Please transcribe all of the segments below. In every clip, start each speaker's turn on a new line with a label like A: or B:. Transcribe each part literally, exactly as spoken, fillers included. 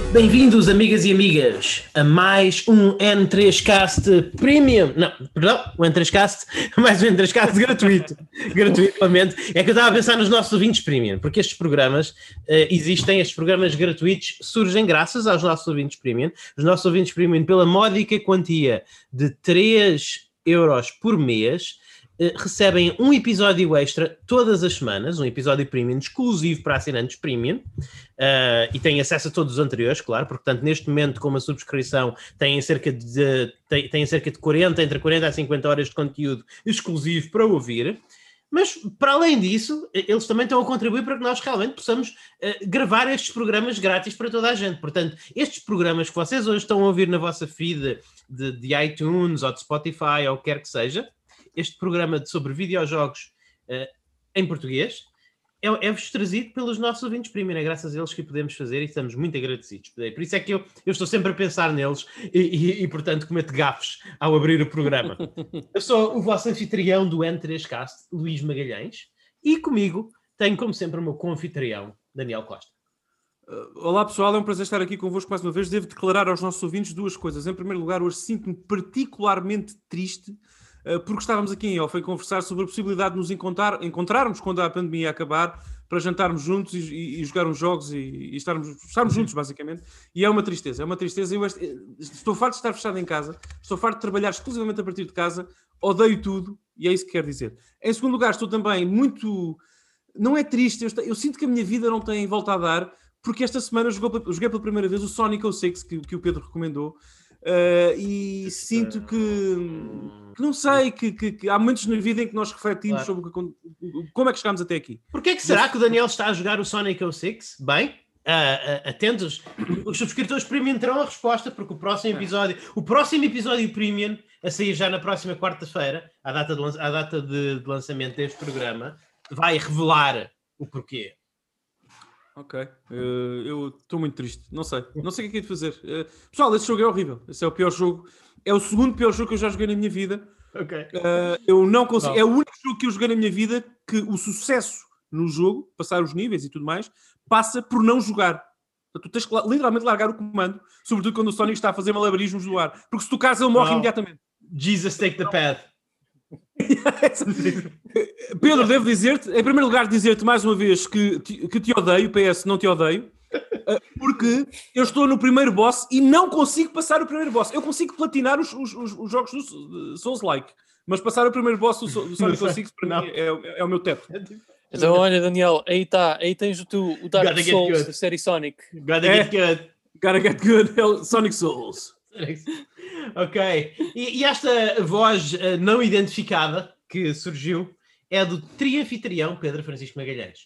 A: Bem-vindos, amigas e amigas, a mais um N três Cast Premium. Não, perdão, o N três Cast, mais um N três Cast gratuito. Gratuitamente. É que eu estava a pensar nos nossos ouvintes Premium, porque estes programas uh, existem, estes programas gratuitos surgem graças aos nossos ouvintes Premium. Os nossos ouvintes Premium, pela módica quantia de três euros por mês, Uh, recebem um episódio extra todas as semanas, um episódio premium exclusivo para assinantes premium, uh, e têm acesso a todos os anteriores, claro, porque, portanto, neste momento, com uma subscrição, têm cerca de, têm, têm cerca de quarenta, entre quarenta a cinquenta horas de conteúdo exclusivo para ouvir. Mas, para além disso, eles também estão a contribuir para que nós realmente possamos uh, gravar estes programas grátis para toda a gente. Portanto, estes programas que vocês hoje estão a ouvir na vossa feed de, de iTunes ou de Spotify ou o que quer que seja, este programa sobre videojogos uh, em português é, é-vos trazido pelos nossos ouvintes premium. É graças a eles que podemos fazer e estamos muito agradecidos. Por isso é que eu, eu estou sempre a pensar neles e, e, e, portanto, cometo gafes ao abrir o programa. Eu sou o vosso anfitrião do N três Cast, Luís Magalhães, e comigo tenho, como sempre, o meu co-anfitrião, Daniel Costa.
B: Olá pessoal, é um prazer estar aqui convosco mais uma vez. Devo declarar aos nossos ouvintes duas coisas. Em primeiro lugar, hoje sinto-me particularmente triste porque estávamos aqui em off a conversar sobre a possibilidade de nos encontrar, encontrarmos quando a pandemia acabar para jantarmos juntos e, e, e jogar uns jogos e, e estarmos, estarmos juntos, basicamente. E é uma tristeza, é uma tristeza. Eu estou farto de estar fechado em casa, estou farto de trabalhar exclusivamente a partir de casa, odeio tudo e é isso que quero dizer. Em segundo lugar, estou também muito... Não é triste, eu, estou... eu sinto que a minha vida não tem volta a dar, porque esta semana eu joguei, eu joguei pela primeira vez o Sonic oh six, que, que o Pedro recomendou. Uh, e sinto que, que não sei, que, que, que há momentos na vida em que nós refletimos claro. sobre que, como é que chegámos até aqui.
A: Porquê é que será Mas... que o Daniel está a jogar o Sonic oh six? Bem, uh, uh, atentos, os subscritores Premium terão a resposta, porque o próximo episódio, o próximo episódio Premium, a sair já na próxima quarta-feira, à data de, à data de, de lançamento deste programa, vai revelar o porquê.
B: Ok, uh, eu estou muito triste, não sei, não sei o que é que é de fazer. Uh, pessoal, esse jogo é horrível, esse é o pior jogo, é o segundo pior jogo que eu já joguei na minha vida.
A: Ok.
B: Uh, eu não consigo, é o único jogo que eu joguei na minha vida que o sucesso no jogo, passar os níveis e tudo mais, passa por não jogar. Tu tens que literalmente largar o comando, sobretudo quando o Sonic está a fazer malabarismos no ar, porque se tocares ele morre oh. imediatamente.
A: Jesus take the path.
B: Pedro, devo dizer-te, em primeiro lugar, dizer-te mais uma vez que te, que te odeio, P S, não te odeio, porque eu estou no primeiro boss e não consigo passar o primeiro boss. Eu consigo platinar os, os, os jogos do Souls-like, mas passar o primeiro boss do, do Sonic oh six para não. mim é, é o meu teto.
C: Então, olha, Daniel, aí está, aí tens o, tu, o Dark Souls da série Sonic.
A: Gotta é, get good.
B: Gotta get good, Sonic Souls.
A: Ok, e, e esta voz uh, não identificada que surgiu é do trianfitrião Pedro Francisco Magalhães.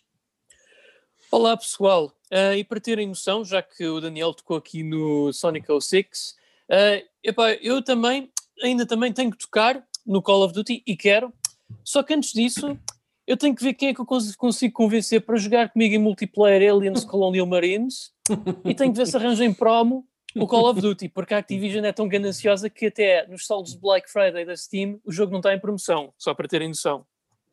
C: Olá pessoal, uh, e para terem noção, já que o Daniel tocou aqui no Sonic oh six, uh, epá, eu também, ainda também tenho que tocar no Call of Duty e quero, só que antes disso eu tenho que ver quem é que eu cons- consigo convencer para jogar comigo em multiplayer Aliens Colonial Marines e tenho que ver se arranjo em promo o Call of Duty, porque a Activision é tão gananciosa que até nos saldos de Black Friday da Steam o jogo não está em promoção, só para terem noção.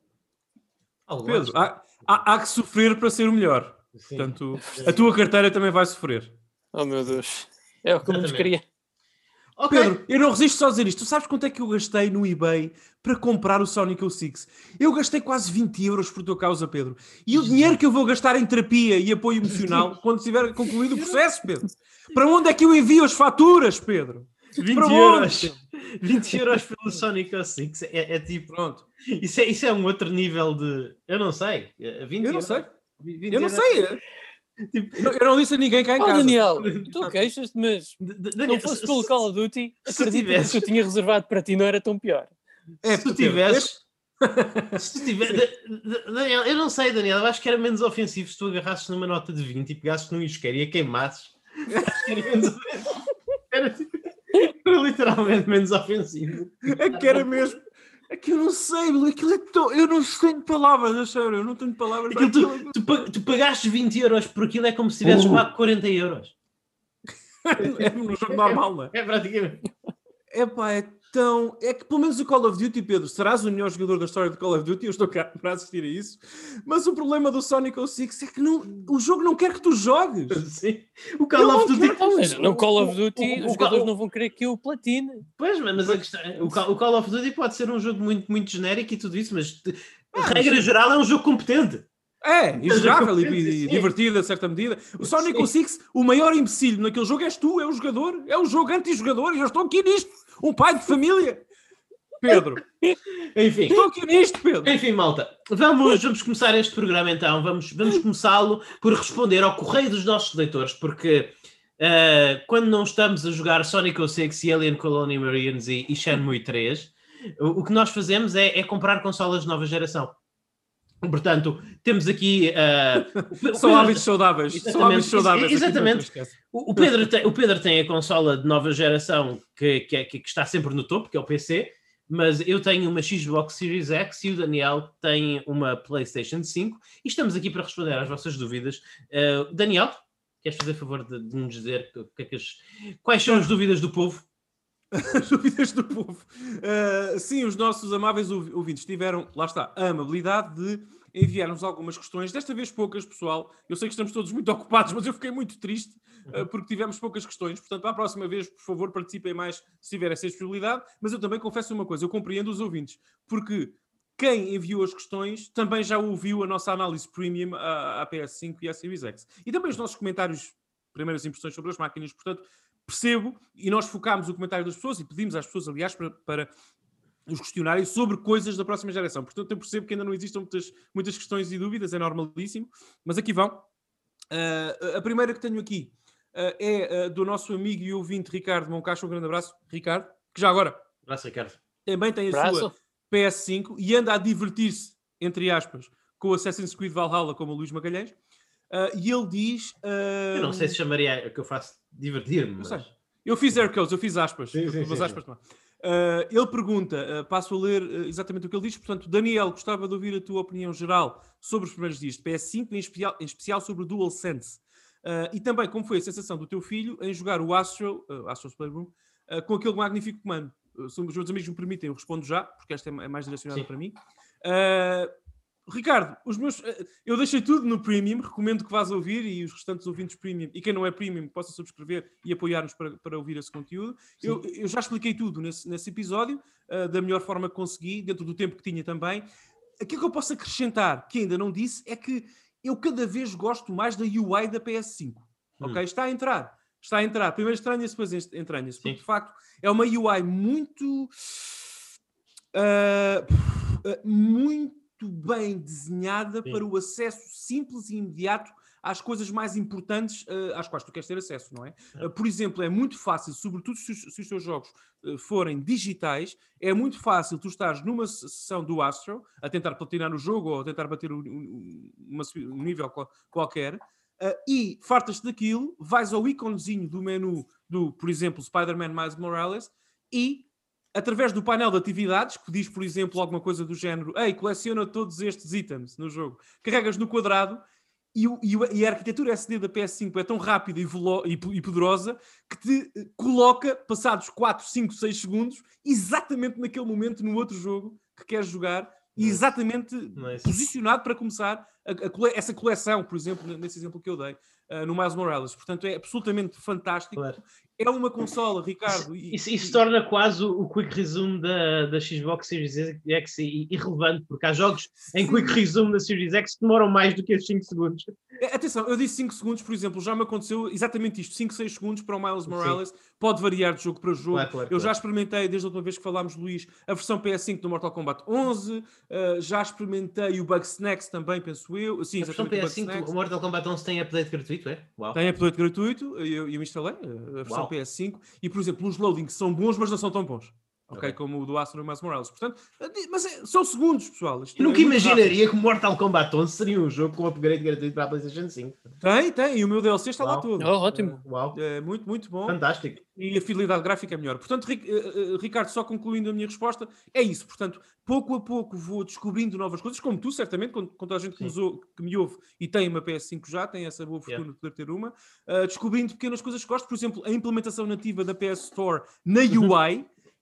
B: Pedro, há, há, há que sofrer para ser o melhor. Sim. Portanto, a tua carteira também vai sofrer.
C: Oh meu Deus, é o que eu menos queria.
B: Okay. Pedro, eu não resisto só a dizer isto. Tu sabes quanto é que eu gastei no eBay para comprar o Sonic oh six? Eu gastei quase vinte euros por tua causa, Pedro. E o dinheiro que eu vou gastar em terapia e apoio emocional quando tiver concluído o processo, Pedro? Para onde é que eu envio as faturas, Pedro?
A: vinte euros. vinte euros pelo Sonic oh six é, é tipo, pronto. Isso é, isso é um outro nível de... Eu não sei. vinte
B: eu não
A: euros.
B: sei.
A: vinte
B: eu não
A: euros.
B: sei. Tipo, eu, não, eu não disse a ninguém cá em
C: oh,
B: casa.
C: Daniel, tu queixas-te, mas se não fosse pelo Call of Duty, acredito que eu tinha reservado para ti não era tão pior.
A: É, se tu tivesses... se tu tivesse... Daniel, eu não sei, Daniel, eu acho que era menos ofensivo se tu agarrasses numa nota de vinte e pegasses num isqueiro e a queimasses. Acho que era menos ofensivo. Era, tipo, era literalmente menos ofensivo.
B: É que era mesmo... É que eu não sei, aquilo é tão... Eu não tenho palavras, a sério, eu não tenho palavras.
A: Aquilo, tu, tu, tu pagaste vinte euros por aquilo, é como se tivesses uh. pago quarenta euros.
B: É no jogo normal, não é?
A: É, é praticamente.
B: É pá, é questão é que, pelo menos o Call of Duty, Pedro, serás o melhor jogador da história do Call of Duty, eu estou cá para assistir a isso, mas o problema do Sonic oh six é que não, o jogo não quer que tu jogues.
A: Sim. O Call of Duty...
C: Não, mas no Call of Duty
A: o, o,
C: os
A: o,
C: jogadores
A: o,
C: não vão querer que eu platine.
A: Pois, mas a questão, o, Call, o Call of Duty pode ser um jogo muito, muito genérico e tudo isso, mas a regra
B: sim.
A: geral é um jogo competente.
B: É, e jogável e, e divertido a certa medida. O Sonic oh six, o maior imbecilho naquele jogo és tu, é o jogador, é o jogo anti-jogador e eu estou aqui nisto, um pai de família. Pedro,
A: enfim,
B: estou aqui nisto, Pedro.
A: Enfim, malta, vamos, vamos começar este programa então, vamos, vamos começá-lo por responder ao correio dos nossos leitores, porque uh, quando não estamos a jogar Sonic oh six e Alien Colony Marines e, e Shenmue três, o, o que nós fazemos é, é comprar consolas de nova geração. Portanto, temos aqui... Uh,
B: São hábitos saudáveis. São hábitos saudáveis.
A: Exatamente. O, o, Pedro tem, o Pedro tem a consola de nova geração que, que, é, que está sempre no topo, que é o P C, mas eu tenho uma Xbox Series X e o Daniel tem uma PlayStation cinco e estamos aqui para responder às vossas dúvidas. Uh, Daniel, queres fazer favor de, de nos dizer que, que, que, quais são as dúvidas do povo?
B: As dúvidas do povo. Uh, sim, os nossos amáveis ouvintes tiveram, lá está, a amabilidade de enviar-nos algumas questões, desta vez poucas, pessoal. Eu sei que estamos todos muito ocupados, mas eu fiquei muito triste uh, porque tivemos poucas questões. Portanto, para a próxima vez, por favor, participem mais se tiver essa possibilidade. Mas eu também confesso uma coisa, eu compreendo os ouvintes, porque quem enviou as questões também já ouviu a nossa análise premium à, à P S cinco e à Series X. E também os nossos comentários, primeiras impressões sobre as máquinas, portanto, percebo, e nós focámos o comentário das pessoas e pedimos às pessoas, aliás, para, para os questionários sobre coisas da próxima geração. Portanto, eu percebo que ainda não existam muitas, muitas questões e dúvidas, é normalíssimo, mas aqui vão. Uh, a primeira que tenho aqui uh, é uh, do nosso amigo e ouvinte Ricardo Moncacho. Um grande abraço, Ricardo, que já agora
A: abraço, Ricardo.
B: Também tem a
C: abraço.
B: Sua P S cinco e anda a divertir-se, entre aspas, com o Assassin's Creed Valhalla, como o Luís Magalhães. Uh, e ele diz... Uh...
A: Eu não sei se chamaria o que eu faço divertir-me, mas...
B: Eu, eu fiz air quotes, eu fiz aspas.
A: Sim, sim,
B: sim, aspas
A: sim.
B: Uh, ele pergunta, uh, passo a ler uh, exatamente o que ele diz. Portanto, Daniel, gostava de ouvir a tua opinião geral sobre os primeiros dias de P S cinco, em especial, em especial sobre o DualSense. Uh, e também como foi a sensação do teu filho em jogar o Astro, uh, Astro's Playroom uh, com aquele magnífico comando. Uh, se os meus amigos me permitem, eu respondo já, porque esta é mais direcionada para mim. Uh, Ricardo, os meus, eu deixei tudo no Premium, recomendo que vás ouvir e os restantes ouvintes Premium, e quem não é Premium possa subscrever e apoiar-nos para, para ouvir esse conteúdo. Eu, eu já expliquei tudo nesse, nesse episódio, uh, da melhor forma que consegui, dentro do tempo que tinha também. Aquilo que eu posso acrescentar, que ainda não disse, é que eu cada vez gosto mais da U I da P S cinco. Hum. Ok? Está a entrar. Está a entrar. Primeiro estranha-se, depois entranha-se. Porque, de facto, é uma U I muito... Uh, muito bem desenhada Sim. para o acesso simples e imediato às coisas mais importantes uh, às quais tu queres ter acesso, não é? é. Uh, por exemplo, é muito fácil, sobretudo se os, se os teus jogos uh, forem digitais, é muito fácil tu estares numa sessão do Astro a tentar platinar o jogo ou a tentar bater um, um, uma, um nível qual, qualquer uh, e fartas-te daquilo, vais ao íconezinho do menu do, por exemplo, Spider-Man Miles Morales e através do painel de atividades, que diz, por exemplo, alguma coisa do género, ei, coleciona todos estes itens no jogo, carregas no quadrado e, o, e a arquitetura S D da P S cinco é tão rápida e, velo, e, e poderosa que te coloca, passados quatro, cinco, seis segundos, exatamente naquele momento no outro jogo que queres jogar e exatamente nice. Posicionado para começar a, a cole, essa coleção, por exemplo, nesse exemplo que eu dei, uh, no Miles Morales. Portanto, é absolutamente fantástico. Claro. É uma consola, Ricardo.
A: Isso, e, isso, isso e... torna quase o Quick Resume da, da Xbox Series X irrelevante, porque há jogos em Quick Resume da Series X que demoram mais do que os cinco segundos.
B: Atenção, eu disse cinco segundos, por exemplo, já me aconteceu exatamente isto, cinco, seis segundos para o Miles Morales, Sim. pode variar de jogo para jogo. Claro, claro, eu claro. já experimentei, desde a última vez que falámos, Luís, a versão P S cinco do Mortal Kombat onze, uh, já experimentei o Bugsnax também, penso eu. Sim,
A: a versão P S cinco do Mortal Kombat onze tem update gratuito, é?
B: Uau. Tem update gratuito, eu, eu instalei a versão Uau. P S cinco, e, por exemplo, os loadings são bons, mas não são tão bons. Okay, okay. Como o do Astro e Miles Morales. Portanto, mas é, são segundos, pessoal.
A: Isto eu nunca é imaginaria rápido. Que Mortal Kombat onze seria um jogo com upgrade gratuito para a PlayStation cinco.
B: Tem, tem. E o meu D L C está Uau. Lá todo.
C: Oh, ótimo.
B: Uau. É, muito, muito bom.
A: Fantástico.
B: E a fidelidade gráfica é melhor. Portanto, Ricardo, só concluindo a minha resposta, é isso. Portanto, pouco a pouco vou descobrindo novas coisas, como tu, certamente, com, com toda a gente que, usou, que me ouve e tem uma P S cinco já, tem essa boa fortuna yeah. de poder ter uma, uh, descobrindo pequenas coisas que gosto. Por exemplo, a implementação nativa da P S Store na U I.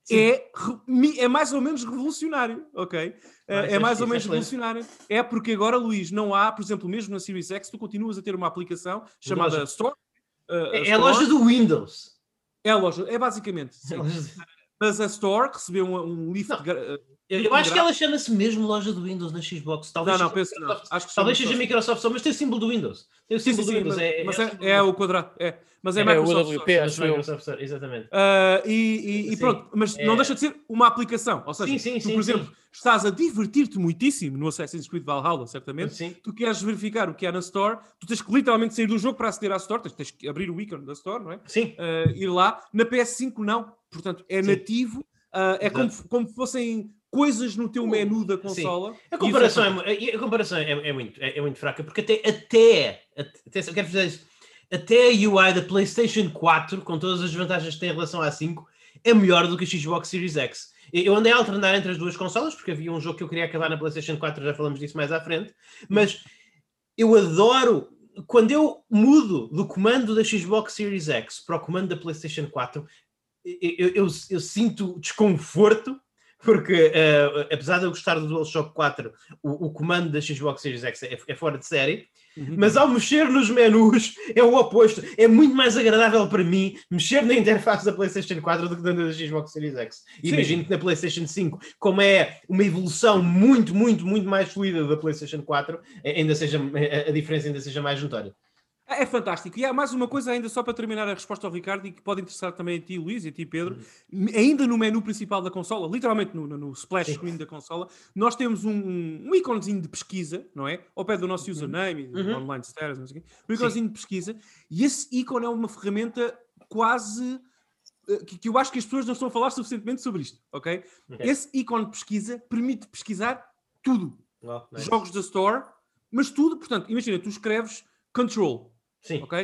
B: é, é mais ou menos revolucionário, ok? Mas, é mais ou menos é revolucionário. É porque agora, Luís, não há, por exemplo, mesmo na Series X, tu continuas a ter uma aplicação chamada loja. Store.
A: Uh, é, é a loja do Windows.
B: É a loja, é basicamente, sim. Mas a Store recebeu um, um lift...
A: Não, de, eu, eu acho que ela chama-se mesmo loja do Windows na Xbox. Talvez
B: não, não,
A: seja,
B: penso não. Acho que
A: talvez seja Microsoft só, mas tem o símbolo do Windows. Tem o símbolo sim, sim, do Windows.
B: Mas,
A: é,
B: mas
A: é,
B: é, é o quadrado. É. Mas é,
C: é
B: Microsoft,
C: o W P,
B: Store.
C: acho
A: é Microsoft Store, exatamente.
B: Uh, e, e, e pronto, mas é... não deixa de ser uma aplicação. Ou seja,
A: sim, sim,
B: tu,
A: sim,
B: por exemplo,
A: sim.
B: estás a divertir-te muitíssimo no Assassin's Creed Valhalla, certamente.
A: Sim.
B: Tu queres verificar o que há na Store, tu tens que literalmente sair do jogo para aceder à Store, tens, tens que abrir o ícone da Store, não é?
A: Sim.
B: Uh, ir lá. Na P S cinco, não. Portanto, é sim. nativo. Uh, é como, como fossem coisas no teu menu da consola.
A: Sim. A comparação, é, a comparação é, é, muito, é, é muito fraca, porque até, até, até eu quero dizer isso, até a U I da PlayStation quatro, com todas as vantagens que tem em relação à cinco, é melhor do que a Xbox Series X. Eu andei a alternar entre as duas consolas, porque havia um jogo que eu queria acabar na PlayStation quatro, já falamos disso mais à frente, mas eu adoro, quando eu mudo do comando da Xbox Series X para o comando da PlayStation quatro, eu, eu, eu sinto desconforto, porque uh, apesar de eu gostar do DualShock quatro, o, o comando da Xbox Series X é, é fora de série, uhum. Mas ao mexer nos menus é o oposto. É muito mais agradável para mim mexer na interface da PlayStation quatro do que na da Xbox Series X. E imagino que na PlayStation cinco, como é uma evolução muito, muito, muito mais fluida da PlayStation quatro, ainda seja, a diferença ainda seja mais notória.
B: É fantástico. E há mais uma coisa ainda só para terminar a resposta ao Ricardo e que pode interessar também a ti, Luís, e a ti, Pedro. Uhum. Ainda no menu principal da consola, literalmente no, no splash Sim. screen da consola, nós temos um, um íconezinho de pesquisa, não é? Ao pé do nosso uhum. username, uhum. online status, não sei o quê. Um íconezinho de pesquisa. E esse ícone é uma ferramenta quase... Que, que eu acho que as pessoas não estão a falar suficientemente sobre isto, ok? okay. Esse ícone de pesquisa permite pesquisar tudo. Oh, nice. Jogos da Store, mas tudo. Portanto, imagina, tu escreves Control.
A: Sim.
B: Okay?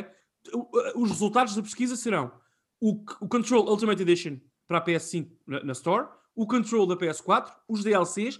B: Os resultados da pesquisa serão o, o Control Ultimate Edition para a P S cinco na, na Store, o Control da P S quatro, os D L Cs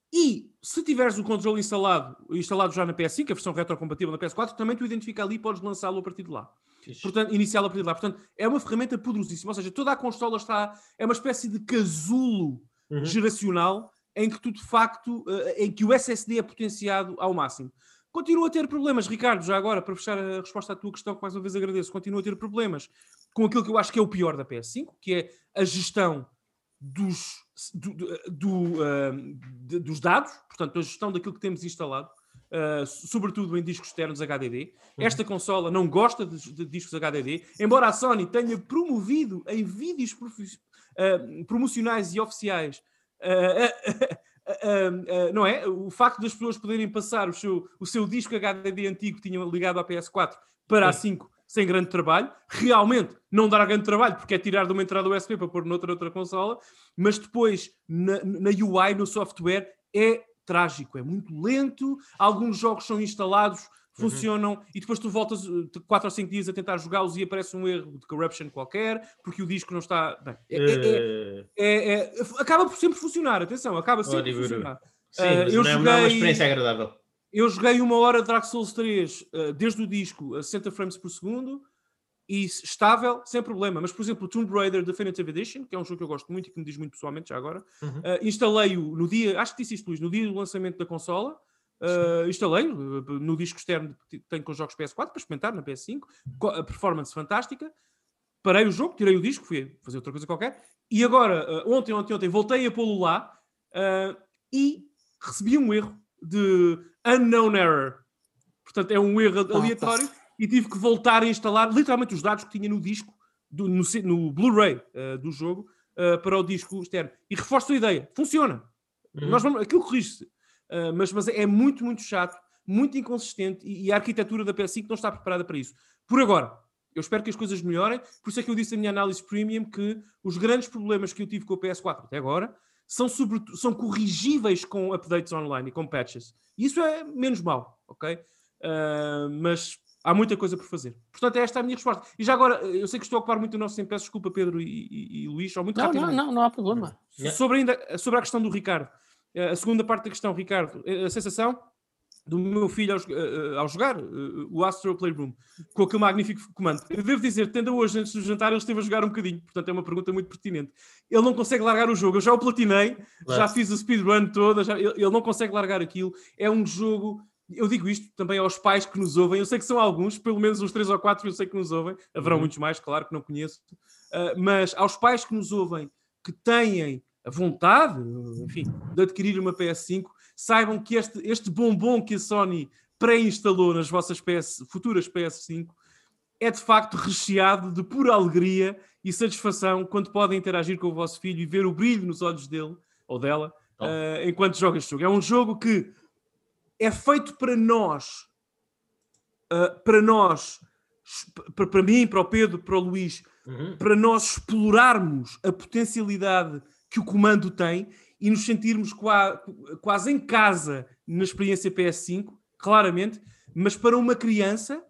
B: e se tiveres o Control instalado, instalado já na P S cinco, a versão retrocompatível na P S quatro, também tu identifica ali e podes lançá-lo a partir de lá. Ixi. Portanto, iniciá-lo a partir de lá. Portanto, é uma ferramenta poderosíssima. Ou seja, toda a consola está... É uma espécie de casulo uhum. geracional em que tu, de facto, em que o S S D é potenciado ao máximo. Continua a ter problemas, Ricardo, já agora, para fechar a resposta à tua questão, que mais uma vez agradeço, continua a ter problemas com aquilo que eu acho que é o pior da P S cinco, que é a gestão dos, do, do, uh, de, dos dados, portanto, a gestão daquilo que temos instalado, uh, sobretudo em discos externos H D D. Uhum. Esta consola não gosta de, de discos H D D, embora a Sony tenha promovido em vídeos uh, promocionais e oficiais uh, Uh, uh, não é? O facto das pessoas poderem passar o seu, o seu disco H D D antigo que tinham ligado à P S quatro para a cinco sem grande trabalho, realmente não dar grande trabalho porque é tirar de uma entrada U S B para pôr noutra outra consola, mas depois na, na U I, no software, é trágico, é muito lento, alguns jogos são instalados, funcionam, uhum. e depois tu voltas quatro ou cinco dias a tentar jogá-los e aparece um erro de corruption qualquer, porque o disco não está... Bem, é, é, é, é, acaba por sempre funcionar, atenção, acaba sempre oh, por funcionar.
A: Sim, uh, mas eu não, joguei, não é uma experiência agradável.
B: Eu joguei uma hora de Dark Souls três uh, desde o disco a sessenta frames por segundo e estável, sem problema. Mas, por exemplo, o Tomb Raider Definitive Edition, que é um jogo que eu gosto muito e que me diz muito pessoalmente já agora, uhum. uh, instalei-o no dia, acho que disse isto, Luís, no dia do lançamento da consola. Uh, instalei uh, no disco externo que tenho com os jogos P S quatro para experimentar na P S cinco, a performance fantástica. Parei o jogo, tirei o disco, fui fazer outra coisa qualquer e agora, uh, ontem, ontem, ontem voltei a pô-lo lá uh, e recebi um erro de unknown error, portanto é um erro aleatório e tive que voltar a instalar literalmente os dados que tinha no disco do, no, no Blu-ray uh, do jogo uh, para o disco externo e reforço a ideia, funciona. Uhum. Nós vamos, aquilo corrige-se. Uh, mas, mas é muito, muito chato, muito inconsistente e, e a arquitetura da P S cinco não está preparada para isso. Por agora, eu espero que as coisas melhorem, por isso é que eu disse na minha análise premium que os grandes problemas que eu tive com a P S quatro até agora são, sobre, são corrigíveis com updates online e com patches. E isso é menos mau, ok? Uh, mas há muita coisa por fazer. Portanto, esta é a minha resposta. E já agora, eu sei que estou a ocupar muito o nosso tempo, peço desculpa, Pedro e, e, e Luís, só muito
C: não,
B: rapidamente.
C: Não, não, não há problema.
B: Sobre, ainda, sobre a questão do Ricardo. A segunda parte da questão, Ricardo, a sensação? do meu filho ao, uh, ao jogar uh, o Astro Playroom, com aquele magnífico comando. Eu devo dizer, tendo hoje, antes do jantar, ele esteve a jogar um bocadinho, portanto é uma pergunta muito pertinente. Ele não consegue largar o jogo, eu já o platinei, claro. Já fiz o speedrun toda, já, ele, ele não consegue largar aquilo. É um jogo, eu digo isto também aos pais que nos ouvem, eu sei que são alguns, pelo menos uns três ou quatro eu sei que nos ouvem, haverão uhum. muitos mais, claro, que não conheço, uh, mas aos pais que nos ouvem, que têm a vontade, enfim, de adquirir uma P S cinco, saibam que este, este bombom que a Sony pré-instalou nas vossas P S, futuras P S cinco é de facto recheado de pura alegria e satisfação quando podem interagir com o vosso filho e ver o brilho nos olhos dele ou dela oh. uh, enquanto joga este jogo. É um jogo que é feito para nós, uh, para nós, para, para mim, para o Pedro, para o Luís, uhum. para nós explorarmos a potencialidade que o comando tem e nos sentirmos quase, quase em casa na experiência P S cinco, claramente, mas para uma criança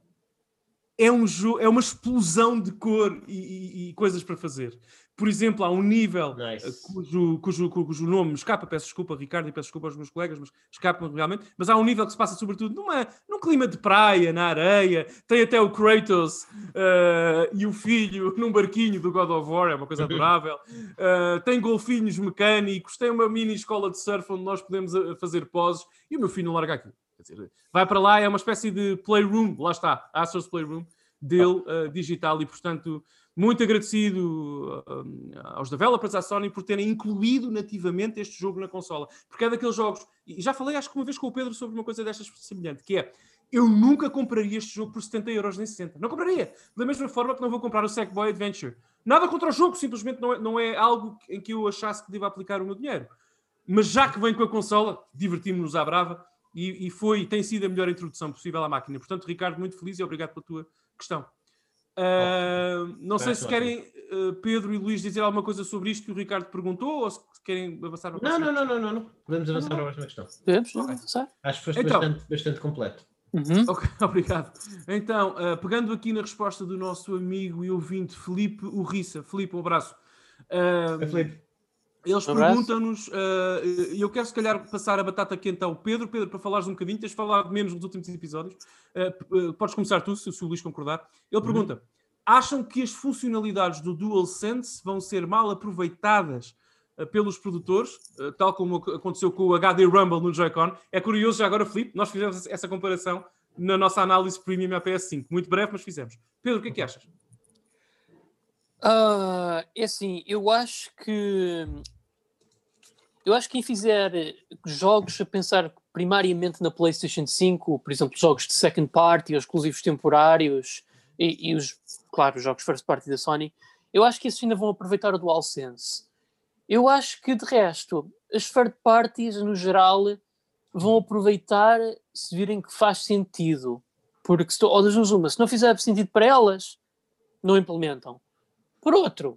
B: é, um jo- é uma explosão de cor e, e, e coisas para fazer. Por exemplo, há um nível nice. cujo, cujo, cujo nome me escapa, peço desculpa, Ricardo, e peço desculpa aos meus colegas, mas escapa-me realmente, mas há um nível que se passa sobretudo numa, num clima de praia, na areia, tem até o Kratos uh, e o filho num barquinho do God of War, é uma coisa adorável, uh, tem golfinhos mecânicos, tem uma mini escola de surf onde nós podemos fazer poses, e o meu filho não larga aqui. Quer dizer, vai para lá, é uma espécie de playroom, lá está, Astro's Playroom, dele, uh, digital, e portanto... Muito agradecido uh, aos developers, à Sony, por terem incluído nativamente este jogo na consola. Porque é daqueles jogos... E já falei, acho que uma vez com o Pedro, sobre uma coisa destas semelhante, que é... Eu nunca compraria este jogo por setenta euros nem sessenta. Não compraria. Da mesma forma que não vou comprar o Sackboy Adventure. Nada contra o jogo, simplesmente não é, não é algo em que eu achasse que devo aplicar o meu dinheiro. Mas já que vem com a consola, divertimos-nos à brava e, e foi, tem sido a melhor introdução possível à máquina. Portanto, Ricardo, muito feliz e obrigado pela tua questão. Uh, não sei se querem, uh, Pedro e Luís, dizer alguma coisa sobre isto que o Ricardo perguntou ou se querem avançar para a
A: não, não, não, não, não. Podemos avançar para a próxima questão.
C: Podemos okay. avançar.
A: Acho que foste então, bastante, bastante completo.
C: Uhum.
B: Ok, obrigado. Então, uh, pegando aqui na resposta do nosso amigo e ouvinte Filipe Urriça. Filipe, um abraço. Uh,
A: é Filipe.
B: Eles um perguntam-nos, e uh, eu quero se calhar passar a batata quente ao Pedro. Pedro, para falares um bocadinho, tens falado menos nos últimos episódios. Uh, uh, podes começar tu, se, se o Luís concordar. Ele pergunta, uhum. acham que as funcionalidades do DualSense vão ser mal aproveitadas uh, pelos produtores, uh, tal como aconteceu com o H D Rumble no Joy-Con? É curioso já agora, Filipe, nós fizemos essa comparação na nossa análise premium à P S cinco. Muito breve, mas fizemos. Pedro, o que é que achas?
C: Uh, é assim, eu acho que eu acho que quem fizer jogos a pensar primariamente na PlayStation cinco, por exemplo, jogos de second party, ou exclusivos temporários e, e os, claro, os jogos first party da Sony, eu acho que esses ainda vão aproveitar o DualSense. Eu acho que, de resto, as third parties, no geral, vão aproveitar se virem que faz sentido. Porque, se, ou das duas uma, se não fizer sentido para elas, não implementam. Por outro,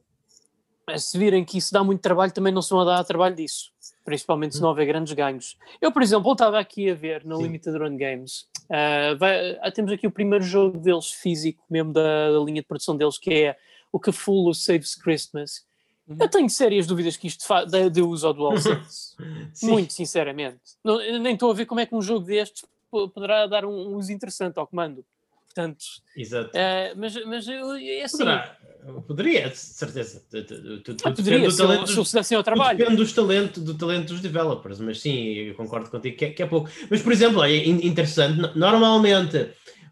C: se virem que isso dá muito trabalho, também não se vão a dar trabalho disso. Principalmente se não houver grandes ganhos. Eu, por exemplo, estava aqui a ver na Limited Run Games. Uh, vai, uh, temos aqui o primeiro jogo deles físico, mesmo da, da linha de produção deles, que é o Cthulhu Saves Christmas. Uhum. Eu tenho sérias dúvidas que isto fa- de, de uso ao DualSense. Muito sinceramente. Não, nem estou a ver como é que um jogo destes poderá dar um, um uso interessante ao comando. Portanto,
A: exato.
C: Uh, mas, mas é assim.
A: Poderá. Poderia, de certeza. Tudo, tudo,
C: ah, poderia, se talento, se se dessem ao trabalho.
A: Depende dos talento, do talento dos developers, mas sim, eu concordo contigo que é, que é pouco. Mas, por exemplo, é interessante, normalmente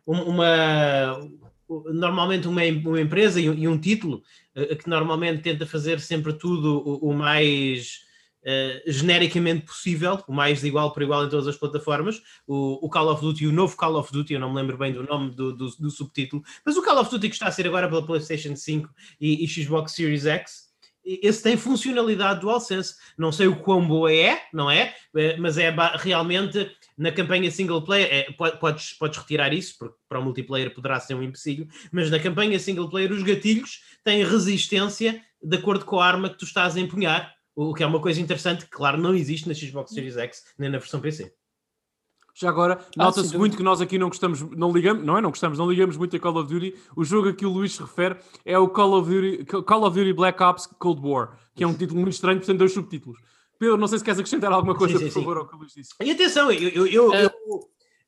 A: uma, normalmente uma, uma empresa e um, e um título que normalmente tenta fazer sempre tudo o, o mais... Uh, genericamente possível, o mais de igual para igual em todas as plataformas, o, o Call of Duty, o novo Call of Duty, eu não me lembro bem do nome do, do, do subtítulo, mas o Call of Duty que está a ser agora pela PlayStation cinco e, e Xbox Series X, esse tem funcionalidade DualSense, não sei o quão boa é, não é? Mas é realmente, na campanha single player, é, podes, podes retirar isso, porque para o multiplayer poderá ser um empecilho, mas na campanha single player os gatilhos têm resistência de acordo com a arma que tu estás a empunhar, o que é uma coisa interessante que, claro, não existe na Xbox Series X nem na versão P C.
B: Já agora, ah, nota-se muito que nós aqui não gostamos, não ligamos, não é? Não gostamos, não ligamos muito a Call of Duty. O jogo a que o Luís se refere é o Call of Duty, Call of Duty Black Ops Cold War, que é um título muito estranho, portanto, dois subtítulos. Pedro, não sei se queres acrescentar alguma coisa, sim, sim, por favor, sim. ao que o Luís disse.
A: E atenção, eu, eu, eu, eu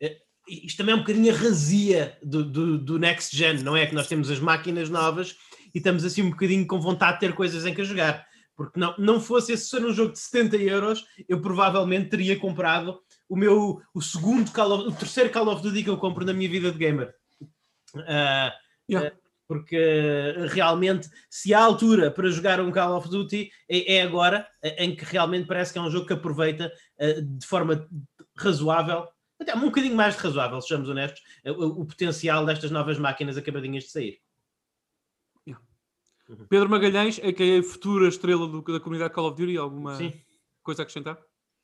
A: isto também é um bocadinho a razia do, do, do Next Gen, não é? Que nós temos as máquinas novas e estamos assim um bocadinho com vontade de ter coisas em que jogar. Porque não, não fosse esse ser um jogo de setenta euros, eu provavelmente teria comprado o meu, o segundo Call of, o terceiro Call of Duty que eu compro na minha vida de gamer. Uh, yeah. uh, porque uh, realmente, se há altura para jogar um Call of Duty, é, é agora, em que realmente parece que é um jogo que aproveita uh, de forma razoável, até um bocadinho mais de razoável, sejamos honestos, o, o potencial destas novas máquinas acabadinhas de sair.
B: Yeah. Uhum. Pedro Magalhães, a que é a futura estrela do, da comunidade Call of Duty, alguma Sim. coisa a acrescentar?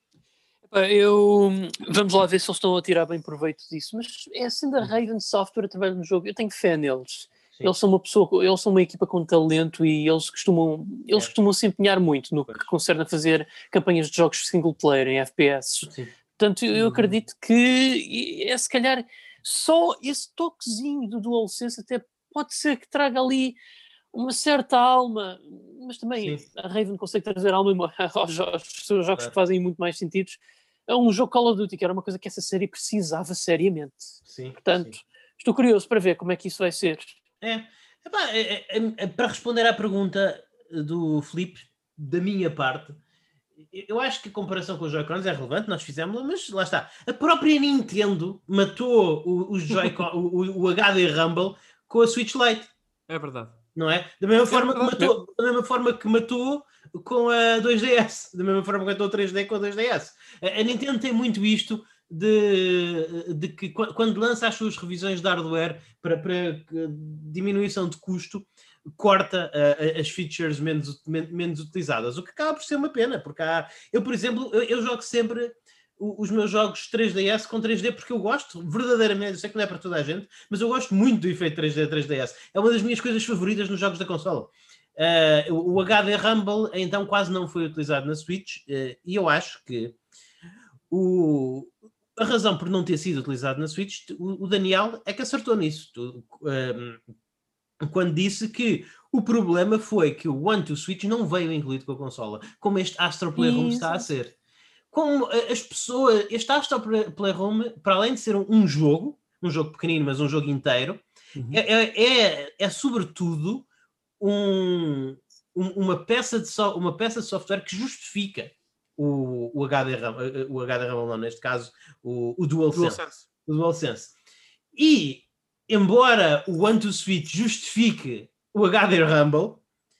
C: Eu, vamos lá ver se eles estão a tirar bem proveito disso, mas é assim da Raven Software a trabalhar no jogo, eu tenho fé neles. Sim. Eles são uma pessoa, eles são uma equipa com talento e eles costumam, eles é. costumam se empenhar muito no que concerne a fazer campanhas de jogos single player em F P S. Sim. Portanto, eu uhum. acredito que é se calhar só esse toquezinho do DualSense até pode ser que traga ali uma certa alma, mas também Sim. a Raven consegue trazer alma aos jogos, aos seus jogos claro. que fazem muito mais sentido. É um jogo Call of Duty, que era uma coisa que essa série precisava seriamente.
A: Sim,
C: Portanto,
A: sim.
C: estou curioso para ver como é que isso vai ser.
A: É, Epá, é, é, é para responder à pergunta do Filipe, da minha parte, eu acho que a comparação com os Joy-Cons é relevante, nós fizemos, mas lá está. A própria Nintendo matou o, o, Joy-Con, o, o H D Rumble com a Switch Lite.
B: É verdade.
A: Não é? Da mesma, é forma, verdade, que matou, é. da mesma forma que matou com a dois D S, da mesma forma que matou o três D com a dois D S. A, a Nintendo tem muito isto de, de que quando lança as suas revisões de hardware para, para diminuição de custo, corta uh, as features menos, menos utilizadas, o que acaba por ser uma pena, porque há, eu, por exemplo, eu, eu jogo sempre os meus jogos três D S com três D porque eu gosto, verdadeiramente, eu sei que não é para toda a gente, mas eu gosto muito do efeito três D três D S. É uma das minhas coisas favoritas nos jogos da consola. Uh, o H D Rumble, então, quase não foi utilizado na Switch, uh, e eu acho que o, a razão por não ter sido utilizado na Switch, o, o Daniel é que acertou nisso. Tu, um, quando disse que o problema foi que o One to Switch não veio incluído com a consola, como este Astro Playroom está a ser. Como as pessoas, este Astro Playroom, para além de ser um, um jogo, um jogo pequenino, mas um jogo inteiro, uhum. é, é, é, é sobretudo um, um, uma, peça de so, uma peça de software que justifica o, o H D RAM, o H D RAM não, neste caso, o, o DualSense. DualSense. O DualSense. E, embora o One to Switch justifique o H D Rumble,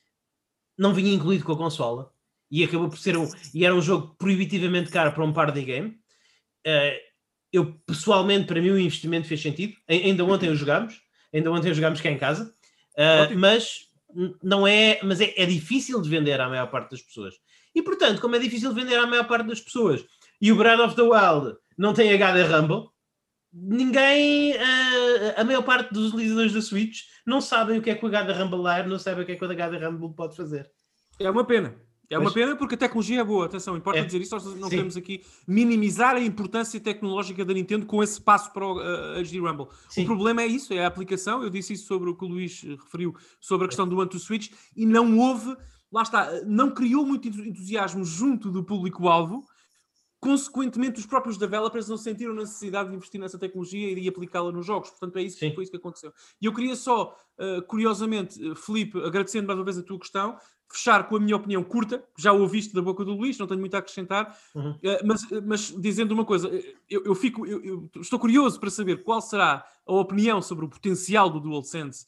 A: não vinha incluído com a consola. E acabou por ser um... E era um jogo proibitivamente caro para um party game. Uh, eu, pessoalmente, para mim o investimento fez sentido. Ainda ontem o jogámos. Ainda ontem o jogámos cá em casa. Uh, mas não é... Mas é, é difícil de vender à maior parte das pessoas. E, portanto, como é difícil de vender à maior parte das pessoas e o Breath of the Wild não tem H D Rumble, ninguém... Uh, a maior parte dos utilizadores da Switch não sabem o que é que o H D Rumble é, não sabem o que é que o H D Rumble pode fazer.
B: É uma pena. É uma Mas... pena porque a tecnologia é boa, atenção, importa é. dizer isso, nós não Sim. queremos aqui minimizar a importância tecnológica da Nintendo com esse passo para o uh, H D Rumble. Sim. O problema é isso, é a aplicação, eu disse isso sobre o que o Luís referiu, sobre a questão do One to Switch, e não houve, lá está, não criou muito entusiasmo junto do público-alvo, consequentemente os próprios developers não sentiram necessidade de investir nessa tecnologia e de aplicá-la nos jogos, portanto é isso, foi isso que aconteceu. E eu queria só, uh, curiosamente, uh, Filipe, agradecendo mais uma vez a tua questão, fechar com a minha opinião curta, já o ouviste da boca do Luís, não tenho muito a acrescentar, uhum. uh, mas, mas dizendo uma coisa, eu, eu, fico, eu, eu estou curioso para saber qual será a opinião sobre o potencial do DualSense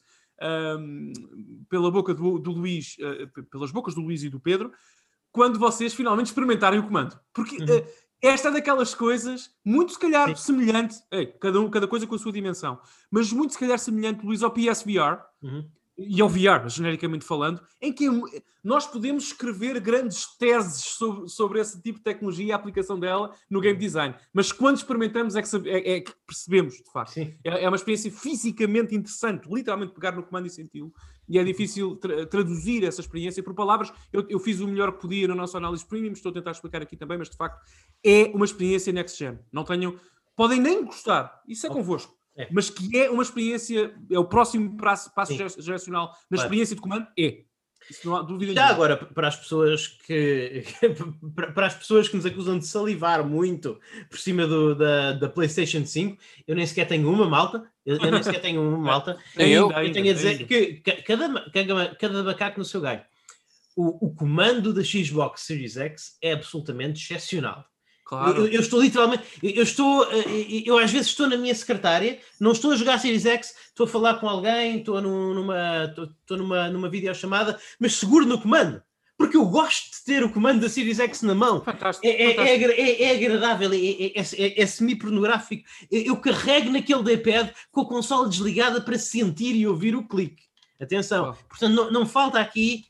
B: um, pela boca do, do Luís, uh, pelas bocas do Luís e do Pedro, quando vocês finalmente experimentarem o comando. Porque uhum. uh, esta é daquelas coisas, muito se calhar Sim. semelhante, ei, cada, um, cada coisa com a sua dimensão, mas muito se calhar semelhante, Luís, ao P S V R, uhum. e ao V R, genericamente falando, em que nós podemos escrever grandes teses sobre, sobre esse tipo de tecnologia e a aplicação dela no game design. Mas quando experimentamos é que, sabe, é, é que percebemos, de facto. É, é uma experiência fisicamente interessante, literalmente pegar no comando e senti-lo. E é difícil tra- traduzir essa experiência por palavras. Eu, eu fiz o melhor que podia na nossa análise premium, estou a tentar explicar aqui também, mas de facto é uma experiência next gen. Não tenham... Podem nem gostar, isso é okay. convosco. É. Mas que é uma experiência, é o próximo passo, passo geracional na claro. experiência de comando, é. Isso não há dúvida
A: Já
B: nenhuma.
A: agora, para as pessoas que para as pessoas que nos acusam de salivar muito por cima do, da, da PlayStation cinco, eu nem sequer tenho uma, malta. Eu, eu nem sequer tenho uma, malta.
C: Nem
A: eu,
C: eu.
A: eu tenho a dizer que cada, cada, cada macaco no seu galho. O, o comando da Xbox Series X é absolutamente excepcional.
B: Claro.
A: Eu, eu estou literalmente, eu estou, eu às vezes estou na minha secretária, não estou a jogar Series X, estou a falar com alguém, estou numa, estou, estou numa, numa videochamada, mas seguro no comando, porque eu gosto de ter o comando da Series X na mão.
B: Fantástico.
A: É, é,
B: fantástico.
A: é, é, é agradável, é, é, é, é semi-pornográfico. Eu, eu carrego naquele D-pad com a consola desligada para sentir e ouvir o clique. Atenção,
B: Oh.
A: portanto, não, não falta aqui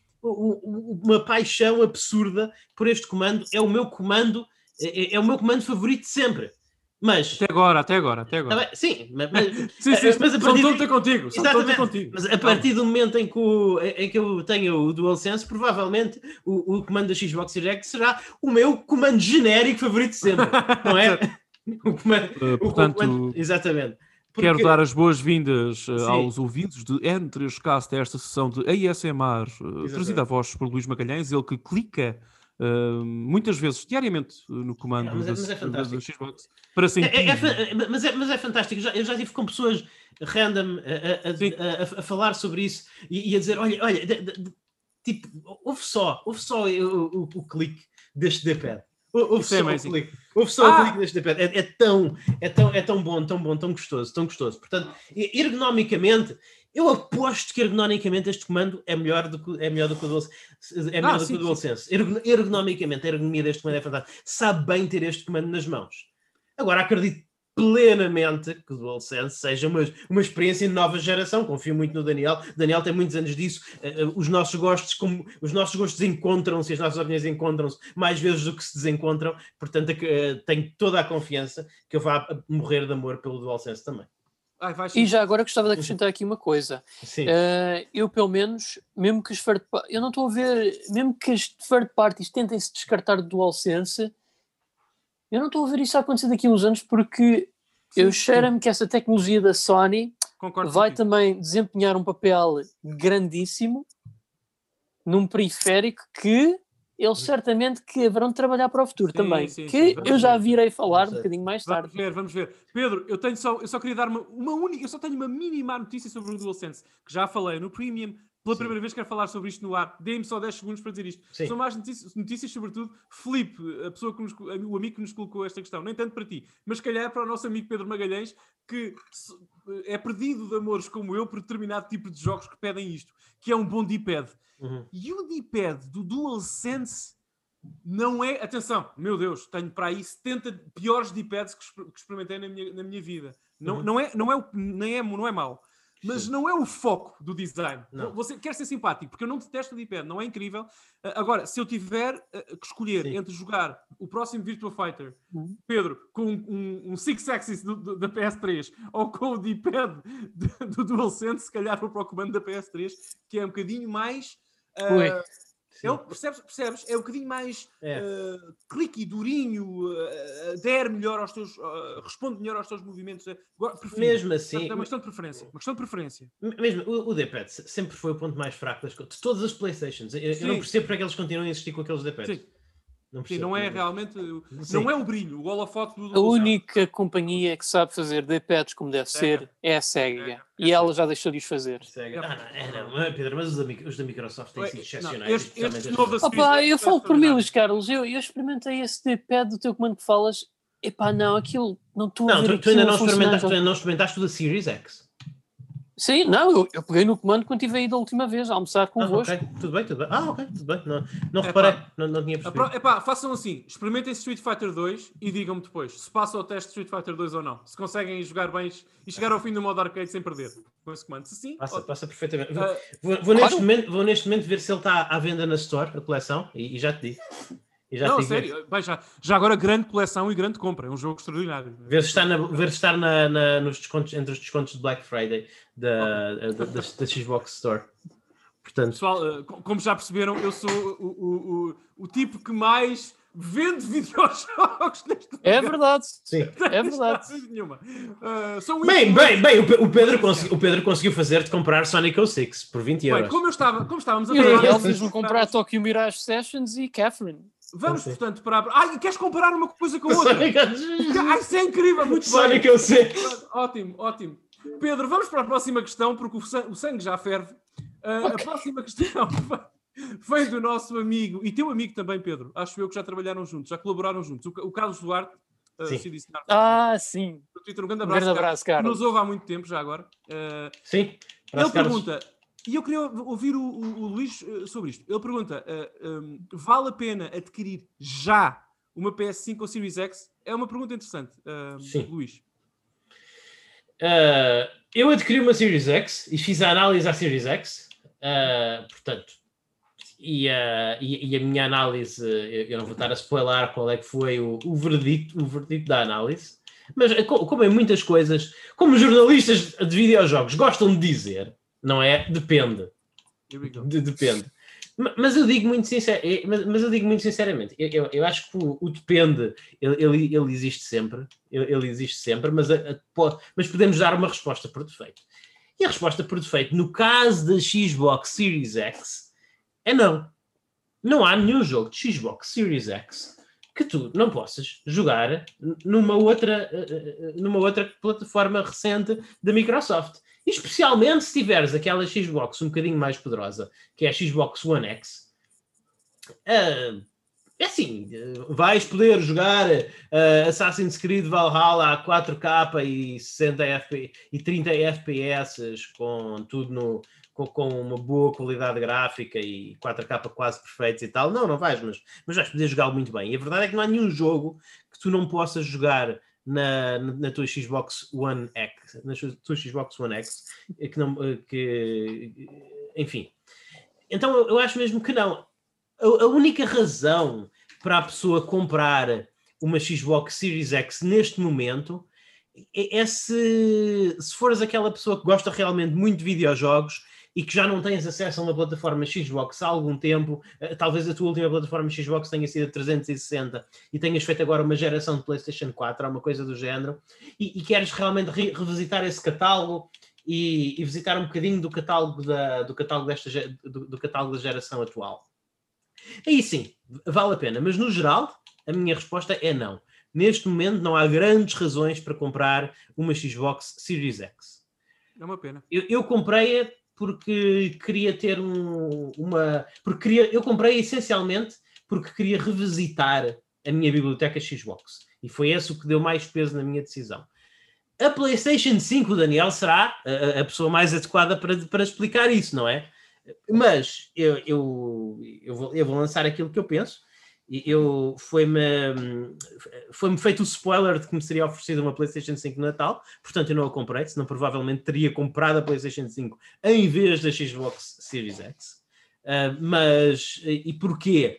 A: uma paixão absurda por este comando. É o meu comando. É, é o meu comando favorito sempre. Mas...
B: Até agora, até agora, até agora.
A: Sim, mas, mas,
B: sim, sim,
A: mas a
B: só
A: partir
B: estou a
A: de...
B: ter contigo. Só estou a ter contigo.
A: Mas a partir do momento em que, o, em que eu tenho o DualSense, provavelmente o, o comando da Xbox Series X será o meu comando genérico favorito sempre. Não é? o comando,
B: uh, portanto,
A: o comando, exatamente.
B: Porque... Quero dar as boas-vindas uh, aos ouvintes de N três Cast a esta sessão de A S M R, uh, trazida a voz por Luís Magalhães, ele que clica uh, muitas vezes, diariamente, uh, no comando é, mas é, mas é da, da Xbox para sentir.
A: É, é, é, mas, é, mas é fantástico. Eu já, eu já tive com pessoas random a, a, a, a, a falar sobre isso e, e a dizer: olha, olha, de, de, de, tipo, ouve só, ouve só o, o, o clique deste D-pad. Ouve só,
B: é
A: o clique, ouve só ah! o clique deste D-pad. É, é, tão, é, tão, é tão bom, tão bom, tão gostoso, tão gostoso. Portanto, ergonomicamente, eu aposto que ergonomicamente este comando é melhor do que, é melhor do que o DualSense. É melhor ah, do sim, que o DualSense. Ergonomicamente, a ergonomia deste comando é fantástica. Sabe bem ter este comando nas mãos. Agora, acredito plenamente que o DualSense seja uma, uma experiência de nova geração. Confio muito no Daniel. O Daniel tem muitos anos disso. Uh, uh, os nossos gostos, como, os nossos gostos encontram-se, as nossas opiniões encontram-se mais vezes do que se desencontram. Portanto, uh, tenho toda a confiança que eu vá morrer de amor pelo DualSense também.
B: Ai,
C: e já agora gostava de acrescentar aqui uma coisa.
A: Sim.
C: Uh, eu, pelo menos, mesmo que as third eu não estou a ver, mesmo que as third parties tentem se descartar do DualSense, eu não estou a ver isso acontecer daqui a uns anos, porque sim, eu cheiro-me que essa tecnologia da Sony Concordo vai contigo. também desempenhar um papel grandíssimo num periférico que eles certamente que haverão de trabalhar para o futuro sim, também, sim, que sim, eu já virei falar um bocadinho mais tarde.
B: Vamos ver, vamos ver. Pedro, eu, tenho só, eu só queria dar uma, uma única, eu só tenho uma mínima notícia sobre o DualSense, que já falei no Premium. Pela Sim. primeira vez quero falar sobre isto no ar. Dê-me só dez segundos para dizer isto. Sim. São mais notícias, notícias, sobretudo, Filipe, a pessoa que nos, o amigo que nos colocou esta questão. Nem tanto para ti, mas se calhar para o nosso amigo Pedro Magalhães, que é perdido de amores como eu por determinado tipo de jogos que pedem isto, que é um bom D-pad. Uhum. E o D-pad do DualSense não é... Atenção, meu Deus, tenho para aí setenta piores D-pads que, que experimentei na minha, na minha vida. Não, uhum. não, é, não, é, nem é, não é mau. Mas Sim. não é o foco do design. Não. Você quer ser simpático, porque eu não detesto o D-pad, não é incrível. Agora, se eu tiver que escolher Sim. entre jogar o próximo Virtua Fighter, uhum. Pedro, com um, um Six Axis do, do, da P S três, ou com o D-pad de, do DualSense, se calhar vou para o comando da P S três, que é um bocadinho mais... Uh, é, percebes, percebes? É um bocadinho mais é. uh, clique, durinho, uh, adere melhor aos teus, uh, responde melhor aos teus movimentos. Prefiro.
A: Mesmo assim,
B: é uma questão de preferência. Uma questão de preferência.
A: Mesmo o, o D-pad sempre foi o ponto mais fraco das, de todas as PlayStations. Eu, eu não percebo para que eles continuam a insistir com aqueles D-pads.
B: Sim. Não, Sim, não é realmente, Sim. não é o brilho, o holofote do...
C: A única companhia que sabe fazer D-pads como deve Sega. ser é a Sega. Sega. E é ela já deixou de os fazer.
A: Sega. Ah, não, é, não, Pedro, mas os da, os da Microsoft têm sido excepcionais.
B: Este, este novo
C: Opa, eu falo por mim, Luís Carlos, eu, eu experimentei esse D-pad do teu comando que falas, epá, não, aquilo, não estou a ver
A: tu, tu, ainda não experimentaste, tu ainda não experimentaste o da Series X?
C: Sim, não, eu, eu peguei no comando quando estive aí da última vez a almoçar convosco.
A: Ah, ok, tudo bem, tudo bem. Ah, ok, tudo bem. Não, não reparei, não, não tinha percebido.
B: Pro, epá, façam assim, experimentem Street Fighter dois e digam-me depois se passa o teste de Street Fighter dois ou não. Se conseguem jogar bem e chegar ao fim do modo arcade sem perder com esse comando. Se sim,
A: passa, passa perfeitamente. Vou, vou, vou, neste momento, vou neste momento ver se ele está à venda na Store, a coleção, e, e já te digo. Já
B: não, sério, bem, já, já agora grande coleção e grande compra, é um jogo extraordinário.
A: Ver se está, na, ver se está na, na, nos descontos, entre os descontos de Black Friday da, okay. da, da, da Xbox Store. Portanto...
B: Pessoal, como já perceberam, eu sou o, o, o, o tipo que mais vende videojogos neste
C: É verdade.
A: Sim.
C: É verdade.
B: nenhuma. Uh, são
A: Bem, bem, bem, o Pe- o Pedro, consegui- o Pedro conseguiu fazer-te comprar Sonic oh seis por vinte
B: Bem,
A: euros.
B: como, eu estava, como estávamos a
C: E o
B: falar...
C: Daniel fez-me comprar Tokyo Mirage Sessions e Catherine.
B: Vamos,
A: Sim.
B: portanto, para... a- Ah, e queres comparar uma coisa com a outra?
A: Sonic
B: Ah, isso é incrível, muito
A: Sonic
B: bem.
A: oh seis.
B: Ótimo, ótimo. Pedro, vamos para a próxima questão, porque o sangue, o sangue já ferve. Uh,
C: Ok.
B: A próxima questão vem do nosso amigo, e teu amigo também, Pedro, acho eu que já trabalharam juntos, já colaboraram juntos, o, o Carlos Duarte, uh,
A: Sim.
B: C D Snarf,
C: Ah, sim.
B: no Twitter, um grande
C: Um
B: abraço,
C: grande abraço,
B: que
C: Carlos.
B: nos ouve há muito tempo já agora. Uh,
A: Sim.
B: ele
A: Abraço, Carlos.
B: pergunta, e eu queria ouvir o, o- o Luís uh, sobre isto, ele pergunta, uh, um, vale a pena adquirir já uma P S cinco ou Series X? É uma pergunta interessante, uh,
A: Sim.
B: Luís.
A: Uh, eu adquiri uma Series X e fiz a análise à Series X, uh, portanto, e, uh, e, e a minha análise, eu, eu não vou estar a spoiler qual é que foi o, o, verdito, o verdito da análise, mas co- como em muitas coisas, como os jornalistas de videojogos gostam de dizer, não é? Depende.
B: Here we go.
A: De- depende. Ma- Mas eu digo muito sincer, eh, mas, mas eu digo muito sinceramente, eu, eu, eu acho que o, o depende, ele, ele, ele existe sempre, ele, ele existe sempre, mas, a- a- po- mas podemos dar uma resposta por defeito. E a resposta por defeito, no caso da Xbox Series X, é não. Não há nenhum jogo de Xbox Series X que tu não possas jogar numa outra, eh, eh, numa outra plataforma recente da Microsoft. E especialmente se tiveres aquela Xbox um bocadinho mais poderosa, que é a Xbox One X, ah, é assim, ah, vais poder jogar ah, Assassin's Creed Valhalla a quatro K e, sessenta F P S, e trinta F P S com tudo no, com, com uma boa qualidade gráfica e quatro K quase perfeitos e tal. Não, não vais, mas, mas vais poder jogá-lo muito bem. E a verdade é que não há nenhum jogo que tu não possas jogar Na, na tua Xbox One X, na tua Xbox One X, que não, que, enfim. Então eu, eu acho mesmo que não. A, a única razão para a pessoa comprar uma Xbox Series X neste momento é, é se, se fores aquela pessoa que gosta realmente muito de videojogos e que já não tens acesso a uma plataforma Xbox há algum tempo, talvez a tua última plataforma Xbox tenha sido a trezentos e sessenta e tenhas feito agora uma geração de PlayStation quatro, ou uma coisa do género, e, e queres realmente re- revisitar esse catálogo e, e visitar um bocadinho do catálogo da, do, catálogo desta, do, do catálogo da geração atual. Aí sim, vale a pena, mas no geral, a minha resposta é não. Neste momento não há grandes razões para comprar uma Xbox Series X.
B: É uma pena.
A: Eu, eu comprei-a porque queria ter um, uma... Porque queria, eu comprei essencialmente porque queria revisitar a minha biblioteca Xbox. E foi esse o que deu mais peso na minha decisão. A PlayStation cinco, Daniel, será a, a pessoa mais adequada para, para explicar isso, não é? Mas eu, eu, eu, vou, eu vou lançar aquilo que eu penso. Eu, foi-me, foi-me feito o spoiler de que me seria oferecido uma PlayStation cinco no Natal, portanto eu não a comprei, senão provavelmente teria comprado a PlayStation cinco em vez da Xbox Series X. Uh, mas, e porquê?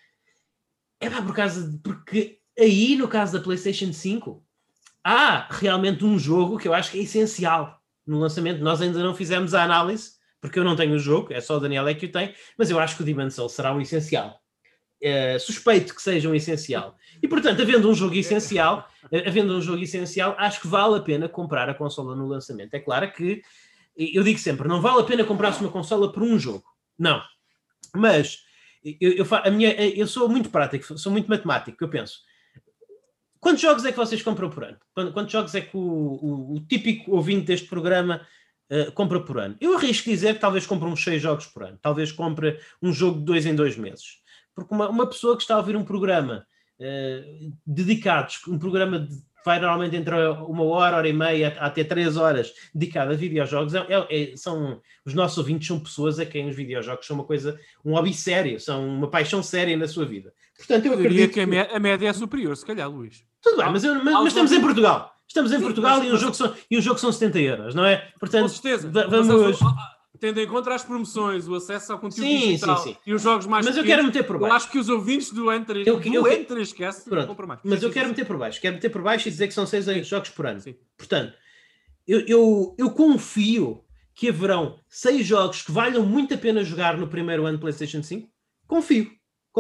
A: É pá, por causa de, porque aí no caso da PlayStation cinco há realmente um jogo que eu acho que é essencial no lançamento. Nós ainda não fizemos a análise, porque eu não tenho o jogo, é só o Daniel é que o tem, mas eu acho que o Demon's Souls será um essencial. Uh, suspeito que seja um essencial. E, portanto, havendo um jogo essencial, uh, havendo um jogo essencial, acho que vale a pena comprar a consola no lançamento. É claro que, eu digo sempre, não vale a pena comprar-se uma consola por um jogo. Não. Mas, eu, eu, a minha, eu sou muito prático, sou muito matemático, eu penso, quantos jogos é que vocês compram por ano? Quantos jogos é que o, o, o típico ouvinte deste programa uh, compra por ano? Eu arrisco dizer que talvez compre uns seis jogos por ano. Talvez compre um jogo de dois em dois meses. Porque uma, uma pessoa que está a ouvir um programa uh, dedicado, um programa de, vai normalmente entre uma hora, hora e meia, até três horas, dedicado a videojogos, é, é, são, os nossos ouvintes são pessoas a quem os videojogos são uma coisa, um hobby sério, são uma paixão séria na sua vida. Portanto, eu,
B: eu diria
A: acredito
B: que a média é superior, se calhar, Luís.
A: Tudo bem, mas, eu, mas, mas estamos em Portugal. Estamos em
B: Sim,
A: Portugal
B: mas,
A: e, um
B: mas...
A: jogo são, e um jogo são setenta euros, não é? Portanto,
B: com certeza.
A: vamos...
B: Tendo em conta as promoções, o acesso ao conteúdo
A: sim,
B: digital
A: sim, sim.
B: e os jogos mais
A: mas
B: pequenos,
A: eu quero meter por baixo.
B: Eu acho que os ouvintes do N três,
A: eu,
B: do
A: eu,
B: N três esquece, compram mais.
A: Mas
B: sim,
A: eu
B: sim,
A: quero
B: sim.
A: meter por baixo. Quero meter por baixo e dizer que são seis
B: sim.
A: jogos por ano.
B: Sim.
A: Portanto, eu, eu, eu confio que haverão seis jogos que valham muito a pena jogar no primeiro ano de PlayStation cinco. Confio. Confio.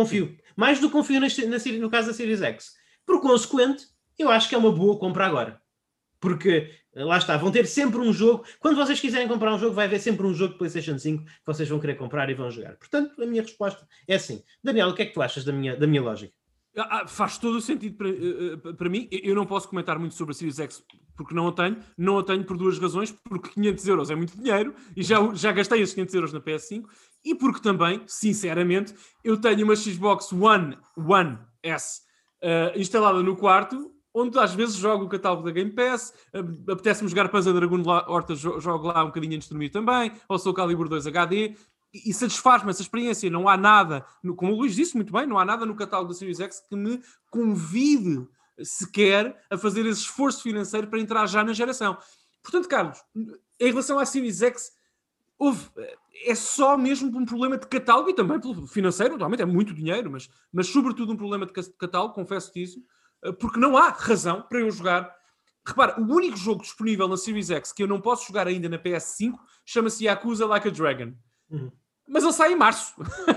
A: Mais do que confio na, na, no caso da Series X. Por consequente, eu acho que é uma boa compra agora. Porque, lá está, vão ter sempre um jogo. Quando vocês quiserem comprar um jogo, vai haver sempre um jogo de PlayStation cinco que vocês vão querer comprar e vão jogar. Portanto, a minha resposta é assim. Daniel, o que é que tu achas da minha, da minha lógica?
B: Ah, faz todo o sentido para, uh, para mim. Eu não posso comentar muito sobre a Series X porque não a tenho. Não a tenho por duas razões. Porque quinhentos euros é muito dinheiro e já, já gastei esses quinhentos euros na P S cinco. E porque também, sinceramente, eu tenho uma Xbox One, One S uh, instalada no quarto, onde às vezes jogo o catálogo da Game Pass, uh, apetece-me jogar Panzer Dragoon Horta, jogo lá um bocadinho antes de dormir também, ou Soul Calibur dois H D. E satisfaz-me essa experiência. Não há nada, como o Luís disse muito bem, não há nada no catálogo da Series X que me convide sequer a fazer esse esforço financeiro para entrar já na geração. Portanto, Carlos, em relação à Series X, houve, é só mesmo um problema de catálogo e também financeiro, realmente é muito dinheiro, mas, mas sobretudo um problema de catálogo, confesso-te isso, porque não há razão para eu jogar. Repara, o único jogo disponível na Series X que eu não posso jogar ainda na P S cinco chama-se Yakuza Like a Dragon. Uhum. Mas ele sai em março.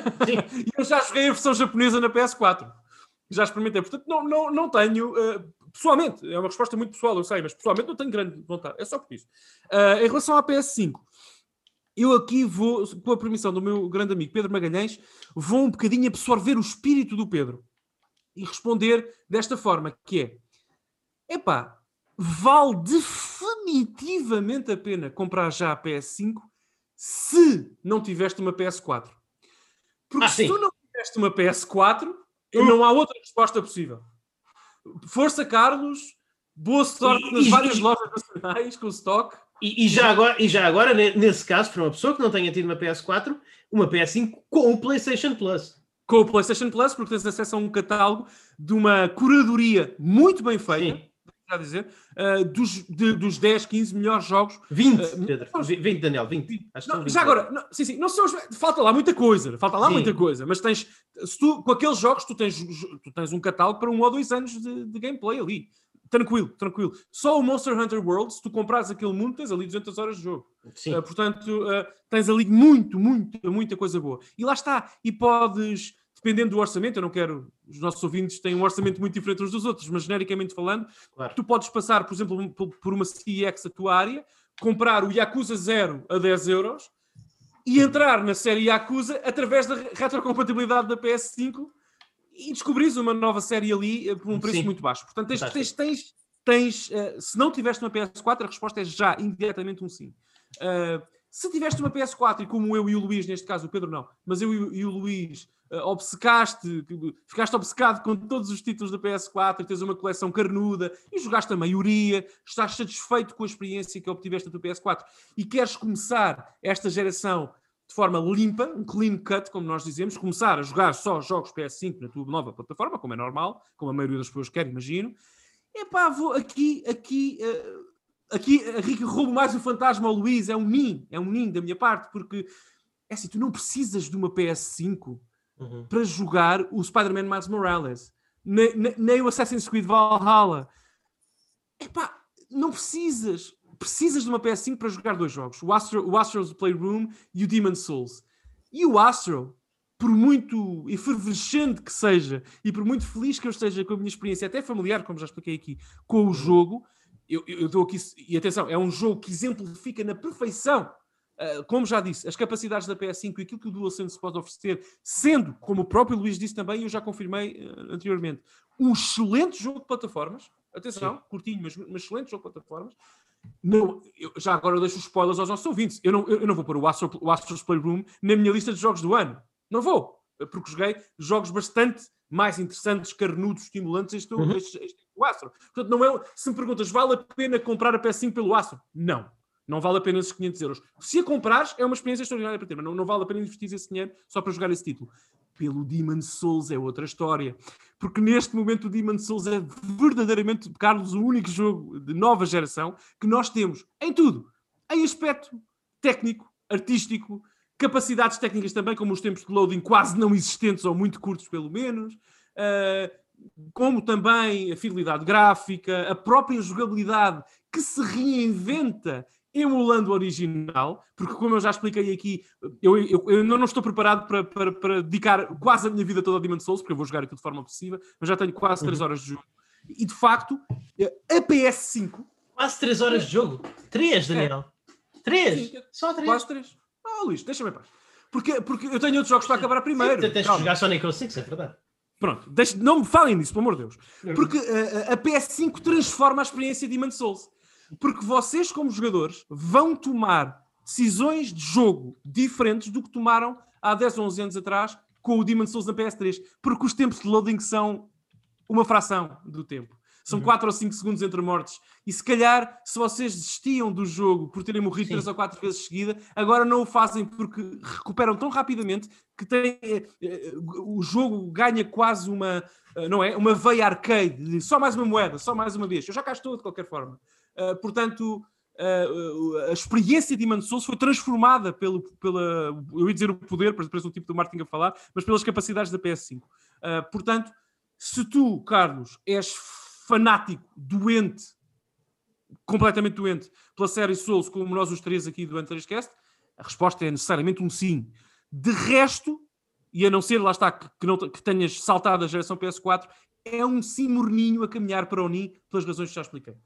B: E eu já joguei a versão japonesa na P S quatro. Já experimentei. Portanto, não, não, não tenho... Uh, pessoalmente, é uma resposta muito pessoal, eu sei, mas pessoalmente não tenho grande vontade. É só por isso. Uh, em relação à P S cinco, eu aqui vou, com a permissão do meu grande amigo Pedro Magalhães, vou um bocadinho absorver o espírito do Pedro e responder desta forma, que é... Epá, vale definitivamente a pena comprar já a P S cinco se não tiveste uma P S quatro. Porque ah, se sim. tu não tiveste uma P S quatro, uh. não há outra resposta possível. Força, Carlos. Boa sorte e, nas e, várias e, lojas nacionais com o stock.
A: E, e, já agora, e já agora, nesse caso, para uma pessoa que não tenha tido uma P S quatro, uma P S cinco com o PlayStation Plus.
B: Com o PlayStation Plus, porque tens acesso a um catálogo de uma curadoria muito bem feita. Sim. A dizer, uh, dos, de, dos dez, quinze melhores jogos.
A: vinte, uh, Pedro. vinte, Daniel, vinte. Acho
B: não,
A: vinte,
B: já agora, não, sim, sim, não são, falta lá muita coisa, falta lá sim. muita coisa, mas tens, se tu, com aqueles jogos, tu tens, tu tens um catálogo para um ou dois anos de, de gameplay ali. Tranquilo, tranquilo. Só o Monster Hunter World, se tu comprares aquele mundo, tens ali duzentas horas de jogo. Sim. Uh, portanto, uh, tens ali muito, muito, muita coisa boa. E lá está. E podes... Dependendo do orçamento, eu não quero... Os nossos ouvintes têm um orçamento muito diferente uns dos outros, mas genericamente falando, claro. Tu podes passar, por exemplo, por uma C X a tua área, comprar o Yakuza Zero a dez euros e entrar na série Yakuza através da retrocompatibilidade da P S cinco e descobrires uma nova série ali por um preço Sim. muito baixo. Portanto, tens, tens, tens, tens uh, se não tiveste uma P S quatro, a resposta é já imediatamente um sim. Uh, se tiveste uma P S quatro e como eu e o Luís, neste caso o Pedro não, mas eu e o Luís uh, obcecaste, ficaste obcecado com todos os títulos da P S quatro, tens uma coleção carnuda e jogaste a maioria, estás satisfeito com a experiência que obtiveste da tua P S quatro e queres começar esta geração de forma limpa, um clean cut, como nós dizemos, começar a jogar só jogos P S cinco na tua nova plataforma, como é normal, como a maioria das pessoas quer, imagino. Epá, vou aqui, aqui... Uh, Aqui, aqui roubo mais o fantasma ao Luís, é um nin, é um nin da minha parte, porque é assim, tu não precisas de uma P S cinco uhum. para jogar o Spider-Man Miles Morales, nem, nem, nem o Assassin's Creed Valhalla. Epá, não precisas. Precisas de uma P S cinco para jogar dois jogos, o, Astro, o Astro's Playroom e o Demon's Souls. E o Astro, por muito efervescente que seja, e por muito feliz que eu esteja com a minha experiência, até familiar, como já expliquei aqui, com o jogo... Eu, eu, eu dou aqui, e atenção, é um jogo que exemplifica na perfeição, uh, como já disse, as capacidades da P S cinco e aquilo que o DualSense pode oferecer, sendo, como o próprio Luís disse também, e eu já confirmei uh, anteriormente, um excelente jogo de plataformas, atenção, Sim. curtinho, mas, mas excelente jogo de plataformas. Não, eu, já agora eu deixo os spoilers aos nossos ouvintes. Eu não, eu, eu não vou pôr o, Astro, o Astro's Playroom na minha lista de jogos do ano. Não vou, porque joguei jogos bastante mais interessantes, carnudos, estimulantes, este, uhum. este, este, o Astro. Portanto, não é, se me perguntas, vale a pena comprar a P S cinco pelo Astro? Não. Não vale a pena esses quinhentos euros. Se a comprares, é uma experiência extraordinária para ter, mas não, não vale a pena investir esse dinheiro só para jogar esse título. Pelo Demon's Souls é outra história. Porque neste momento o Demon's Souls é verdadeiramente, Carlos, o único jogo de nova geração que nós temos em tudo. Em aspecto técnico, artístico, capacidades técnicas também, como os tempos de loading quase não existentes ou muito curtos, pelo menos. Uh, como também a fidelidade gráfica, a própria jogabilidade que se reinventa emulando o original, porque como eu já expliquei aqui, eu, eu, eu não estou preparado para, para, para dedicar quase a minha vida toda ao Demon's Souls, porque eu vou jogar aquilo de forma possível, mas já tenho quase três horas de jogo. E de facto, a P S cinco...
A: Quase três horas de jogo? três, Daniel? três?
B: Sim,
A: Só três?
B: Quase três. Oh, Luís, deixa-me em paz. Porque, porque eu tenho outros jogos para acabar primeiro.
A: Sim, tens de jogar Sonic oh six, é verdade.
B: Pronto, deixe, não me falem disso, pelo amor de Deus. Porque a, a P S cinco transforma a experiência de Demon's Souls. Porque vocês, como jogadores, vão tomar decisões de jogo diferentes do que tomaram há dez ou onze anos atrás com o Demon's Souls na P S três. Porque os tempos de loading são uma fração do tempo. São
A: uhum.
B: quatro ou cinco segundos entre mortes. E se calhar, se vocês desistiam do jogo por terem morrido três ou quatro vezes seguida, agora não o fazem porque recuperam tão rapidamente que tem, eh, eh, o jogo ganha quase uma, eh, não é? Uma veia arcade. De só mais uma moeda, só mais uma vez. Eu já cá estou de qualquer forma. Uh, portanto, uh, uh, a experiência de Demon's Souls foi transformada pelo, pela, eu ia dizer o poder, parece um tipo do Martin a falar, mas pelas capacidades da P S cinco. Uh, portanto, se tu, Carlos, és fanático, doente, completamente doente, pela série Souls, como nós os três aqui do Antarescast, a resposta é necessariamente um sim. De resto, e a não ser, lá está, que, que, não, que tenhas saltado a geração P S quatro, é um sim morninho a caminhar para o N I, pelas razões que já expliquei.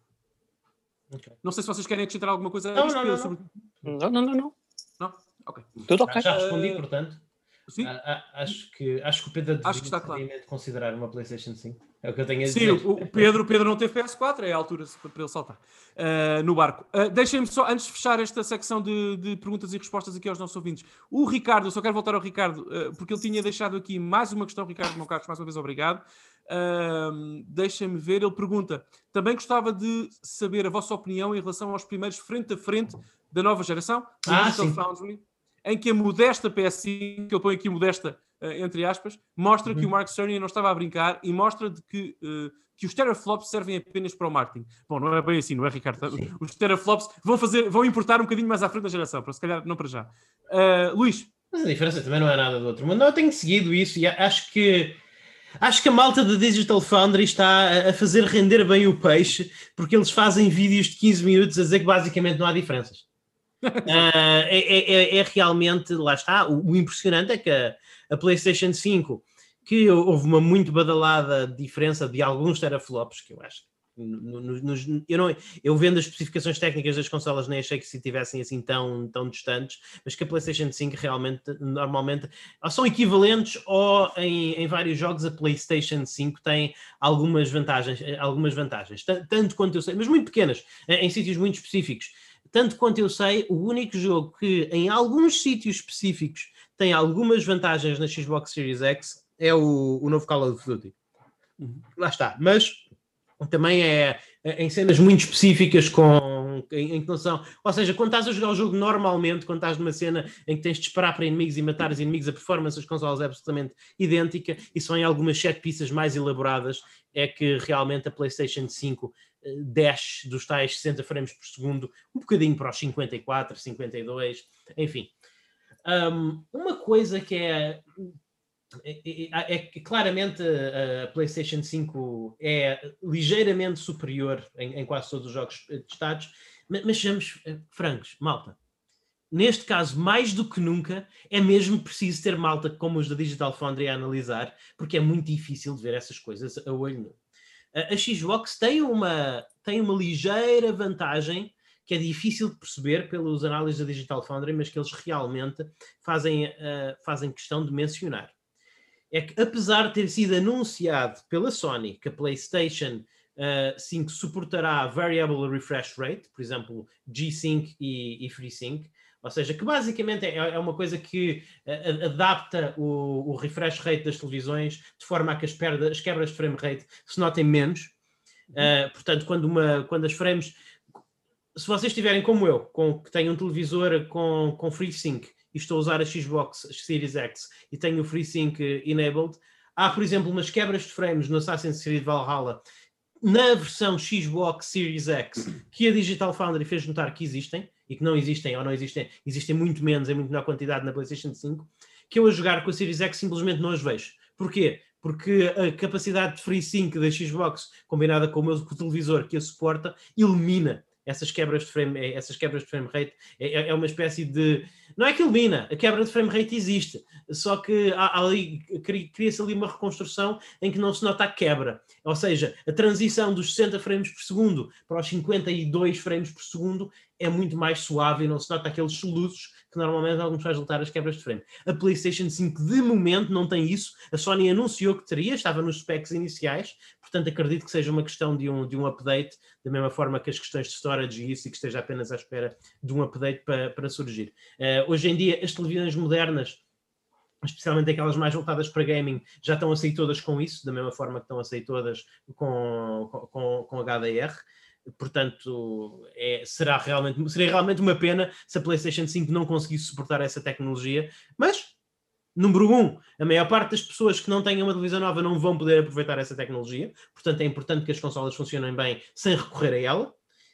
B: Okay. Não sei se vocês querem acrescentar alguma coisa.
C: Não, não, não, sobre... não, não, não, não.
B: Não? Ok.
C: Tudo ok.
A: Já respondi, portanto.
B: Sim?
A: A, a, acho, que, acho que o Pedro
B: acho que está claro.
A: considerar uma PlayStation cinco. É o que eu tenho a
B: Sim,
A: dizer.
B: o, o Pedro, o Pedro não teve P S quatro, é a altura para ele saltar uh, no barco. Uh, Deixem-me só, antes de fechar esta secção de, de perguntas e respostas aqui aos nossos ouvintes, o Ricardo, eu só quero voltar ao Ricardo, uh, porque ele tinha deixado aqui mais uma questão. Ricardo, meu Carlos, mais uma vez obrigado. Uh, Deixem-me ver, ele pergunta, também gostava de saber a vossa opinião em relação aos primeiros frente a frente da nova geração, do
A: ah,
B: Digital
A: sim.
B: Foundry, em que a modesta P S cinco, que eu ponho aqui modesta uh, entre aspas, mostra uhum. que o Mark Cerny não estava a brincar e mostra de que, uh, que os teraflops servem apenas para o marketing. Bom, não é bem assim, não é, Ricardo? Sim. Os teraflops vão, fazer, vão importar um bocadinho mais à frente da geração, para se calhar não para já. Uh, Luís?
A: Mas a diferença também não é nada do outro mundo. Eu tenho seguido isso e acho que Acho que a malta da Digital Foundry está a fazer render bem o peixe, porque eles fazem vídeos de quinze minutos a dizer que basicamente não há diferenças. uh, é, é, é realmente, lá está, o, o impressionante é que a, a PlayStation cinco, que houve uma muito badalada diferença de alguns teraflops, que eu acho No, no, no, eu, não, eu vendo as especificações técnicas das consolas nem achei que se estivessem assim tão, tão distantes, mas que a PlayStation cinco realmente, normalmente, ou são equivalentes ou em, em vários jogos a PlayStation cinco tem algumas vantagens, algumas vantagens, tanto quanto eu sei, mas muito pequenas, em sítios muito específicos. Tanto quanto eu sei, o único jogo que em alguns sítios específicos tem algumas vantagens na Xbox Series X é o, o novo Call of Duty. Uhum. Lá está, mas também é em cenas muito específicas com, em, em que não são, ou seja, quando estás a jogar o jogo normalmente, quando estás numa cena em que tens de esperar para inimigos e matar os inimigos, a performance das consolas é absolutamente idêntica, e só em algumas set pieces mais elaboradas é que realmente a PlayStation cinco desce dos tais sessenta frames por segundo um bocadinho para os cinquenta e quatro, cinquenta e dois, enfim. Um, uma coisa que é É, é que claramente a PlayStation cinco é ligeiramente superior em, em quase todos os jogos testados, mas, mas sejamos francos, malta. Neste caso, mais do que nunca, é mesmo preciso ter malta como os da Digital Foundry a analisar, porque é muito difícil de ver essas coisas a olho nu. A, a Xbox tem uma, tem uma ligeira vantagem que é difícil de perceber pelos análises da Digital Foundry, mas que eles realmente fazem, uh, fazem questão de mencionar. É que, apesar de ter sido anunciado pela Sony que a PlayStation uh, cinco suportará Variable Refresh Rate, por exemplo, G-Sync e, e FreeSync, ou seja, que basicamente é, é uma coisa que uh, adapta o, o refresh rate das televisões de forma a que as, perdas, as quebras de frame rate se notem menos. Uh, portanto, quando, uma, quando as frames... Se vocês estiverem como eu, com, que têm um televisor com, com FreeSync, e estou a usar a Xbox Series X e tenho o FreeSync enabled, há, por exemplo, umas quebras de frames no Assassin's Creed Valhalla na versão Xbox Series X que a Digital Foundry fez notar que existem, e que não existem, ou não existem, existem muito menos, em muito menor quantidade na PlayStation cinco, que eu a jogar com a Series X simplesmente não as vejo. Porquê? Porque a capacidade de FreeSync da Xbox, combinada com o meu com o televisor que a suporta, elimina essas quebras de frame, essas quebras de frame rate é, é uma espécie de... Não é que elimina, a quebra de frame rate existe, só que há, há ali, cria-se ali uma reconstrução em que não se nota a quebra. Ou seja, a transição dos sessenta frames por segundo para os cinquenta e dois frames por segundo é muito mais suave e não se nota aqueles soluços que normalmente alguns faz resultar as quebras de frame. A PlayStation cinco de momento não tem isso, a Sony anunciou que teria, estava nos specs iniciais, portanto acredito que seja uma questão de um, de um update, da mesma forma que as questões de storage e isso, e que esteja apenas à espera de um update para, para surgir. Uh, hoje em dia as televisões modernas, especialmente aquelas mais voltadas para gaming, já estão a sair todas com isso, da mesma forma que estão a sair todas com, com, com H D R. Portanto, é, será realmente, seria realmente uma pena se a PlayStation cinco não conseguisse suportar essa tecnologia, mas, número um, a maior parte das pessoas que não têm uma televisão nova não vão poder aproveitar essa tecnologia, portanto é importante que as consolas funcionem bem sem recorrer a ela,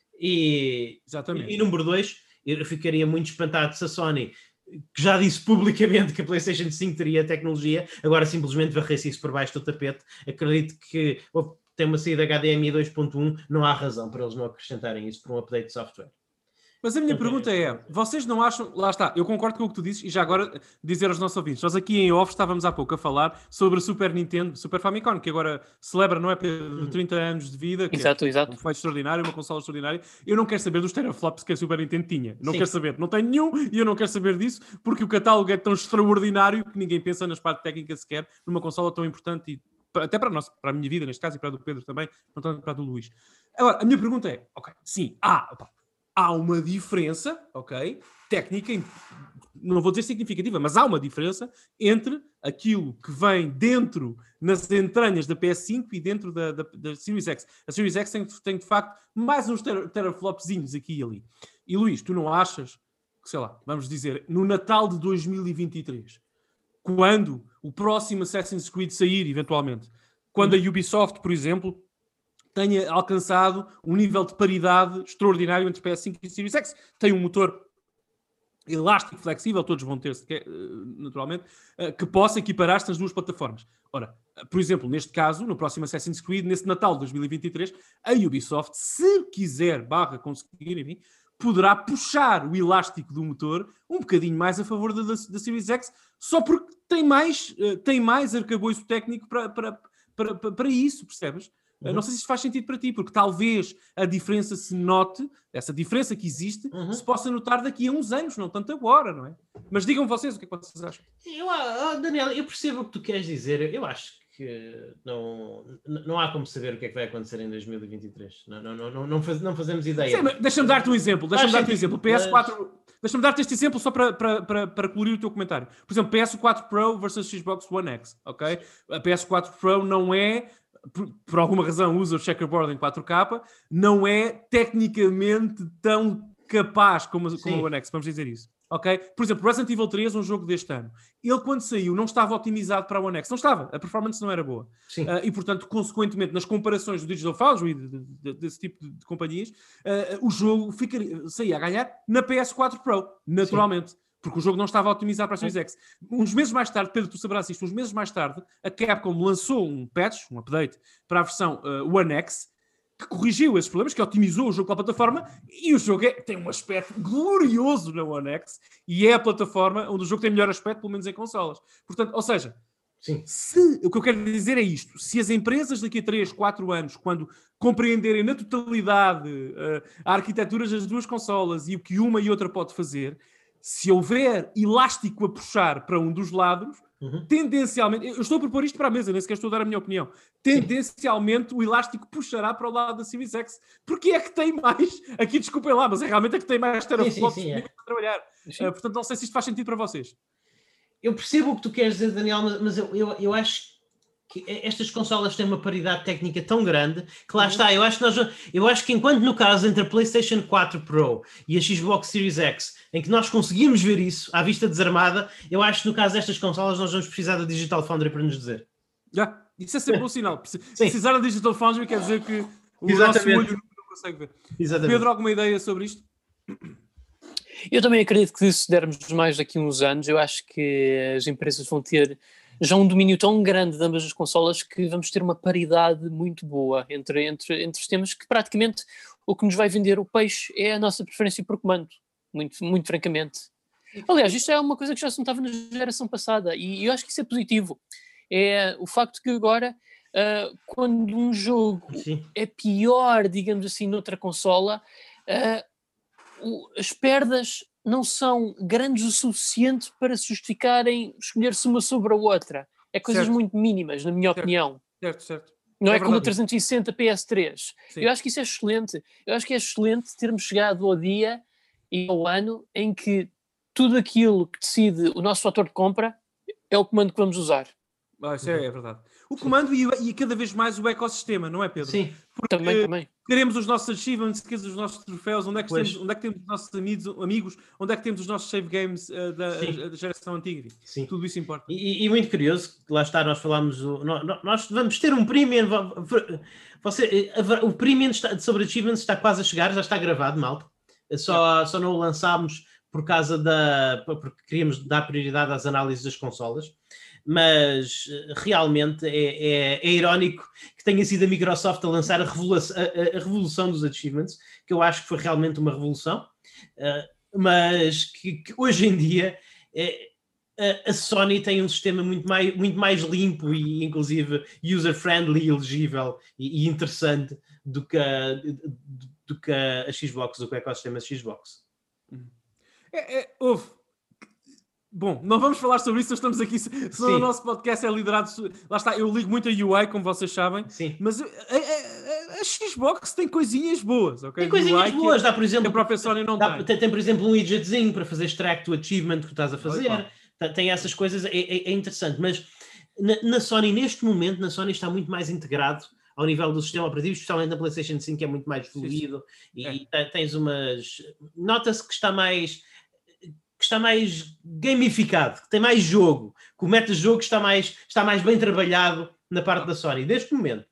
A: e, Exatamente. e, e número dois, eu ficaria muito espantado se a Sony, que já disse publicamente que a PlayStation cinco teria tecnologia, agora simplesmente varresse isso por baixo do tapete. Acredito que oh, tem uma saída H D M I dois ponto um, não há razão para eles não acrescentarem isso para um update de software.
B: Mas a minha pergunta é, vocês não acham... Lá está, eu concordo com o que tu dizes, e já agora dizer aos nossos ouvintes, nós aqui em off estávamos há pouco a falar sobre a Super Nintendo, Super Famicom, que agora celebra, não é, Pedro, trinta anos de vida, que
C: exato,
B: é
C: exato.
B: um feito extraordinário, uma consola extraordinária. Eu não quero saber dos teraflops que a Super Nintendo tinha. Não
A: Sim.
B: quero saber, não tenho nenhum, e eu não quero saber disso, porque o catálogo é tão extraordinário que ninguém pensa nas partes técnicas sequer, numa consola tão importante, e até para a nossa, para a minha vida, neste caso, e para a do Pedro também, não tanto para a do Luís. Agora, a minha pergunta é, ok, sim, há... Opa, há uma diferença, ok, técnica, não vou dizer significativa, mas há uma diferença entre aquilo que vem dentro, nas entranhas da P S cinco e dentro da, da, da Series X. A Series X tem, tem de facto mais uns ter, teraflopzinhos aqui e ali. E Luís, tu não achas que, sei lá, vamos dizer, no Natal de dois mil e vinte e três, quando o próximo Assassin's Creed sair, eventualmente, quando a Ubisoft, por exemplo, tenha alcançado um nível de paridade extraordinário entre P S cinco e Series X. Tem um motor elástico, flexível, todos vão ter, naturalmente, que possa equiparar-se nas duas plataformas. Ora, por exemplo, neste caso, no próximo Assassin's Creed, nesse Natal de dois mil e vinte e três, a Ubisoft, se quiser, barra conseguir, enfim, poderá puxar o elástico do motor um bocadinho mais a favor da, da, da Series X, só porque tem mais, tem mais arcabouço técnico para, para, para, para isso, percebes? Uhum. Não sei se isto faz sentido para ti, porque talvez a diferença se note, essa diferença que existe, uhum. se possa notar daqui a uns anos, não tanto agora, não é? Mas digam vocês o que é que vocês acham.
A: Eu, oh, Daniel, eu percebo o que tu queres dizer. Eu acho que não, não há como saber o que é que vai acontecer em dois mil e vinte e três. Não, não, não, não, faz, não fazemos ideia.
B: Sim, mas deixa-me dar-te um exemplo. Deixa-me dar-te um exemplo. P S quatro... Mas... Deixa-me dar-te este exemplo só para, para, para, para colorir o teu comentário. Por exemplo, P S quatro Pro versus Xbox One X, ok? A P S quatro Pro não é... Por, por alguma razão usa o checkerboard em quatro K, não é tecnicamente tão capaz como, como o One X, vamos dizer isso. Okay? Por exemplo, Resident Evil três, um jogo deste ano. Ele, quando saiu, não estava otimizado para o One X. Não estava. A performance não era boa. Uh, e, portanto, consequentemente, nas comparações do Digital Foundry e de, de, de, desse tipo de, de companhias, uh, o jogo ficaria, saía a ganhar na P S quatro Pro, naturalmente. Sim. Porque o jogo não estava otimizado para a Series X. Uns meses mais tarde, Pedro, tu sabrás isto, uns meses mais tarde, a Capcom lançou um patch, um update, para a versão uh, One X, que corrigiu esses problemas, que otimizou o jogo para a plataforma, e o jogo é, tem um aspecto glorioso na One X, e é a plataforma onde o jogo tem melhor aspecto, pelo menos em consolas. Portanto, ou seja, Sim. Se, o que eu quero dizer é isto, se as empresas daqui a três, quatro anos, quando compreenderem na totalidade uh, a arquitetura das duas consolas e o que uma e outra pode fazer, se houver elástico a puxar para um dos lados, uhum. tendencialmente... Eu estou a propor isto para a mesa, nem sequer estou a dar a minha opinião. Tendencialmente, Sim. o elástico puxará para o lado da Series X. Porque é que tem mais... Aqui, desculpem lá, mas é realmente é que tem mais teraflops é. para trabalhar. Uh, portanto, não sei se isto faz sentido para vocês.
A: Eu percebo o que tu queres dizer, Daniel, mas eu, eu, eu acho que estas consolas têm uma paridade técnica tão grande que lá uhum. está. Eu acho que, nós, eu acho que enquanto no caso entre a PlayStation quatro Pro e a Xbox Series X, em que nós conseguimos ver isso à vista desarmada, eu acho que no caso destas consolas nós vamos precisar da Digital Foundry para nos dizer.
B: Yeah, isso é sempre um bom sinal. Precisar da Digital Foundry quer dizer que o Exatamente. nosso olho não consegue ver. Exatamente. Pedro, alguma ideia sobre isto?
C: Eu também acredito que se dermos mais daqui a uns anos, eu acho que as empresas vão ter já um domínio tão grande de ambas as consolas que vamos ter uma paridade muito boa entre, entre, entre sistemas que praticamente o que nos vai vender o peixe é a nossa preferência por comando, muito, muito francamente. Aliás, isto é uma coisa que já se notava na geração passada, e eu acho que isso é positivo. É o facto que agora, uh, quando um jogo Sim. é pior, digamos assim, noutra consola, uh, o, as perdas não são grandes o suficiente para se justificarem escolher-se uma sobre a outra. É coisas
B: certo.
C: muito mínimas, na minha
B: certo.
C: opinião.
B: Certo, certo.
C: Não é,
B: é
C: como o trezentos e sessenta P S três.
B: Sim.
C: Eu acho que isso é excelente. Eu acho que é excelente termos chegado ao dia e ao ano em que tudo aquilo que decide o nosso fator de compra é o comando que vamos usar.
B: Ah, isso é, é verdade. O comando e, e cada vez mais o ecossistema, não é, Pedro?
C: Sim, Porque também, também.
B: Queremos os nossos achievements, queremos os nossos troféus, onde é que, temos, onde é que temos os nossos amigos, amigos, onde é que temos os nossos save games uh, da, da geração antiga. Sim. Tudo isso importa.
A: E, e muito curioso, lá está, nós falámos, o, nós, nós vamos ter um premium, você, o premium está, sobre achievements está quase a chegar, já está gravado, malta. Só, é. só não o lançámos por causa da, porque queríamos dar prioridade às análises das consolas. Mas realmente é, é, é irónico que tenha sido a Microsoft a lançar a revolução, a, a revolução dos achievements, que eu acho que foi realmente uma revolução, uh, mas que, que hoje em dia é, a, a Sony tem um sistema muito mais, muito mais limpo e inclusive user-friendly, elegível e, e interessante do que, a, do, do que a Xbox, do que o ecossistema Xbox.
B: É, é, houve. Bom, não vamos falar sobre isso, estamos aqui, senão o nosso podcast é liderado, lá está, eu ligo muito a U I, como vocês sabem,
A: Sim.
B: mas a, a, a Xbox tem coisinhas boas, ok?
A: Tem coisinhas
B: U I
A: boas,
B: que,
A: dá por exemplo,
B: a própria Sony não
A: dá,
B: tem.
A: tem. Tem por exemplo um widgetzinho para fazer extract do achievement que estás a fazer, Oi, tem essas coisas, é, é, é interessante, mas na, na Sony, neste momento, na Sony está muito mais integrado ao nível do sistema operativo, especialmente na PlayStation cinco, que é muito mais fluido, sim, sim. e é. tens umas... Nota-se que está mais... que está mais gamificado, que tem mais jogo, que o meta-jogo está mais, está mais bem trabalhado na parte da Sony, neste momento.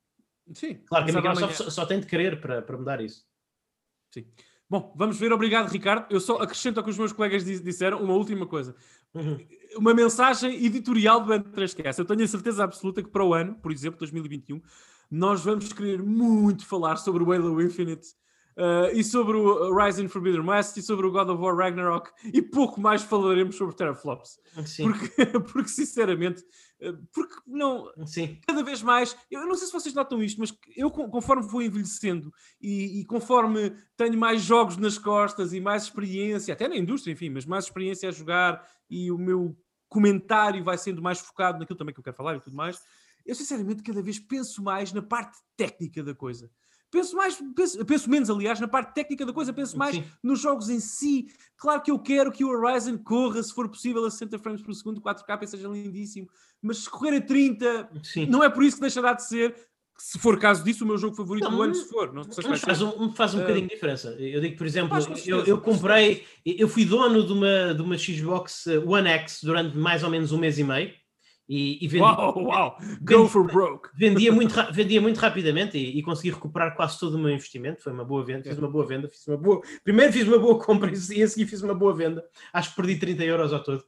B: Sim.
A: Claro que a Microsoft só, só tem de querer para, para mudar isso.
B: Sim. Bom, vamos ver. Obrigado, Ricardo. Eu só acrescento ao que os meus colegas disseram uma última coisa. Uhum. Uma mensagem editorial do N três Cast. Eu tenho a certeza absoluta que para o ano, por exemplo, dois mil e vinte e um, nós vamos querer muito falar sobre o Halo Infinite, Uh, e sobre o Horizon Forbidden West e sobre o God of War Ragnarok, e pouco mais falaremos sobre teraflops. Porque, porque, sinceramente, porque não...
A: Sim.
B: Cada vez mais... Eu não sei se vocês notam isto, mas eu, conforme vou envelhecendo e, e conforme tenho mais jogos nas costas e mais experiência, até na indústria, enfim, mas mais experiência a jogar e o meu comentário vai sendo mais focado naquilo também que eu quero falar e tudo mais, eu, sinceramente, cada vez penso mais na parte técnica da coisa. Penso mais, penso, penso menos, aliás, na parte técnica da coisa, penso mais Sim. nos jogos em si. Claro que eu quero que o Horizon corra, se for possível, a sessenta frames por segundo, quatro K, e seja lindíssimo, mas se correr a trinta, Sim. não é por isso que deixará de ser, se for caso disso, o meu jogo favorito não, do ano, se for. Não sei
A: mas faz um, faz um uh, bocadinho de diferença. Eu digo, por exemplo, eu, eu comprei, eu fui dono de uma, de uma Xbox One X durante mais ou menos um mês e meio. E, e vendi,
B: uau, uau, go vendi, for broke.
A: Vendia muito, vendia muito rapidamente e, e consegui recuperar quase todo o meu investimento. Foi uma boa venda, fiz uma boa venda, fiz uma boa, primeiro fiz uma boa compra e a seguir fiz uma boa venda. Acho que perdi trinta euros ao todo.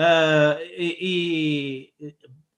A: Uh, e, e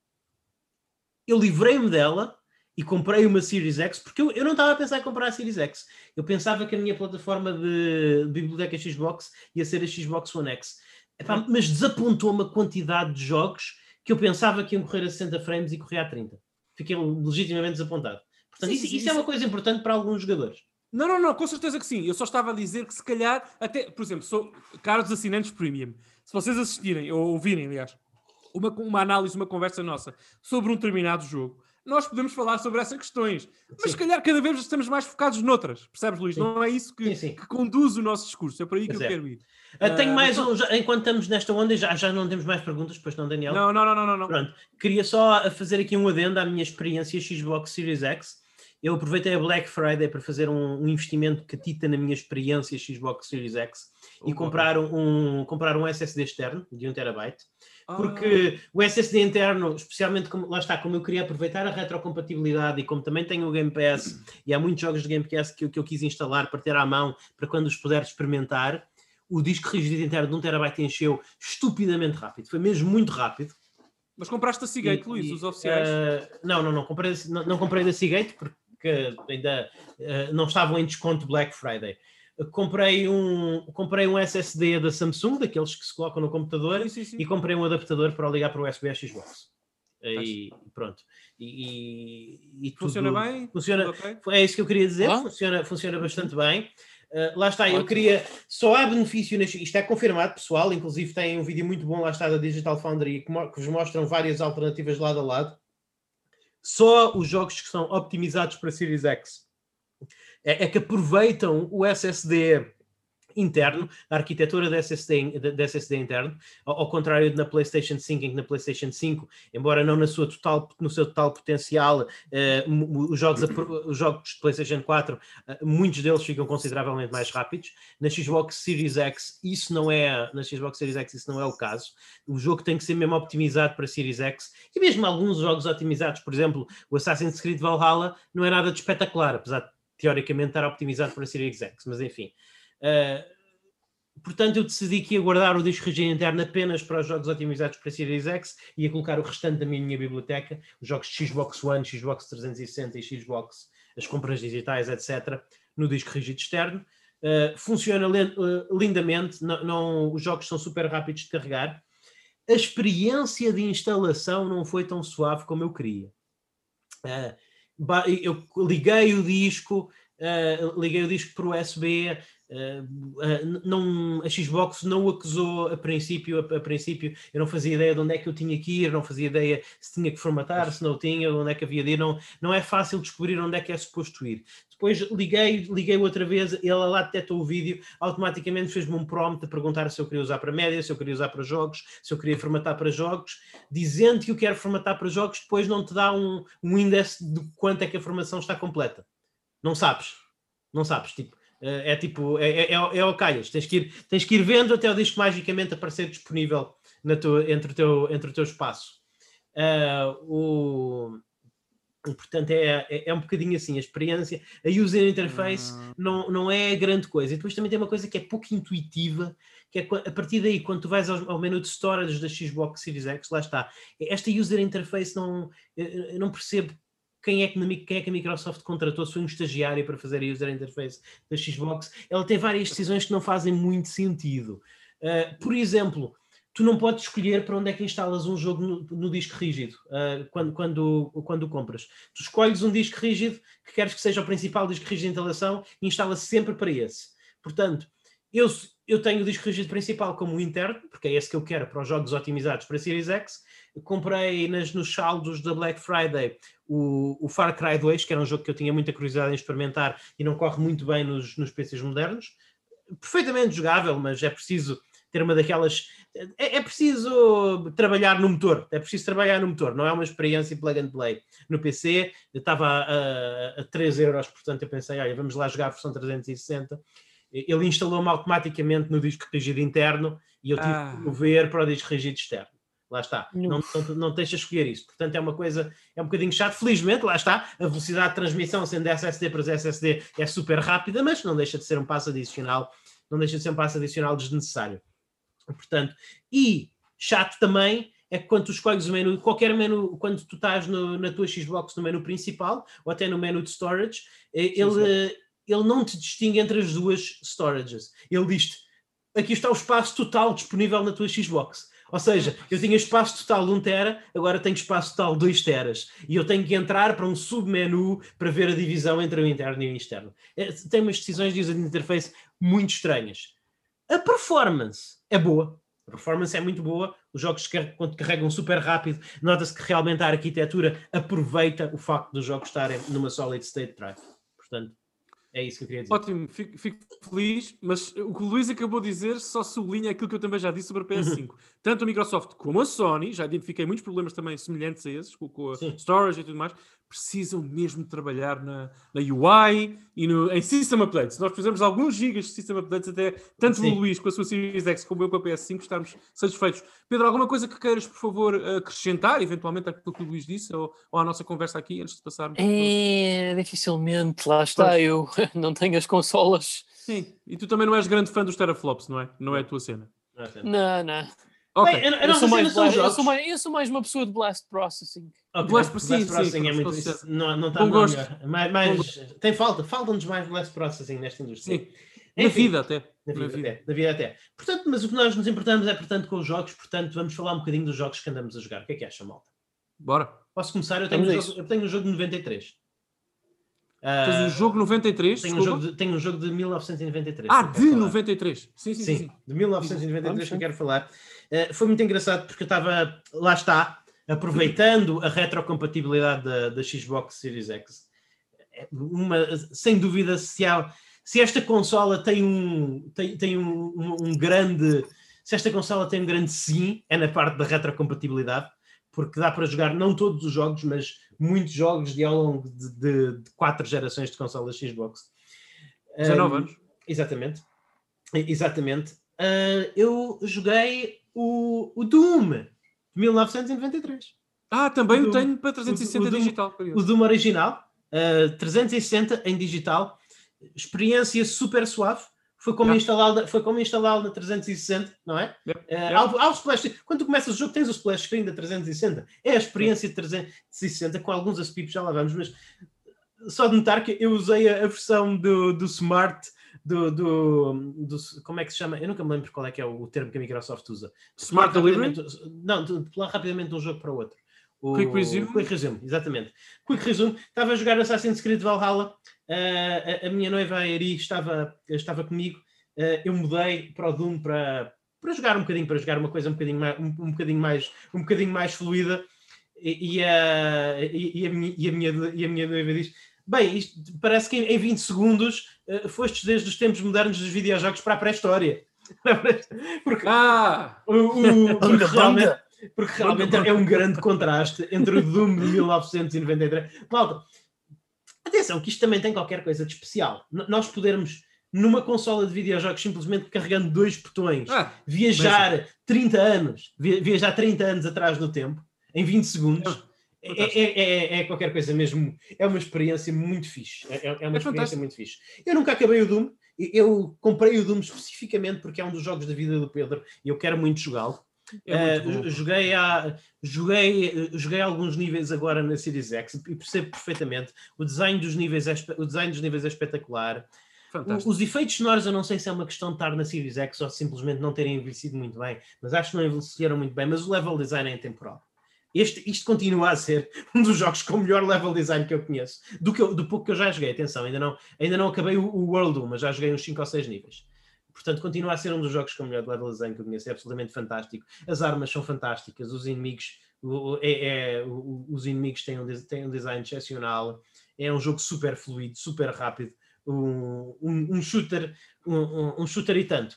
A: eu livrei-me dela e comprei uma Series X, porque eu, eu não estava a pensar em comprar a Series X. Eu pensava que a minha plataforma de, de biblioteca Xbox ia ser a Xbox One X. Epá, mas desapontou-me a quantidade de jogos que eu pensava que iam correr a sessenta frames e correr a trinta. Fiquei legitimamente desapontado. Portanto, sim, isso, sim, isso é uma coisa importante para alguns jogadores.
B: Não, não, não, com certeza que sim. Eu só estava a dizer que se calhar, até, por exemplo, sou caros assinantes premium. Se vocês assistirem, ou ouvirem, aliás, uma, uma análise, uma conversa nossa sobre um determinado jogo, nós podemos falar sobre essas questões. Mas sim. se calhar cada vez estamos mais focados noutras. Percebes, Luís? Sim. Não é isso que, sim, sim. que conduz o nosso discurso. É para aí que pois eu é. quero ir.
A: Uh, tenho mais um, já, enquanto estamos nesta onda, já, já não temos mais perguntas, pois não, Daniel?
B: Não, não, não, não, não.
A: Pronto. Queria só fazer aqui um adendo à minha experiência Xbox Series X. Eu aproveitei a Black Friday para fazer um, um investimento catita na minha experiência Xbox Series X oh, e comprar um, comprar um S S D externo de um terabyte. Porque ah. o S S D interno, especialmente, como, lá está, como eu queria aproveitar a retrocompatibilidade e como também tenho o Game Pass e há muitos jogos de Game Pass que, que eu quis instalar para ter à mão para quando os puder experimentar, o disco rígido interno de um terabyte encheu estupidamente rápido. Foi mesmo muito rápido.
B: Mas compraste da Seagate, e, Luís, e, os oficiais?
A: Uh, não, não, não. Comprei, não, não comprei da Seagate porque que ainda uh, não estavam em desconto Black Friday. Comprei um, comprei um S S D da Samsung, daqueles que se colocam no computador,
B: sim, sim, sim.
A: e comprei um adaptador para ligar para o U S B à Xbox. E pronto. E, e, e
B: funciona
A: tudo,
B: bem?
A: Funciona,
B: Okay.
A: É isso que eu queria dizer,
C: ah?
A: funciona, funciona bastante bem. Uh, lá está,
C: Ótimo.
A: eu queria, só há benefício, isto é confirmado, pessoal, inclusive tem um vídeo muito bom lá está da Digital Foundry que, que vos mostram várias alternativas lado a lado. Só os jogos que são optimizados para Series X é, é que aproveitam o S S D interno, a arquitetura da S S D, da S S D interno, ao, ao contrário de na PlayStation cinco, em que na PlayStation cinco, embora não na sua total, no seu total potencial, eh, os, jogos, os jogos de PlayStation quatro, eh, muitos deles ficam consideravelmente mais rápidos. Na Xbox Series X, isso não é, na Xbox Series X isso não é o caso. O jogo tem que ser mesmo optimizado para Series X, e mesmo alguns jogos otimizados, por exemplo, o Assassin's Creed Valhalla, não é nada de espetacular, apesar de teoricamente estar optimizado para Series X, mas enfim. Uh, portanto eu decidi que ia guardar o disco rígido interno apenas para os jogos otimizados para Series X e ia colocar o restante da minha biblioteca, os jogos de Xbox One, Xbox trezentos e sessenta e Xbox, as compras digitais, etcétera, no disco rígido externo. Uh, funciona uh, lindamente, não, não, os jogos são super rápidos de carregar. A experiência de instalação não foi tão suave como eu queria. Uh, eu liguei o disco, uh, liguei o disco para o U S B. Uh, uh, não, a Xbox não o acusou a princípio, a, a princípio eu não fazia ideia de onde é que eu tinha que ir, não fazia ideia se tinha que formatar, se não tinha, onde é que havia de ir, não, não é fácil descobrir onde é que é suposto ir. Depois liguei, liguei outra vez, ele lá detectou o vídeo, automaticamente fez-me um prompt a perguntar se eu queria usar para média, se eu queria usar para jogos, se eu queria formatar para jogos, dizendo que eu quero formatar para jogos, depois não te dá um, um índice de quanto é que a formação está completa. Não sabes, não sabes, tipo, é tipo, é, é, é ao calhas, tens que, ir, tens que ir vendo até o disco magicamente aparecer disponível na tua, entre, o teu, entre o teu espaço. Uh, o, portanto, é, é, é um bocadinho assim, a experiência, a user interface
B: Hum.
A: não, não é grande coisa. E depois também tem uma coisa que é pouco intuitiva, que é a partir daí, quando tu vais ao, ao menu de storage da Xbox Series X, lá está, esta user interface não, eu não percebo Quem é, que, quem é que a Microsoft contratou, se foi um estagiário para fazer a user interface da Xbox. Ela tem várias decisões que não fazem muito sentido. Uh, por exemplo, tu não podes escolher para onde é que instalas um jogo no, no disco rígido, uh, quando, quando, quando o compras. Tu escolhes um disco rígido que queres que seja o principal disco rígido de instalação e instala-se sempre para esse. Portanto, eu, eu tenho o disco rígido principal como o interno, porque é esse que eu quero para os jogos otimizados para Series X. Comprei nas, nos saldos da Black Friday o, o Far Cry dois, que era um jogo que eu tinha muita curiosidade em experimentar e não corre muito bem nos, nos P Cs modernos. Perfeitamente jogável, mas é preciso ter uma daquelas... É, é preciso trabalhar no motor, é preciso trabalhar no motor, não é uma experiência plug and play. No P C, eu estava a, a três euros, portanto eu pensei, olha, vamos lá jogar a versão trezentos e sessenta. Ele instalou-me automaticamente no disco rígido interno e eu tive ah. que mover para o disco rígido externo. Lá está, não, não, não tens a escolher isso. Portanto, é uma coisa, é um bocadinho chato. Felizmente, lá está, a velocidade de transmissão, sendo S S D para S S D, é super rápida, mas não deixa de ser um passo adicional, não deixa de ser um passo adicional desnecessário. Portanto, e chato também é que quando tu escolhes o menu, qualquer menu, quando tu estás no, na tua Xbox no menu principal, ou até no menu de storage, ele, sim, ele não te distingue entre as duas storages. Ele diz-te, aqui está o espaço total disponível na tua Xbox. Ou seja, eu tinha espaço total de um tera, agora tenho espaço total de dois teras. E eu tenho que entrar para um submenu para ver a divisão entre o interno e o externo. É, tem umas decisões de user interface muito estranhas. A performance é boa. A performance é muito boa. Os jogos, quando carregam super rápido, nota-se que realmente a arquitetura aproveita o facto dos jogos estarem numa solid state drive. Portanto, é isso que eu queria dizer.
B: Ótimo, fico, fico feliz, mas o que o Luís acabou de dizer só sublinha aquilo que eu também já disse sobre a P S cinco. Uhum. Tanto a Microsoft como a Sony, já identifiquei muitos problemas também semelhantes a esses, com, com a Sim. storage e tudo mais, precisam mesmo trabalhar na, na U I e no, em System Updates. Nós precisamos de alguns gigas de System Updates, até tanto Sim. o Luís com a sua Series X como eu com a P S cinco, estarmos satisfeitos. Pedro, alguma coisa que queiras, por favor, acrescentar, eventualmente, àquilo que o Luís disse, ou, ou à nossa conversa aqui, antes de passarmos?
C: É, dificilmente, lá está, pois. Eu não tenho as consolas.
B: Sim, e tu também não és grande fã dos teraflops, não é? Não é a tua cena.
C: Não, não.
B: Ok.
A: Bem, eu, eu
C: Eu
A: não
C: sou,
A: sei
C: mais
A: se são
C: blast, eu,
A: jogos.
C: sou mais, eu sou mais uma pessoa de blast processing.
A: Ok,
B: Blast
A: Blast
B: Processing,
A: Processing
B: sim,
A: é muito
B: posso
A: isso.
B: ser.
A: Não, não está
B: Bom
A: não
B: gosto.
A: melhor. Mais, mais, tem falta, faltam-nos mais Blast Processing nesta indústria.
B: Sim. Na
A: Enfim,
B: vida até.
A: Na vida,
B: Na vida.
A: até, na vida até. Portanto, mas o que nós nos importamos é, portanto, com os jogos, portanto, vamos falar um bocadinho dos jogos que andamos a jogar. O que é que acha, malta?
B: Bora.
A: Posso começar? Eu tenho, um
C: Vamos a
A: jogo,
C: isso.
A: eu tenho um jogo de noventa e três.
B: Tens
A: Ah,
B: o jogo noventa e três,
A: tenho, um
B: desculpa.
A: jogo de, tenho um jogo de mil novecentos e noventa e três.
B: Ah,
A: que eu quero
B: de
A: falar.
B: noventa e três. Sim, sim, sim.
A: Sim,
B: sim.
A: de mil novecentos e noventa e três
C: Vamos,
A: que eu
C: sim.
A: quero falar. Uh, foi muito engraçado porque eu estava, lá está, aproveitando a retrocompatibilidade da, da Xbox Series X. Uma, sem dúvida, se, há, se esta consola tem um, tem, tem um, um, um grande... Se esta consola tem um grande sim, é na parte da retrocompatibilidade, porque dá para jogar não todos os jogos, mas muitos jogos de ao longo de, de, de quatro gerações de consolas Xbox.
B: dezanove
A: Um,
B: anos.
A: Exatamente. Exatamente. Uh, eu joguei o, o Doom de mil novecentos e noventa e três.
B: Ah, também
A: o
B: o
A: Doom,
B: tenho para trezentos e sessenta
A: o, o Doom,
B: digital.
A: O Doom original, uh, trezentos e sessenta em digital. Experiência super suave. Foi como,
B: Yeah.
A: instalá-lo, foi como instalá-lo na trezentos e sessenta, não é?
B: Yep.
A: Uh,
B: Yep.
A: ao, ao splash, quando tu começas o jogo, tens o splash screen da trezentos e sessenta. É a experiência de trezentos e sessenta, com alguns aspipos, já lá vamos, mas só de notar que eu usei a, a versão do, do Smart, do, do, do... Como é que se chama? Eu nunca me lembro qual é que é o termo que a Microsoft usa.
B: Smart Delivery?
A: Não, de pular rapidamente de um jogo para o outro. O
B: Quick Resume?
A: Quick Resume, exatamente. Quick Resume. Estava a jogar Assassin's Creed Valhalla. Uh, a, a minha noiva, a Eri, estava, estava comigo. Uh, eu mudei para o Doom para, para jogar um bocadinho, para jogar uma coisa um bocadinho mais, um, um bocadinho mais, um bocadinho mais fluida. E, e, a, e, a minha, e, a minha, e a minha noiva diz: bem, isto parece que em vinte segundos uh, fostes desde os tempos modernos dos videojogos para a pré-história. Porque,
B: Ah!
A: o, o, porque realmente,
C: banda.
A: porque realmente é um grande contraste entre o Doom de mil novecentos e noventa e três. Malta, atenção que isto também tem qualquer coisa de especial. N- nós podermos, numa consola de videojogos, simplesmente carregando dois botões,
B: Ah,
A: viajar trinta anos, vi- viajar trinta anos atrás no tempo, em vinte segundos. É, é, é, é qualquer coisa mesmo, é uma experiência muito fixe. É, é uma
B: É
A: experiência
B: fantástico.
A: muito fixe. Eu nunca acabei o Doom, eu comprei o Doom especificamente porque é um dos jogos da vida do Pedro e eu quero muito jogá-lo.
B: É muito
A: Uh,
B: bom.
A: joguei, a, joguei, joguei alguns níveis agora na Series X e percebo perfeitamente. O design dos níveis é, o design dos níveis é espetacular.
B: Fantástico.
A: Os efeitos sonoros, eu não sei se é uma questão de estar na Series X ou simplesmente não terem envelhecido muito bem, mas acho que não envelheceram muito bem. Mas o level design é intemporal. Este, isto continua a ser um dos jogos com o melhor level design que eu conheço, do, que eu, do pouco que eu já joguei. Atenção, ainda não, ainda não acabei o, o World um, mas já joguei uns cinco ou seis níveis. Portanto, continua a ser um dos jogos com o melhor level design que eu conheço. É absolutamente fantástico. As armas são fantásticas, os inimigos, o, é, é, o, os inimigos têm um, têm um design excepcional. É um jogo super fluido, super rápido. Um, um, um shooter, um, um shooter e tanto.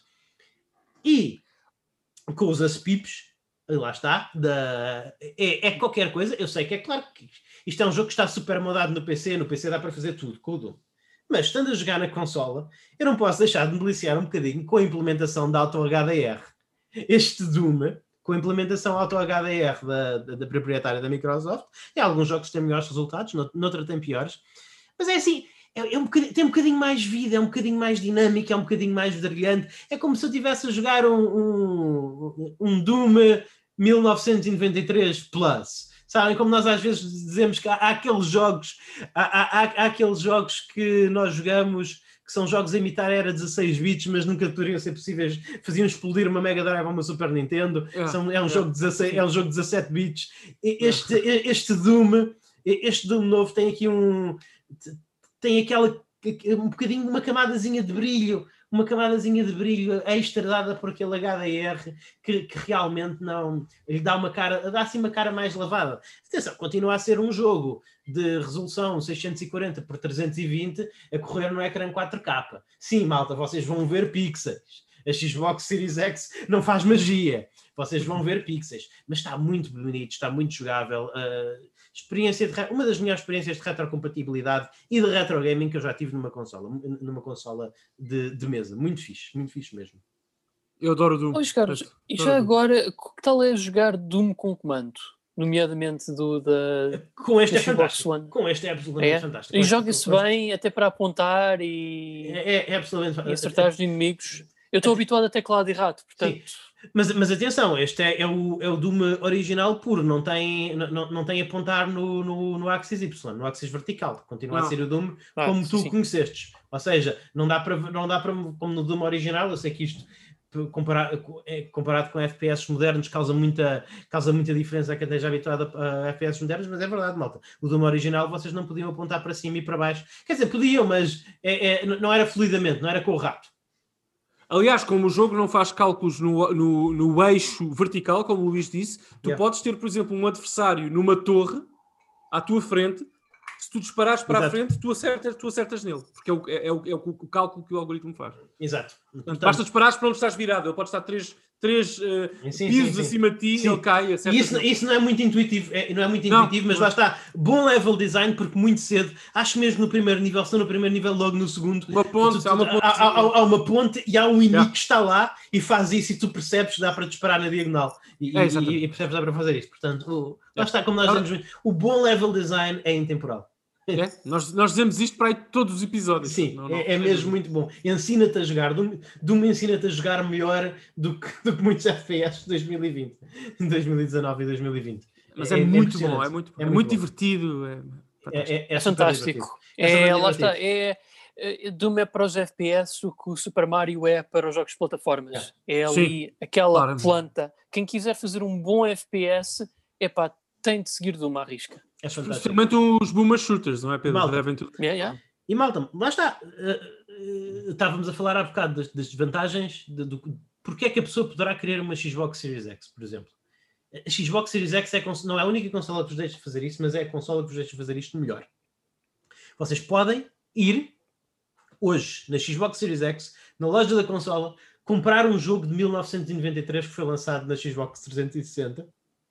A: E com os aspipos, lá está, da, é, é qualquer coisa. Eu sei que é claro que isto é um jogo que está super modado no P C. No P C dá para fazer tudo com o Doom. Mas estando a jogar na consola, eu não posso deixar de me deliciar um bocadinho com a implementação da Auto H D R. Este Doom, com a implementação Auto H D R da, da, da proprietária da Microsoft, em alguns jogos têm melhores resultados, noutra tem piores. Mas é assim, é, é um tem um bocadinho mais vida, é um bocadinho mais dinâmico, é um bocadinho mais brilhante. É como se eu estivesse a jogar um, um, um Doom mil novecentos e noventa e três Plus. Sabem, como nós às vezes dizemos que há, há aqueles jogos, há, há, há aqueles jogos que nós jogamos que são jogos a imitar a era dezasseis bits, mas nunca poderiam ser possíveis, faziam explodir uma Mega Drive ou uma Super Nintendo.
B: Yeah,
A: são, é, um
B: yeah.
A: jogo dezasseis, é um jogo de dezassete bits. Este, yeah. este Doom, este Doom novo tem aqui um, tem aquela, um bocadinho, uma camadazinha de brilho, uma camadazinha de brilho extra dada por aquele H D R que, que realmente não lhe dá uma cara, dá assim uma cara mais lavada. Atenção, continua a ser um jogo de resolução seiscentos e quarenta por trezentos e vinte a correr no ecrã quatro K. Sim, malta, vocês vão ver pixels. A Xbox Series X não faz magia. Vocês vão ver pixels. Mas está muito bonito, está muito jogável. Uh, experiência de, uma das melhores experiências de retrocompatibilidade e de retro gaming que eu já tive numa consola, numa consola de, de mesa. Muito fixe, muito fixe mesmo.
B: Eu adoro o Doom.
C: Pois, Carlos, e já agora, que tal é jogar Doom com comando? Nomeadamente do da.
A: Com este
C: da
A: é
C: Xbox
A: fantástico.
C: One.
A: Com este é absolutamente
C: é?
A: fantástico.
C: E
A: este,
C: joga-se
A: com este,
C: bem, até para apontar e,
A: é, é, é absolutamente
C: e acertar os inimigos. Eu estou habituado a teclado e rato, portanto.
A: Sim. Mas, mas atenção, este é, é, o, é o Doom original puro, não tem, não, não tem a apontar no, no, no axis Y, no axis vertical, continua
B: Não.
A: a ser o Doom
C: Ah,
A: como
C: sim,
A: tu
C: sim.
A: o conhecestes. Ou seja, não dá para, não dá para, como no Doom original, eu sei que isto comparado, comparado com F P S modernos causa muita, causa muita diferença a quem esteja habituado a, a F P S modernos, mas é verdade, malta. O Doom original vocês não podiam apontar para cima e para baixo. Quer dizer, podiam, mas é, é, não era fluidamente, não era com o rato.
B: Aliás, como o jogo não faz cálculos no, no, no eixo vertical, como o Luís disse, tu
A: Yeah.
B: podes ter, por exemplo, um adversário numa torre à tua frente. Se tu disparares para
A: Exato.
B: a frente, tu acertas, tu acertas nele, porque é o, é, é, o, é o cálculo que o algoritmo faz.
A: Exato.
B: Portanto,
A: Portanto,
B: basta disparares para onde estás virado, ele pode estar três, três uh,
A: sim,
B: pisos
A: sim, sim.
B: acima de ti,
A: Sim.
B: ele cai, acertas
A: E isso,
B: nele.
A: isso não é muito intuitivo, é, não é muito
B: Não,
A: intuitivo, mas
B: não.
A: lá está, bom level design, porque muito cedo, acho mesmo no primeiro nível, se não no primeiro nível, logo no segundo,
B: Uma ponte,
A: tu, tu,
B: há uma
A: há,
B: ponte.
A: há, há uma ponte e há um inimigo
B: Yeah.
A: que está lá e faz isso e tu percebes que dá para disparar na diagonal e,
B: É,
A: e, e percebes que dá para fazer isso. Portanto, o, lá
B: Yeah.
A: está, como nós
B: Ela-
A: dizemos, o bom level design é intemporal.
B: É, nós, nós dizemos isto para aí todos os episódios.
A: Sim,
B: não, não,
A: é, é mesmo muito bom. Ensina-te a jogar, Doom ensina-te a jogar melhor do que, do que muitos F P S de dois mil e vinte, dois mil e dezanove e dois mil e vinte.
B: Mas é, é muito bom, é
A: impressionante.
B: muito,
A: é
B: é
A: muito
B: muito
A: bom.
B: divertido. É,
A: É, é, é
C: É
A: super
C: fantástico.
A: divertido.
C: É,
A: super
C: lá
A: divertido.
C: está. É, é, Doom é para os F P S o que o Super Mario é para os jogos de plataformas. É ali
B: Sim,
C: aquela
B: claramente.
C: planta. Quem quiser fazer um bom F P S, epá, tem de seguir Doom à risca.
A: É fantástico.
B: Especialmente os boomer shooters, não é, Pedro?
A: Malta.
B: Devem tudo.
C: Yeah, yeah.
A: E malta, lá está. Uh, uh, estávamos a falar há bocado das, das desvantagens. De, do, porque é que a pessoa poderá querer uma Xbox Series X, por exemplo? A Xbox Series X é, não é a única consola que vos deixa fazer isso, mas é a consola que vos deixa fazer isto melhor. Vocês podem ir hoje na Xbox Series X, na loja da consola, comprar um jogo de mil novecentos e noventa e três que foi lançado na Xbox trezentos e sessenta,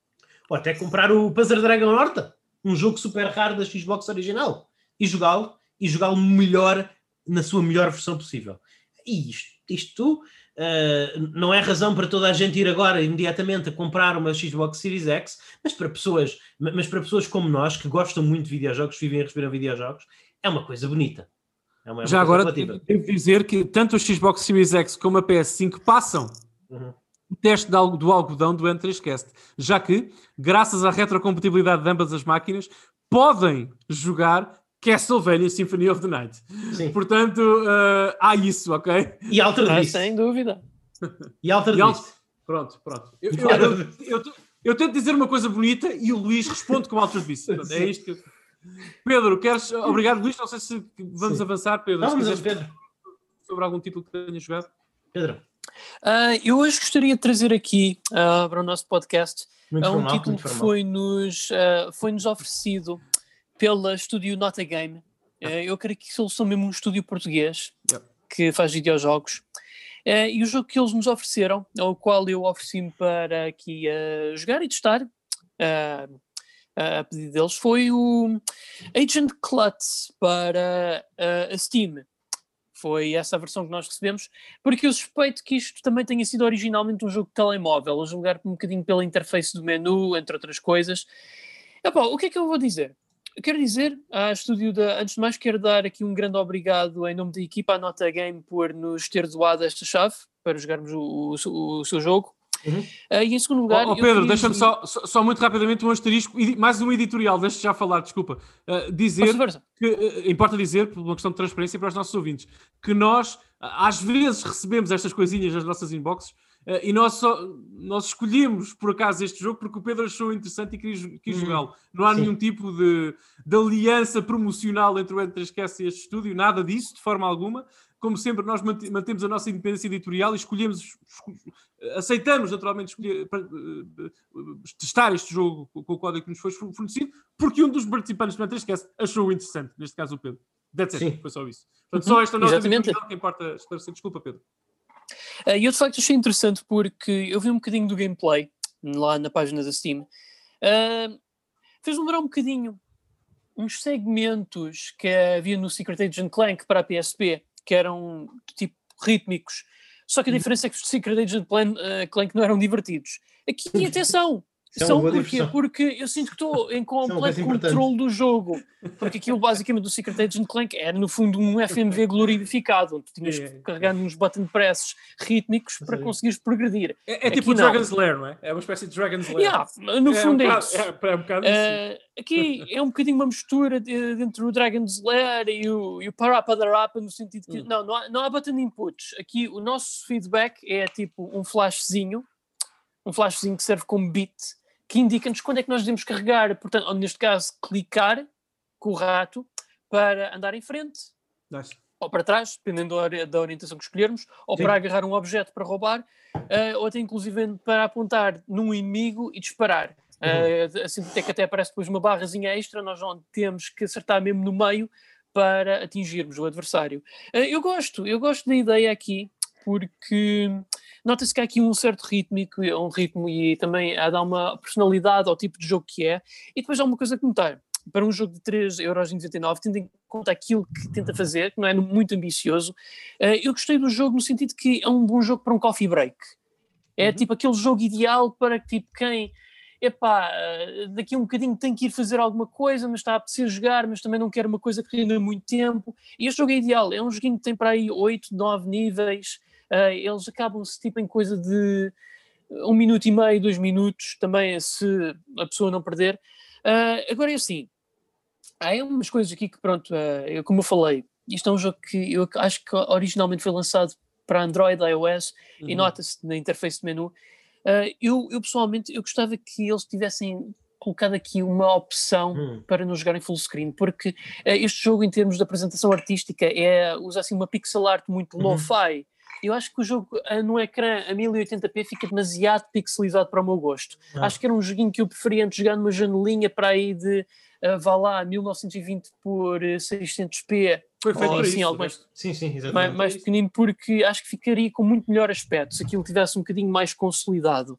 A: ou até comprar o Panzer Dragon Horta, um jogo super raro da Xbox original, e jogá-lo, e jogá-lo melhor, na sua melhor versão possível. E isto, isto uh, não é razão para toda a gente ir agora imediatamente a comprar uma Xbox Series X, mas para pessoas, mas para pessoas como nós, que gostam muito de videojogos, vivem e respiram videojogos, é uma coisa bonita. É uma, é uma
B: Já
A: coisa
B: agora,
A: relativa.
B: devo dizer que tanto a Xbox Series X como a P S cinco passam
A: Uhum.
B: o teste do algodão do N três Cast, já que, graças à retrocompatibilidade de ambas as máquinas, podem jogar Castlevania Symphony of the Night.
A: Sim.
B: Portanto, uh, há isso, ok?
A: E alter
C: Ah,
A: disso.
C: sem dúvida.
A: E alter
B: E al-
A: disso.
B: Pronto, pronto. Eu, eu, eu, eu, eu, eu tento dizer uma coisa bonita e o Luís responde com alter disso. Portanto, é isto que eu... Pedro, queres... Obrigado, Luís. Não sei se vamos
A: Sim.
B: avançar, Pedro.
A: Não,
B: se
A: mas,
B: quiseres
A: Pedro.
B: sobre algum título que tenhas jogado.
A: Pedro.
C: Uh, eu hoje gostaria de trazer aqui uh, para o nosso podcast
A: Muito
C: uh, um
A: formal,
C: título
A: muito
C: que
A: formal.
C: foi-nos uh, foi-nos oferecido pela estúdio Not a Game. Uh, eu creio que eles são mesmo um estúdio português
B: Yep.
C: que faz videojogos. Uh, e o jogo que eles nos ofereceram, ao qual eu ofereci-me para aqui uh, jogar e testar, uh, a pedido deles, foi o Agent Klutz para uh, a Steam. Foi essa a versão que nós recebemos, porque eu suspeito que isto também tenha sido originalmente um jogo de telemóvel, a julgar um bocadinho pela interface do menu, entre outras coisas. Epá, o que é que eu vou dizer? Eu quero dizer, à estúdio da, antes de mais, quero dar aqui um grande obrigado em nome da equipa à Nota Game por nos ter doado esta chave para jogarmos o, o, o seu jogo.
A: Uhum.
C: Uh, e em segundo lugar...
B: Oh, oh, Pedro,
C: queria...
B: deixa-me só, só, só muito rapidamente um asterisco, mais um editorial, deixa já falar, desculpa. Uh, dizer
C: Força, força.
B: que, uh, importa dizer, por uma questão de transparência para os nossos ouvintes, que nós, às vezes, recebemos estas coisinhas nas nossas inboxes uh, e nós, só, nós escolhemos, por acaso, este jogo porque o Pedro achou interessante e quis, quis
A: Uhum.
B: jogá-lo. Não há
A: Sim.
B: nenhum tipo de, de aliança promocional entre o N três Cast e este estúdio, nada disso, de forma alguma. Como sempre, nós mantemos a nossa independência editorial e escolhemos, aceitamos naturalmente escolher, testar este jogo com o código que nos foi fornecido, porque um dos participantes do N três Cast achou interessante, neste caso o Pedro. That's it,
A: Sim.
B: foi só isso. Portanto, só esta nota
C: Exatamente.
B: editorial que importa esclarecer. Desculpa, Pedro.
C: Uh, e eu de facto achei interessante porque eu vi um bocadinho do gameplay lá na página da Steam. Uh, fez lembrar um bocadinho uns segmentos que havia no Secret Agent Clank para a P S P, que eram tipo rítmicos. Só que a diferença é que os Secret Agent Plan, uh, Clank não eram divertidos. Aqui, atenção,
A: Isso é uma
C: São
A: boa
C: porquê?
A: diversão.
C: Porque eu sinto que estou em
A: Isso é uma
C: completo
A: coisa importante.
C: controle do jogo. Porque aquilo basicamente do Secret Agent Clank era no fundo um F M V glorificado, onde tu tinhas
B: É,
C: que
B: é.
C: carregar nos button presses rítmicos para
A: Sério?
C: conseguires progredir.
B: É, é
C: Aqui
B: tipo o
C: não.
B: Dragon's Lair, não é? É uma espécie de Dragon's Lair.
C: Yeah, no
B: é,
C: fundo
B: um
C: é,
B: bocado,
C: isso.
B: é, é um bocado isso.
C: Uh, aqui é um bocadinho uma mistura de, de entre o Dragon's Lair e o, e o Parappa-da-Rapa, no sentido que
B: Hum.
C: não, não há, não há button inputs. Aqui o nosso feedback é tipo um flashzinho, um flashzinho que serve como bit, que indica-nos quando é que nós devemos carregar, portanto, ou neste caso, clicar com o rato para andar em frente,
B: Nice.
C: ou para trás, dependendo da, ori- da orientação que escolhermos, ou
A: Sim.
C: para agarrar um objeto para roubar, uh, ou até inclusive para apontar num inimigo e disparar. Uh, assim, até que até aparece depois uma barrazinha extra, nós não temos que acertar mesmo no meio para atingirmos o adversário. Uh, eu gosto, eu gosto da ideia aqui, porque nota-se que há aqui um certo rítmico, um ritmo e também a dar uma personalidade ao tipo de jogo que é. E depois há uma coisa que notar, para um jogo de três euros e noventa e nove, tendo em conta aquilo que tenta fazer, que não é muito ambicioso, eu gostei do jogo no sentido que é um bom jogo para um coffee break. É
B: Uhum.
C: tipo aquele jogo ideal para tipo quem, epá, daqui a um bocadinho tem que ir fazer alguma coisa, mas está a apetecer jogar, mas também não quer uma coisa que renda muito tempo. E este jogo é ideal, é um joguinho que tem para aí oito, nove níveis, uh, eles acabam-se tipo em coisa de um minuto e meio, dois minutos, também se a pessoa não perder. Uh, agora é assim, há umas coisas aqui que pronto, uh, eu, como eu falei, isto é um jogo que eu acho que originalmente foi lançado para Android, iOS,
B: Uhum.
C: e nota-se na interface de menu. Uh, eu, eu pessoalmente, eu gostava que eles tivessem colocado aqui uma opção
A: Hum.
C: para não jogar em full screen, porque uh, este jogo em termos de apresentação artística é, usa assim uma pixel art muito
A: Uhum.
C: lo-fi. Eu acho que o jogo uh, no ecrã a mil e oitenta p fica demasiado pixelizado para o meu gosto.
A: Ah.
C: Acho que era um joguinho que eu preferia antes jogar numa janelinha para aí de Uh, vá lá, mil novecentos e vinte por seiscentos p,
B: Foi feito
C: ou
B: para
C: assim,
B: isso.
C: algo mais,
A: Sim, sim, exatamente.
C: mais, mais pequenino, porque acho que ficaria com muito melhor aspecto se aquilo tivesse um bocadinho mais consolidado.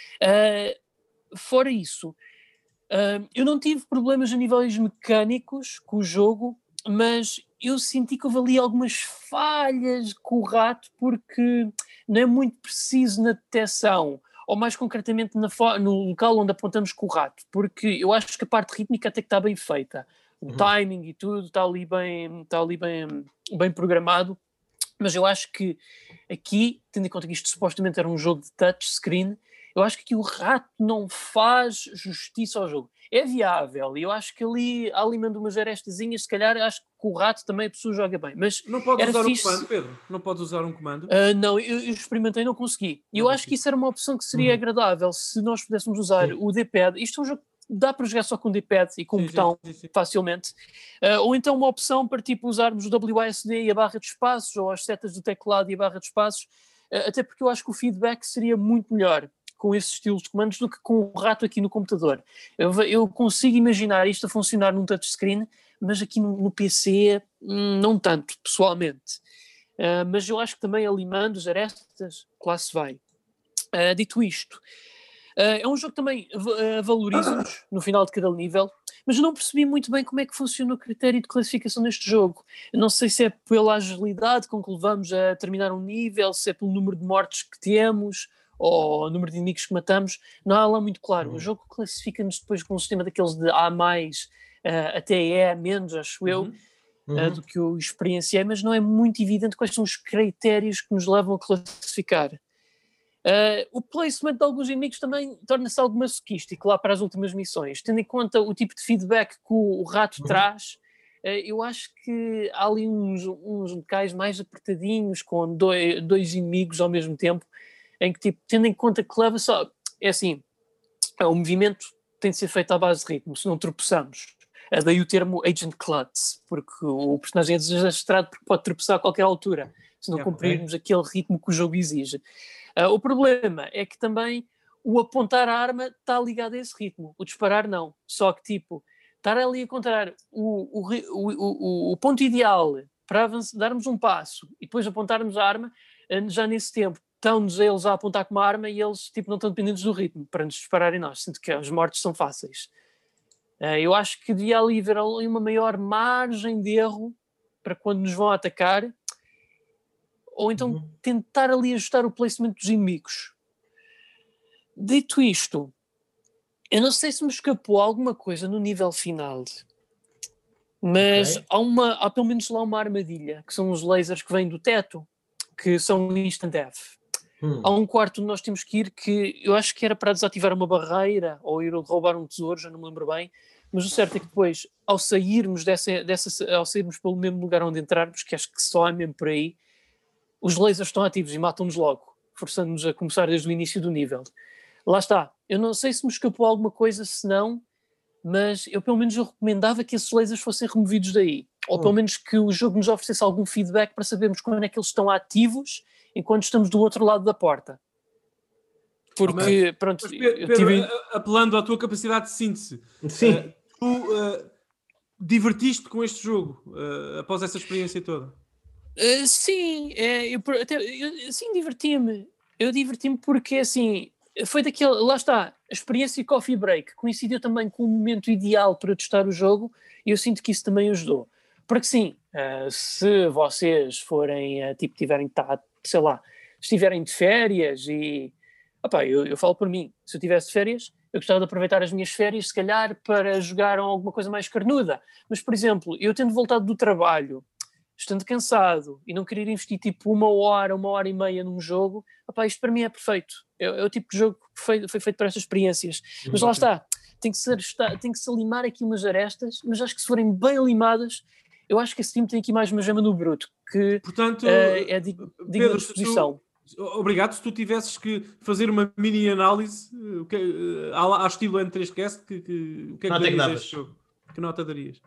C: Uh, fora isso, uh, eu não tive problemas a níveis mecânicos com o jogo, mas eu senti que houve ali algumas falhas com o rato, porque não é muito preciso na detecção, ou mais concretamente na no local onde apontamos com o rato, porque eu acho que a parte rítmica até que está bem feita, o
A: Uhum.
C: timing e tudo está ali bem, está ali bem, bem programado, mas eu acho que aqui, tendo em conta que isto supostamente era um jogo de touchscreen, eu acho que aqui o rato não faz justiça ao jogo. É viável, e eu acho que ali, ali manda umas arestazinhas, se calhar acho que com o rato também a pessoa joga bem, mas
B: Não podes
C: era
B: usar
C: fixe.
B: um comando, Pedro? Não podes usar um comando?
C: Uh, não, eu, eu experimentei e não consegui. E eu
B: Não
C: acho
B: consegui.
C: que isso era uma opção que seria
A: Uhum.
C: agradável se nós pudéssemos usar
A: Sim.
C: o D-pad. Isto é um jogo que dá para jogar só com D-pad e com
B: Sim,
C: um botão
B: sim, sim, sim.
C: facilmente. Uh, ou então uma opção para tipo usarmos o W A S D e a barra de espaços, ou as setas do teclado e a barra de espaços, uh, até porque eu acho que o feedback seria muito melhor com esses estilos de comandos do que com o rato aqui no computador. Eu, eu consigo imaginar isto a funcionar num touchscreen, mas aqui no, no P C hum, não tanto, pessoalmente. Uh, mas eu acho que também alimando as arestas, que lá se vai. Uh, dito isto, uh, é um jogo que também uh, valoriza-nos no final de cada nível, mas eu não percebi muito bem como é que funciona o critério de classificação neste jogo. Eu não sei se é pela agilidade com que levamos a terminar um nível, se é pelo número de mortes que temos, ou o número de inimigos que matamos, não há lá muito claro.
A: Uhum.
C: O jogo classifica-nos depois com um sistema daqueles de A mais, uh, até E menos, acho eu,
B: Uhum.
A: Uhum.
C: uh, do que eu experienciei, mas não é muito evidente quais são os critérios que nos levam a classificar. Uh, o placement de alguns inimigos também torna-se algo masoquístico lá para as últimas missões, tendo em conta o tipo de feedback que o, o rato
A: Uhum.
C: traz. Uh, eu acho que há ali uns, uns locais mais apertadinhos com dois, dois inimigos ao mesmo tempo, em que, tipo, tendo em conta que leva só... É assim, o movimento tem de ser feito à base de ritmo, se não tropeçamos. É daí o termo Agent Klutz, porque o personagem é desastrado porque pode tropeçar a qualquer altura, se não
B: Yeah,
C: cumprirmos aquele ritmo que o jogo exige. Uh, o problema é que também o apontar a arma está ligado a esse ritmo, o disparar não. Só que, tipo, estar ali a encontrar o, o, o, o, o ponto ideal para avançar, darmos um passo e depois apontarmos a arma, uh, já nesse tempo estão-nos eles a apontar com uma arma e eles tipo, não estão dependentes do ritmo para nos dispararem nós, sinto que as mortes são fáceis. Uh, eu acho que devia ali haver ali uma maior margem de erro para quando nos vão atacar, ou então
A: Uhum.
C: tentar ali ajustar o placement dos inimigos. Dito isto, Eu não sei se me escapou alguma coisa no nível final, mas
A: Ok.
C: há, uma, há pelo menos lá uma armadilha, que são os lasers que vêm do teto, que são instant death.
A: Hum.
C: Há um quarto onde nós temos que ir que eu acho que era para desativar uma barreira ou ir roubar um tesouro, já não me lembro bem, mas o certo é que depois, ao sairmos, dessa, dessa, ao sairmos pelo mesmo lugar onde entrarmos, que acho que só há mesmo por aí, os lasers estão ativos e matam-nos logo, forçando-nos a começar desde o início do nível. Lá está, eu não sei se me escapou alguma coisa, se não, mas eu pelo menos eu recomendava que esses lasers fossem removidos daí, ou
A: Hum.
C: pelo menos que o jogo nos oferecesse algum feedback para sabermos quando é que eles estão ativos enquanto estamos do outro lado da porta. Porque,
B: Mas-
C: pronto,
B: Mas, Pedro,
C: eu
B: Pedro,
C: tive...
B: a- a- apelando à tua capacidade de síntese,
A: Sim.
B: eh, tu eh, divertiste com este jogo eh, após essa experiência toda?
C: Uh, sim, é, eu, por- até, eu, sim, diverti-me. Eu diverti-me porque, assim, foi daquele... Lá está, a experiência Coffee Break coincidiu também com o momento ideal para testar o jogo e eu sinto que isso também ajudou. Porque, sim, uh, se vocês forem, uh, tipo, tiverem, tá, sei lá, estiverem de férias e... Opá, eu, eu falo por mim, se eu tivesse de férias, eu gostava de aproveitar as minhas férias, se calhar, para jogar alguma coisa mais carnuda. Mas, por exemplo, eu tendo voltado do trabalho, estando cansado e não querer investir tipo uma hora, uma hora e meia num jogo, opá, isto para mim é perfeito. É, é o tipo de jogo que foi, foi feito para estas experiências. Mas lá está, tem que, ser, está, tem que se limar aqui umas arestas, mas acho que se forem bem limadas, eu acho que esse time tem aqui mais uma gema no bruto, que
B: Portanto,
C: eh, é dig- digna
B: Pedro,
C: de
B: se
C: exposição.
B: tu, obrigado. Se tu tivesses que fazer uma mini análise eh, o que, eh, ao, ao estilo N três Cast, que, que, o que é que
A: Nota é que
B: darias a
A: davas?
B: este jogo? Que nota darias?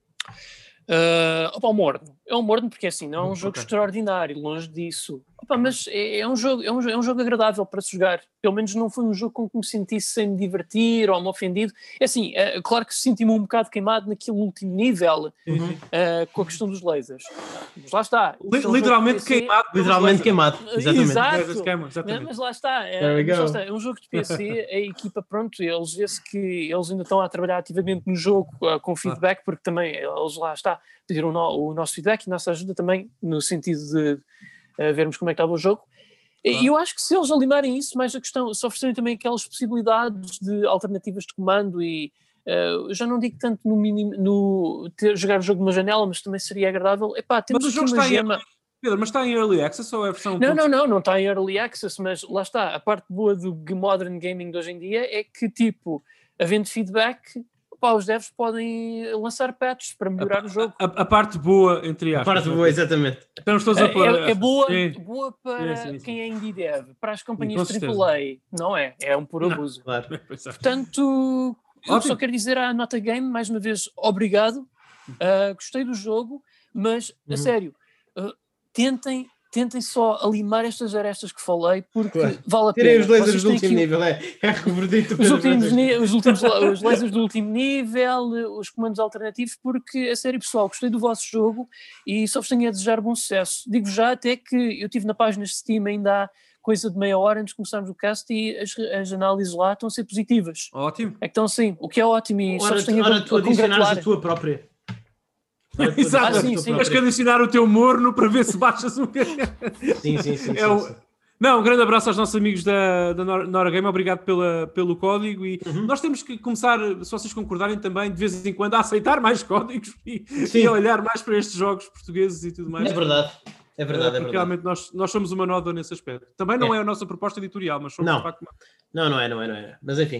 C: Uh, opa, o Morno. É um Morno porque assim, não é um jogo
B: Ok.
C: extraordinário, longe disso. Opa, mas é, é, um jogo, é, um, é um jogo agradável para se jogar. Pelo menos não foi um jogo com que me sentisse sem me divertir ou me ofendido. É assim, é, claro que senti-me um bocado queimado naquele último nível
B: Uhum.
C: uh, com a questão dos lasers. Mas lá está.
B: Li-
C: Isto é um jogo
B: literalmente
C: de P C.
B: queimado. pelos
A: Literalmente
B: lasers.
A: queimado. Exatamente.
C: Exato.
B: Lasers queimam,
C: Mas,
B: exatamente.
C: mas lá está, é,
A: There we
C: mas lá
A: go.
C: está, é um jogo de P C, a equipa, pronto, eles vê-se que eles ainda estão a trabalhar ativamente no jogo uh, com feedback, porque também eles lá está, pediram o, no, o nosso feedback e a nossa ajuda também, no sentido de uh, vermos como é que estava o jogo. E
B: Claro.
C: eu acho que se eles alimarem isso, mais a questão, se oferecerem também aquelas possibilidades de alternativas de comando e uh, já não digo tanto no, mínimo, no ter, jogar o jogo numa janela, mas também seria agradável. Epá, temos
B: Mas o
C: aqui
B: jogo
C: uma
B: está em
C: gema.
B: Pedro, mas está em Early Access ou é a versão...
C: Não, não, não, não está em Early Access, mas lá está, a parte boa do Modern Gaming de hoje em dia é que, tipo, havendo feedback, pá, os devs podem lançar patches para melhorar
B: a,
C: o jogo.
B: A, a parte boa, entre
A: A
B: aspas.
A: parte
B: não
A: boa, exatamente.
B: Estamos todos a pôr...
C: É, é boa,
B: Sim.
C: boa para
B: Sim, sim, sim.
C: quem é indie dev, para as companhias
B: com certeza.
C: triplo A, não é? É um puro
B: Não.
C: abuso.
A: Claro.
C: Portanto, eu
B: Ótimo.
C: só quero dizer à Nota Game, mais uma vez, obrigado, uh, gostei do jogo, mas, a
A: Uhum.
C: sério, uh, tentem, tentem só alimar estas arestas que falei, porque
A: Claro.
C: vale a
A: Tirem
C: pena.
A: os lasers
C: Vocês
A: do
C: têm
A: último
C: aqui
A: nível, é. É reverdito
C: os últimos, ni- os últimos os lasers do último nível, os comandos alternativos, porque, a sério, pessoal, gostei do vosso jogo e só vos tenho a desejar bom sucesso. Digo já até que eu estive na página Steam ainda há coisa de meia hora antes de começarmos o cast e as, as análises lá estão a ser positivas.
B: Ótimo.
C: É que estão sim, o que é ótimo e só
A: Ora,
C: vos
A: tu,
C: tenho a,
A: ora, tu
C: a
A: adicionares
C: congratular.
A: a tua própria. Ora, tu
B: Exato.
A: adicionares
C: Ah, sim,
A: a tua
C: sim.
B: Tens que
A: própria.
B: adicionar o teu morno para ver se baixas um bocadinho.
A: Sim, sim, sim.
B: É
A: sim,
B: o-
A: sim.
B: Não, um grande abraço aos nossos amigos da, da Nor- Nora Game, obrigado pela, pelo código e
A: Uhum.
B: nós temos que começar, se vocês concordarem também, de vez em quando, a aceitar mais códigos e,
A: Sim.
B: e a olhar mais para estes jogos portugueses e tudo mais.
A: É verdade. É verdade, é
B: Porque
A: verdade.
B: realmente nós, nós somos uma nódoa nesse aspecto. Também não é.
A: É.
B: a nossa proposta editorial, mas somos
A: Não.
B: de facto uma...
A: Não, não é, não é, não é. Mas enfim.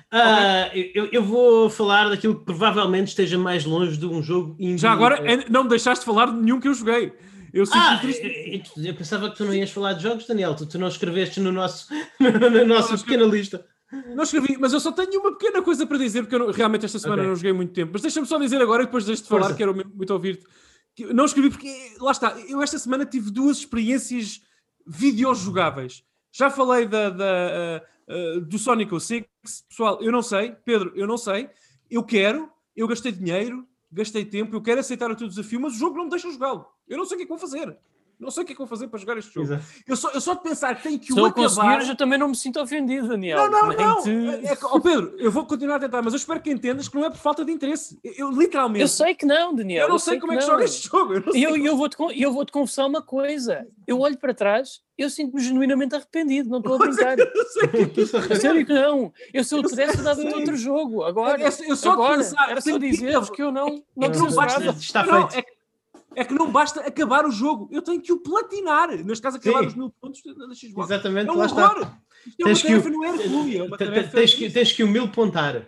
A: Ah, eu, eu vou falar daquilo que provavelmente esteja mais longe de um jogo indie.
B: Já agora, é- não me deixaste falar de nenhum que eu joguei. Eu sinto
A: Ah,
B: triste.
A: eu, eu pensava que tu não ias falar de jogos, Daniel. Tu, tu não escreveste no nosso, na nossa
B: Não,
A: pequena lista.
B: Não escrevi, mas eu só tenho uma pequena coisa para dizer, porque eu não- realmente esta semana
A: Ok.
B: não joguei muito tempo. Mas deixa-me só dizer agora e depois deixo de falar,
A: Força.
B: quero mesmo muito ouvir-te. Que eu Não escrevi porque, lá está, eu esta semana tive duas experiências videojogáveis. Já falei da, da, uh, uh, do Sonic oh seis. Pessoal, eu não sei. Pedro, eu não sei. Eu quero, eu gastei dinheiro, gastei tempo, eu quero aceitar o teu desafio, mas o jogo não me deixa jogá-lo. Eu não sei o que é que vou fazer. Não sei o que é que vou fazer para jogar este jogo.
A: Exato.
B: Eu só, eu só de pensar que tenho que
C: Se
B: o
C: eu
B: acabar...
C: conseguires, eu também não me sinto ofendido, Daniel.
B: Não, não,
C: Nem
B: não.
C: te-
B: É, que- oh, Pedro, eu vou continuar a tentar, mas eu espero que entendas que não é por falta de interesse. Eu, eu, literalmente...
C: Eu sei que não, Daniel.
B: Eu não sei como é que
C: não.
B: joga este jogo. Eu não
C: E
B: sei
C: eu,
B: como-
C: eu vou-te con- eu vou-te confessar uma coisa. Eu olho para trás, eu sinto-me genuinamente arrependido. Não estou a brincar.
B: Eu sei que é que isto
C: A sério que não. Eu, se eu
B: Eu
C: pudesse,
B: sei,
C: eu dava-te
B: eu sei.
C: outro jogo. Agora,
B: É- é- eu só de
C: agora
B: pensar,
C: era só
B: tenho que-
C: dizer-vos que eu não, não
B: É que não
C: preciso
B: basta,
C: nada.
A: Está
B: não,
A: feito.
B: é, que- é que não basta acabar o jogo. Eu tenho que o platinar. Neste caso, acabar
A: Sim.
B: os mil pontos da Xbox.
A: Exatamente,
B: É um
A: lá está.
B: horror. Isto é uma
A: Tens que,
B: tarefa,
A: o,
B: não é hercúlea. É uma
A: te- te-
B: tarefa...
A: tens, que, tens que o mil pontar.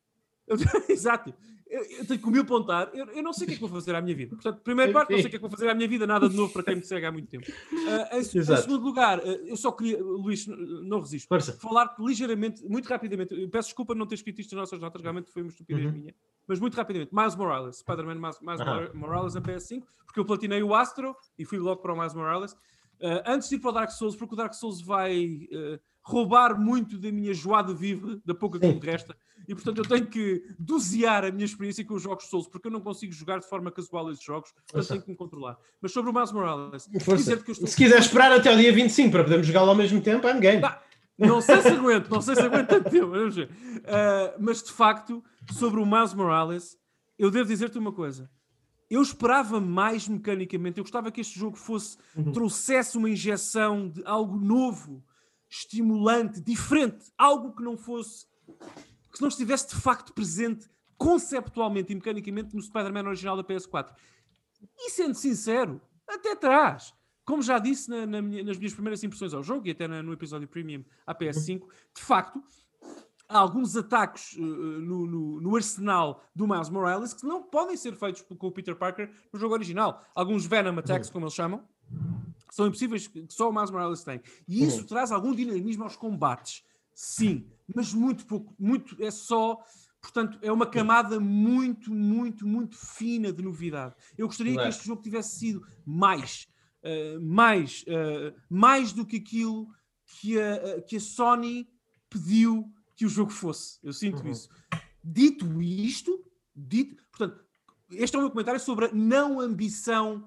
B: Exato. Eu, eu tenho que o mil pontar. Eu, eu não sei o que é que vou fazer à minha vida. Portanto, primeiro parte, não sei o que é que vou fazer à minha vida. Nada de novo para quem me segue há muito tempo. Uh, em, em
A: Exato.
B: segundo lugar, uh, eu só queria, Luís, n- não resisto,
A: Força.
B: falar ligeiramente, muito rapidamente. Eu peço desculpa não ter escrito isto nas nossas notas, realmente foi uma estupidez
A: Uhum.
B: minha. Mas muito rapidamente, Miles Morales, Spider-Man Miles, Miles
A: Aham.
B: Morales na P S cinco, porque eu platinei o Astro e fui logo para o Miles Morales. Uh, antes de ir para o Dark Souls, porque o Dark Souls vai uh, roubar muito da minha joada viva, da pouca que
A: Sim.
B: me resta, e portanto eu tenho que dosear a minha experiência com os jogos Souls, porque eu não consigo jogar de forma casual esses jogos, portanto
A: Força.
B: tenho que me controlar. Mas sobre o Miles Morales,
A: Força.
B: dizer-te que eu estou...
A: Se quiser esperar até o dia vinte e cinco para podermos jogá-lo ao mesmo tempo, I'm game.
B: Tá. Não sei se aguento, não sei se aguento tanto tempo, vamos ver. Uh, mas de facto, sobre o Miles Morales, eu devo dizer-te uma coisa. Eu esperava mais mecanicamente, eu gostava que este jogo fosse,
A: Uhum.
B: trouxesse uma injeção de algo novo, estimulante, diferente, algo que não fosse, que não estivesse de facto presente conceptualmente e mecanicamente no Spider-Man original da P S quatro. E sendo sincero, até traz. Como já disse na, na minha, nas minhas primeiras impressões ao jogo e até na, no episódio Premium à P S cinco, de facto, há alguns ataques uh, no, no, no arsenal do Miles Morales que não podem ser feitos com o Peter Parker no jogo original. Alguns Venom Attacks, como eles chamam, são impossíveis, que só o Miles Morales tem. E isso
A: Uhum.
B: traz algum dinamismo aos combates. Sim, mas muito pouco. Muito, é só... Portanto, é uma camada muito, muito, muito fina de novidade. Eu gostaria
A: Claro.
B: que este jogo tivesse sido mais, uh, mais, uh, mais do que aquilo que a, uh, que a Sony pediu que o jogo fosse. Eu sinto
A: Uhum.
B: isso. Dito isto, dito, portanto, este é o meu comentário sobre a não ambição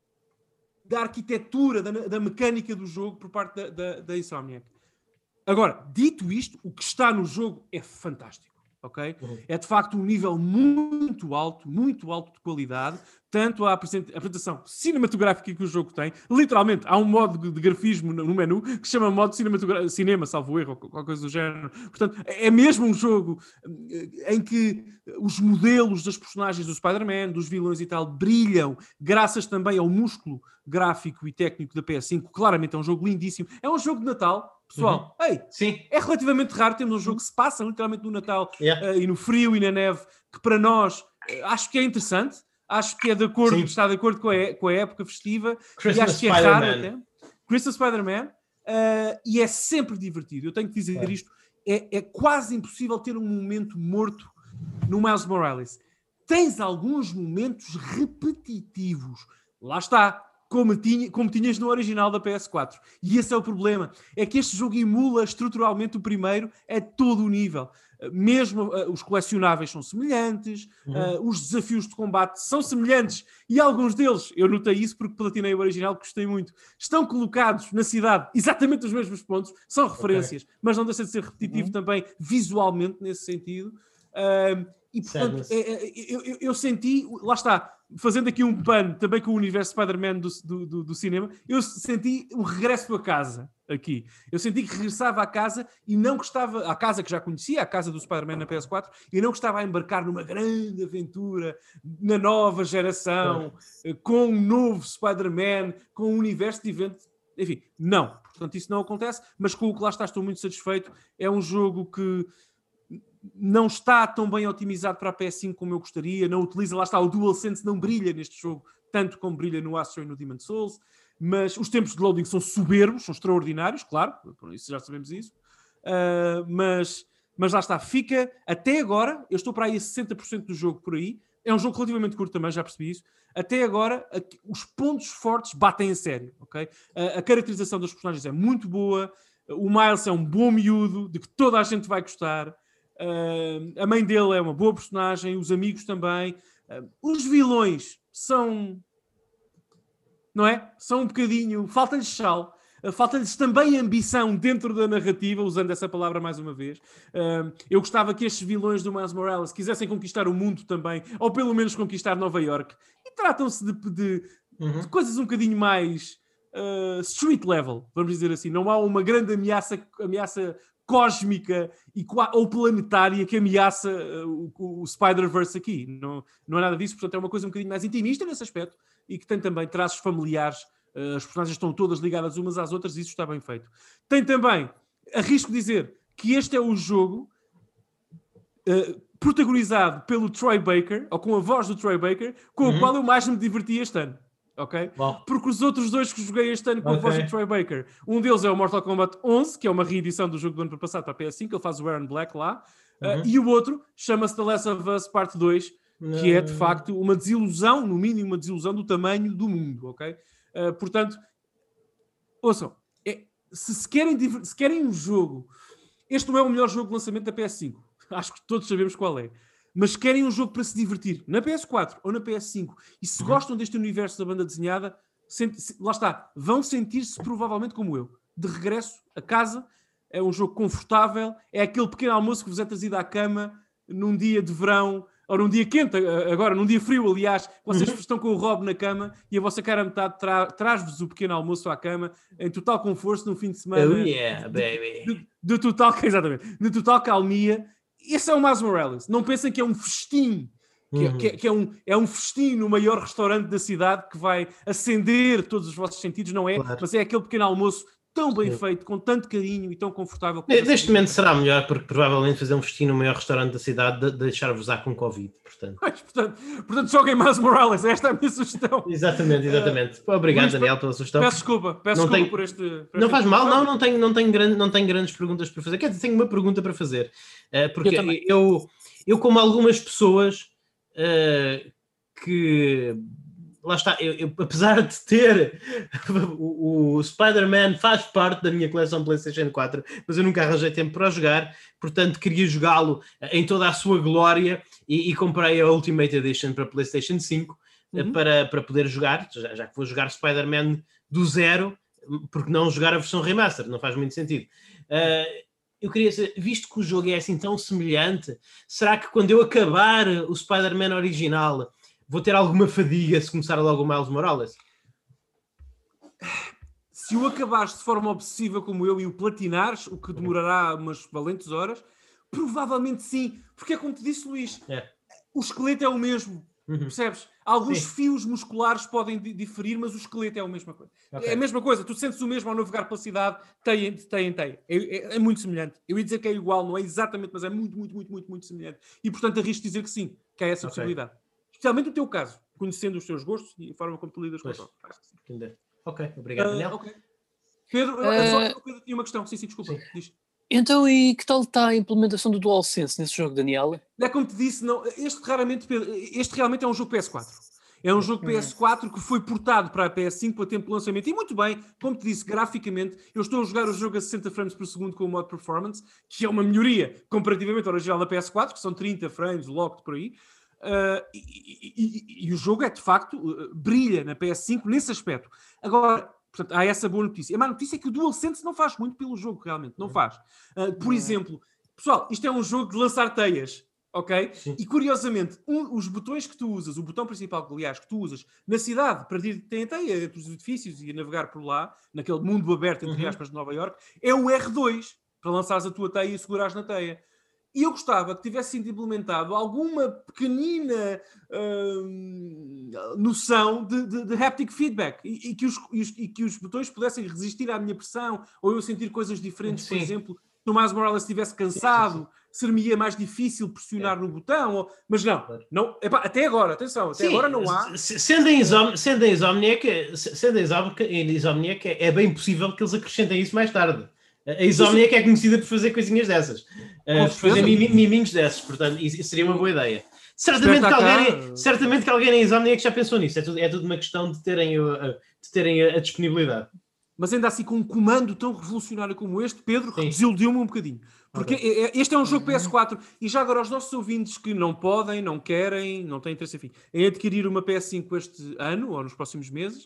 B: da arquitetura, da, da mecânica do jogo por parte da, da, da Insomniac. Agora, dito isto, o que está no jogo é fantástico. Okay?
A: Uhum.
B: É de facto um nível muito alto, muito alto de qualidade, tanto a apresentação cinematográfica que o jogo tem. Literalmente, há um modo de grafismo no menu que se chama modo cinematogra- cinema, salvo erro, ou qualquer coisa do género. Portanto, é mesmo um jogo em que os modelos das personagens do Spider-Man, dos vilões e tal, brilham, graças também ao músculo gráfico e técnico da P S cinco. Claramente é um jogo lindíssimo. É um jogo de Natal. Pessoal, uhum. ei,
A: Sim.
B: é relativamente raro termos um jogo que se passa literalmente no Natal
A: Yeah.
B: uh, e no frio e na neve, que para nós uh, acho que é interessante, acho que é de acordo,
A: Sim.
B: está de acordo com a, com a época festiva
A: Christmas
B: e acho que é raro
A: Spider-Man.
B: até. Christmas Spider-Man uh, e é sempre divertido. Eu tenho que dizer
A: É.
B: isto, é, é quase impossível ter um momento morto no Miles Morales. Tens alguns momentos repetitivos. Lá está. Como, tinha, como tinhas no original da P S quatro. E esse é o problema. É que este jogo emula estruturalmente o primeiro a todo o nível. Mesmo uh, os colecionáveis são semelhantes,
A: Uhum.
B: uh, os desafios de combate são semelhantes, e alguns deles, eu notei isso porque platinei o original, gostei muito, estão colocados na cidade exatamente os mesmos pontos, são referências, okay. mas não deixa de ser repetitivo uhum. também visualmente nesse sentido. Uh, e portanto, é, é, eu, eu, eu senti, lá está, fazendo aqui um pano também com o universo Spider-Man do, do, do, do cinema, eu senti um regresso a casa aqui. Eu senti que regressava à casa e não que estava, à casa que já conhecia, a casa do Spider-Man na P S quatro, e não que estava a embarcar numa grande aventura na nova geração, é. com um novo Spider-Man, com um universo de eventos. Enfim, não. Portanto, isso não acontece, mas com o que lá está estou muito satisfeito. É um jogo que não está tão bem otimizado para a P S cinco como eu gostaria, não utiliza, lá está, o DualSense não brilha neste jogo, tanto como brilha no Astro e no Demon's Souls, mas os tempos de loading são soberbos, são extraordinários, claro, por isso já sabemos isso, uh, mas, mas lá está, fica, até agora, eu estou para aí a sessenta por cento do jogo por aí, é um jogo relativamente curto também, já percebi isso, até agora a, os pontos fortes batem a sério, ok? A, a caracterização dos personagens é muito boa, o Miles é um bom miúdo, de que toda a gente vai gostar. Uh, a mãe dele é uma boa personagem, os amigos também. Uh, os vilões são não é? São um bocadinho, falta-lhes sal, falta-lhes também ambição dentro da narrativa, usando essa palavra mais uma vez. Eu gostava que estes vilões do Miles Morales quisessem conquistar o mundo também, ou pelo menos conquistar Nova York, e tratam-se de, de, uhum. de coisas um bocadinho mais uh, street level, vamos dizer assim. Não há uma grande ameaça, ameaça cósmica e, ou planetária que ameaça uh, o, o Spider-Verse aqui. Não, não é nada disso, portanto é uma coisa um bocadinho mais intimista nesse aspecto e que tem também traços familiares. Uh, as personagens estão todas ligadas umas às outras e isso está bem feito. Tem também, arrisco dizer, que este é o jogo uh, protagonizado pelo Troy Baker, ou com a voz do Troy Baker, com uhum. o qual eu mais me diverti este ano. Ok? Bom. Porque os outros dois que joguei este ano com okay. a voz do Troy Baker, um deles é o Mortal Kombat onze, que é uma reedição do jogo do ano passado para a P S cinco, ele faz o Aaron Black lá, uhum. uh, e o outro chama-se The Last of Us Parte dois, Não. que é de facto uma desilusão, no mínimo uma desilusão do tamanho do mundo, ok? Uh, portanto, ouçam, é, se, se, querem, se querem um jogo, este não é o melhor jogo de lançamento da P S cinco, acho que todos sabemos qual é, mas se querem um jogo para se divertir na P S quatro ou na P S cinco e se uhum. gostam deste universo da banda desenhada, sente, se, lá está, vão sentir-se provavelmente como eu, de regresso a casa. É um jogo confortável, é aquele pequeno almoço que vos é trazido à cama num dia de verão ou num dia quente, agora num dia frio, aliás, vocês uhum. estão com o Rob na cama e a vossa cara a metade tra- traz-vos o pequeno almoço à cama em total conforto num fim de semana.
A: Oh yeah, baby.
B: De, de, de total, exatamente, de total calmia. Esse é o Miles Morales. Não pensem que é um festim, que, uhum. é, que, é, que é, um, é um festim no maior restaurante da cidade que vai acender todos os vossos sentidos, não é? Claro. Mas é aquele pequeno almoço tão bem Sim. feito, com tanto carinho e tão confortável.
A: Neste momento será melhor, porque provavelmente fazer um festim no maior restaurante da cidade de, de deixar-vos á com Covid, portanto.
B: Mas, portanto, portanto joguem Miles Morales, esta é a minha sugestão.
A: Exatamente, exatamente. Uh, Obrigado, Luís, Daniel, pela sugestão.
B: Peço desculpa, peço
A: não
B: desculpa
A: tenho,
B: por este... Por
A: não
B: este
A: faz mal, não, não tenho, não, tenho grande, não tenho grandes perguntas para fazer. Quer dizer, tenho uma pergunta para fazer. Uh, porque eu, eu, eu, como algumas pessoas uh, que... Lá está, eu, eu, apesar de ter o, o Spider-Man faz parte da minha coleção PlayStation quatro, mas eu nunca arranjei tempo para jogar, portanto queria jogá-lo em toda a sua glória e, e comprei a Ultimate Edition para PlayStation cinco uhum. para, para poder jogar, já, já que vou jogar Spider-Man do zero, porque não jogar a versão remaster, não faz muito sentido. Uh, eu queria saber, visto que o jogo é assim tão semelhante, será que quando eu acabar o Spider-Man original vou ter alguma fadiga se começar logo o Miles Morales?
B: Se o acabares de forma obsessiva como eu e o platinares, o que demorará umas valentes horas, provavelmente sim. Porque é como te disse, Luís, é. o esqueleto é o mesmo, uhum. percebes? Alguns sim. fios musculares podem diferir, mas o esqueleto é a mesma coisa. Okay. É a mesma coisa, tu sentes o mesmo ao navegar pela cidade, teia em teia em teia. É, é, é muito semelhante. Eu ia dizer que é igual, não é exatamente, mas é muito, muito, muito, muito, muito semelhante. E portanto arrisco dizer que sim, que há essa okay. possibilidade. Especialmente no teu caso, conhecendo os teus gostos e a forma como tu lidas pois. com os jogos.
A: Ok, obrigado, Daniel. Uh, okay.
B: Pedro, uh, só Pedro tinha uma questão. Sim, sim, desculpa. Sim. Diz.
C: Então, e que tal está a implementação do DualSense nesse jogo, Daniel?
B: É como te disse, não, este, raramente, Pedro, este realmente é um jogo P S quatro. É um jogo P S quatro que foi portado para a P S cinco para tempo de lançamento. E muito bem, como te disse, graficamente, eu estou a jogar o jogo a sessenta frames por segundo com o modo Performance, que é uma melhoria comparativamente ao original da P S quatro, que são trinta frames, locked por aí. Uh, e, e, e, e o jogo é de facto uh, brilha na P S cinco nesse aspecto. Agora, portanto, há essa boa notícia. A má notícia é que o DualSense não faz muito pelo jogo, realmente, não faz. Uh, por exemplo, pessoal, isto é um jogo de lançar teias, ok? Sim. E curiosamente, um, os botões que tu usas, o botão principal, aliás, que tu usas na cidade para ir ter teia entre os edifícios e a navegar por lá, naquele mundo aberto, entre uhum. aspas, de Nova Iorque, é o R dois para lançares a tua teia e segurares na teia. E eu gostava que tivesse sido implementado alguma pequenina hum, noção de, de, de haptic feedback e, e, que os, e, os, e que os botões pudessem resistir à minha pressão ou eu sentir coisas diferentes. Sim. Por exemplo, se o Miles Morales estivesse cansado, sim, sim, sim. ser-me-ia mais difícil pressionar é. no botão. Ou... Mas não, não epá, até agora, atenção, até sim. agora não há.
A: Sendo em Insomniac, sendo em Insomniac, é bem possível que eles acrescentem isso mais tarde. A Insomniac é conhecida por fazer coisinhas dessas, uh, por fazer miminhos desses, portanto, isso seria uma boa ideia. Certamente que, alguém, certamente que alguém na Insomniac já pensou nisso, é tudo, é tudo uma questão de terem, uh, de terem a, a disponibilidade.
B: Mas ainda assim, com um comando tão revolucionário como este, Pedro, desiludiu-me um bocadinho. Porque okay. este é um jogo P S quatro, e já agora aos nossos ouvintes que não podem, não querem, não têm interesse, enfim, em adquirir uma P S cinco este ano, ou nos próximos meses,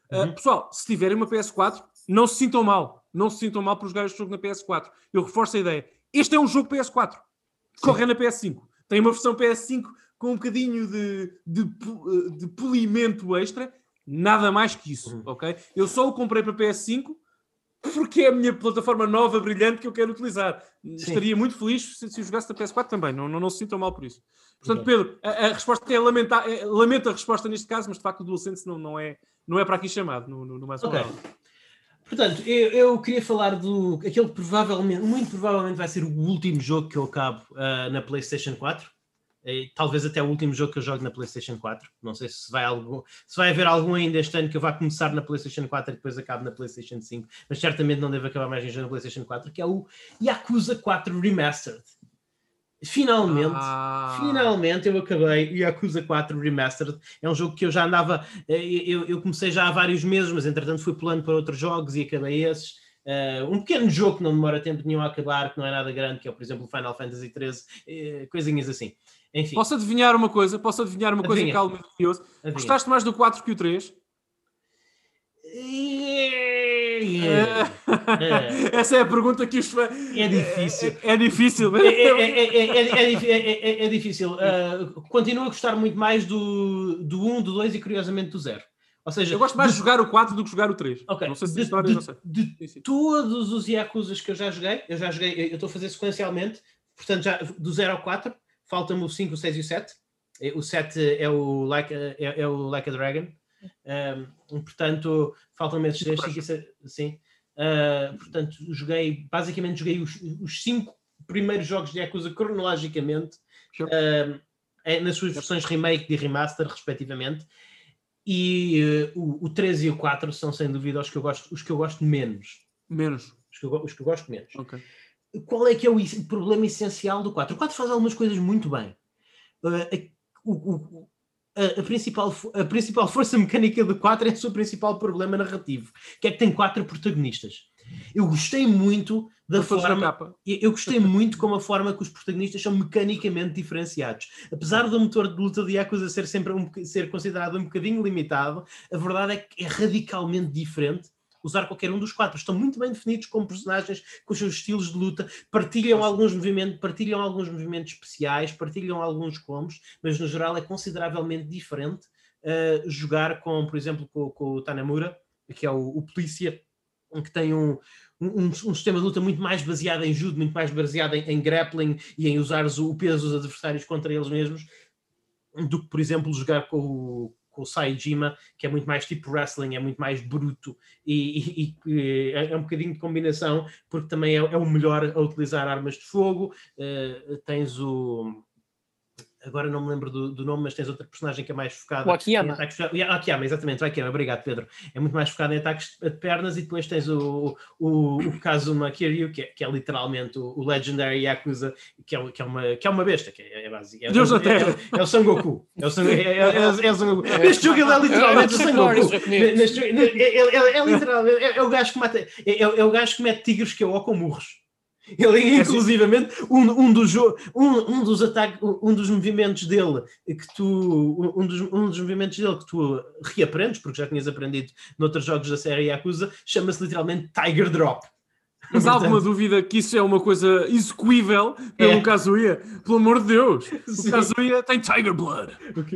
B: Uh, uhum. Pessoal, se tiverem uma P S quatro, não se sintam mal. Não se sintam mal por jogar este jogo na P S quatro. Eu reforço a ideia. Este é um jogo P S quatro. Corre na P S cinco. Tem uma versão P S cinco com um bocadinho de, de, de polimento extra. Nada mais que isso, uhum. ok? Eu só o comprei para P S cinco porque é a minha plataforma nova, brilhante, que eu quero utilizar. Sim. Estaria muito feliz se, se jogasse na P S quatro também. Não, não, não se sintam mal por isso. Portanto, Pedro, a, a resposta é lamentar. É, lamento a resposta neste caso, mas de facto o DualSense não, não, é, não é para aqui chamado no, no, no mais
A: Ok. Portanto, eu, eu queria falar do aquele que provavelmente, muito provavelmente vai ser o último jogo que eu acabo uh, na PlayStation quatro. E, talvez até o último jogo que eu jogo na PlayStation quatro. Não sei se vai, algum, se vai haver algum ainda este ano que eu vá começar na PlayStation quatro e depois acabe na PlayStation cinco. Mas certamente não deve acabar mais em jogo na PlayStation quatro, que é o Yakuza quatro Remastered. Finalmente, ah. finalmente eu acabei o Yakuza quatro Remastered. É um jogo que eu já andava, eu, eu comecei já há vários meses, mas entretanto fui pulando para outros jogos e acabei esses. Uh, um pequeno jogo que não demora tempo nenhum a acabar, que não é nada grande, que é, por exemplo, o Final Fantasy treze, uh, coisinhas assim. Enfim.
B: Posso adivinhar uma coisa? Posso adivinhar uma Adivinha. coisa calma e curioso? Gostaste mais do quatro que o três?
A: Yeah.
B: É. Essa é a pergunta que os fãs...
A: É difícil.
B: É, é difícil.
A: É, é, é, é, é difícil. Uh, continuo a gostar muito mais do, do um, do dois e curiosamente do zero. Ou seja,
B: eu gosto mais de jogar o quatro do que jogar o três.
A: Okay.
B: Não sei se
A: de,
B: história,
A: de,
B: não sei.
A: de sim, sim. Todos os Yakuzas que eu já joguei, eu já joguei, eu estou a fazer sequencialmente, portanto, já do zero ao quatro, falta-me o cinco, o seis e o sete. O sete é o Like a, é, é o Like a Dragon. Um, portanto, faltam-me esses três, cinco e sete. Sim. Uh, portanto, joguei, basicamente joguei os, os cinco primeiros jogos de Yakuza cronologicamente, sure. uh, é, nas suas versões remake e remaster, respectivamente. E uh, o, o três e o quatro são, sem dúvida, os que eu gosto, os que eu gosto menos.
B: Menos?
A: Os que eu, os que eu gosto menos.
B: Okay.
A: Qual é que é o problema essencial do quatro? O quatro faz algumas coisas muito bem. Uh, a, o, o, a, a, principal, a principal força mecânica do quatro é o seu principal problema narrativo, que é que tem quatro protagonistas. Eu gostei muito da forma... Eu gostei muito como a forma que os protagonistas são mecanicamente diferenciados. Apesar do motor de luta de Yakuza ser sempre um, ser considerado um bocadinho limitado, a verdade é que é radicalmente diferente usar qualquer um dos quatro. Estão muito bem definidos como personagens, com os seus estilos de luta, partilham alguns movimentos, partilham alguns movimentos especiais, partilham alguns combos, mas no geral é consideravelmente diferente uh, jogar com, por exemplo, com, com o Tanamura, que é o, o polícia, que tem um, um, um sistema de luta muito mais baseado em judo, muito mais baseado em, em grappling e em usar o peso dos adversários contra eles mesmos, do que, por exemplo, jogar com o, com o Saejima, que é muito mais tipo wrestling, é muito mais bruto e, e, e é um bocadinho de combinação, porque também é, é o melhor a utilizar armas de fogo. Uh, tens o... Agora não me lembro do, do nome, mas tens outra personagem que é mais focada...
C: O Akiyama.
A: Em ataques... O Akiyama, exatamente, o Akiyama, obrigado, Pedro. É muito mais focado em ataques de pernas, e depois tens o, o, o Kazuma Kiryu, que é, que é literalmente o, o Legendary Yakuza, que é, que é, uma, que é uma besta, que é, é básico. É,
B: Deus
A: é,
B: da Terra!
A: É, é o Son Goku. É o Son, é, é, é, é o Son Goku. Neste jogo ele é literalmente o Son Goku. Neste, é, é, é, é literalmente, é, é o gajo que mata, é, é o gajo que mete tigres que é o com murros. Ele, inclusivamente, um, um, dos, um, um dos ataques, um dos movimentos dele que tu, um dos, um dos movimentos dele que tu reaprendes, porque já tinhas aprendido noutros jogos da série Yakuza, chama-se literalmente Tiger Drop.
B: Mas há alguma dúvida que isso é uma coisa execuível pelo é. Kazuya? Pelo amor de Deus! Sim. O Kazuya tem Tiger Blood.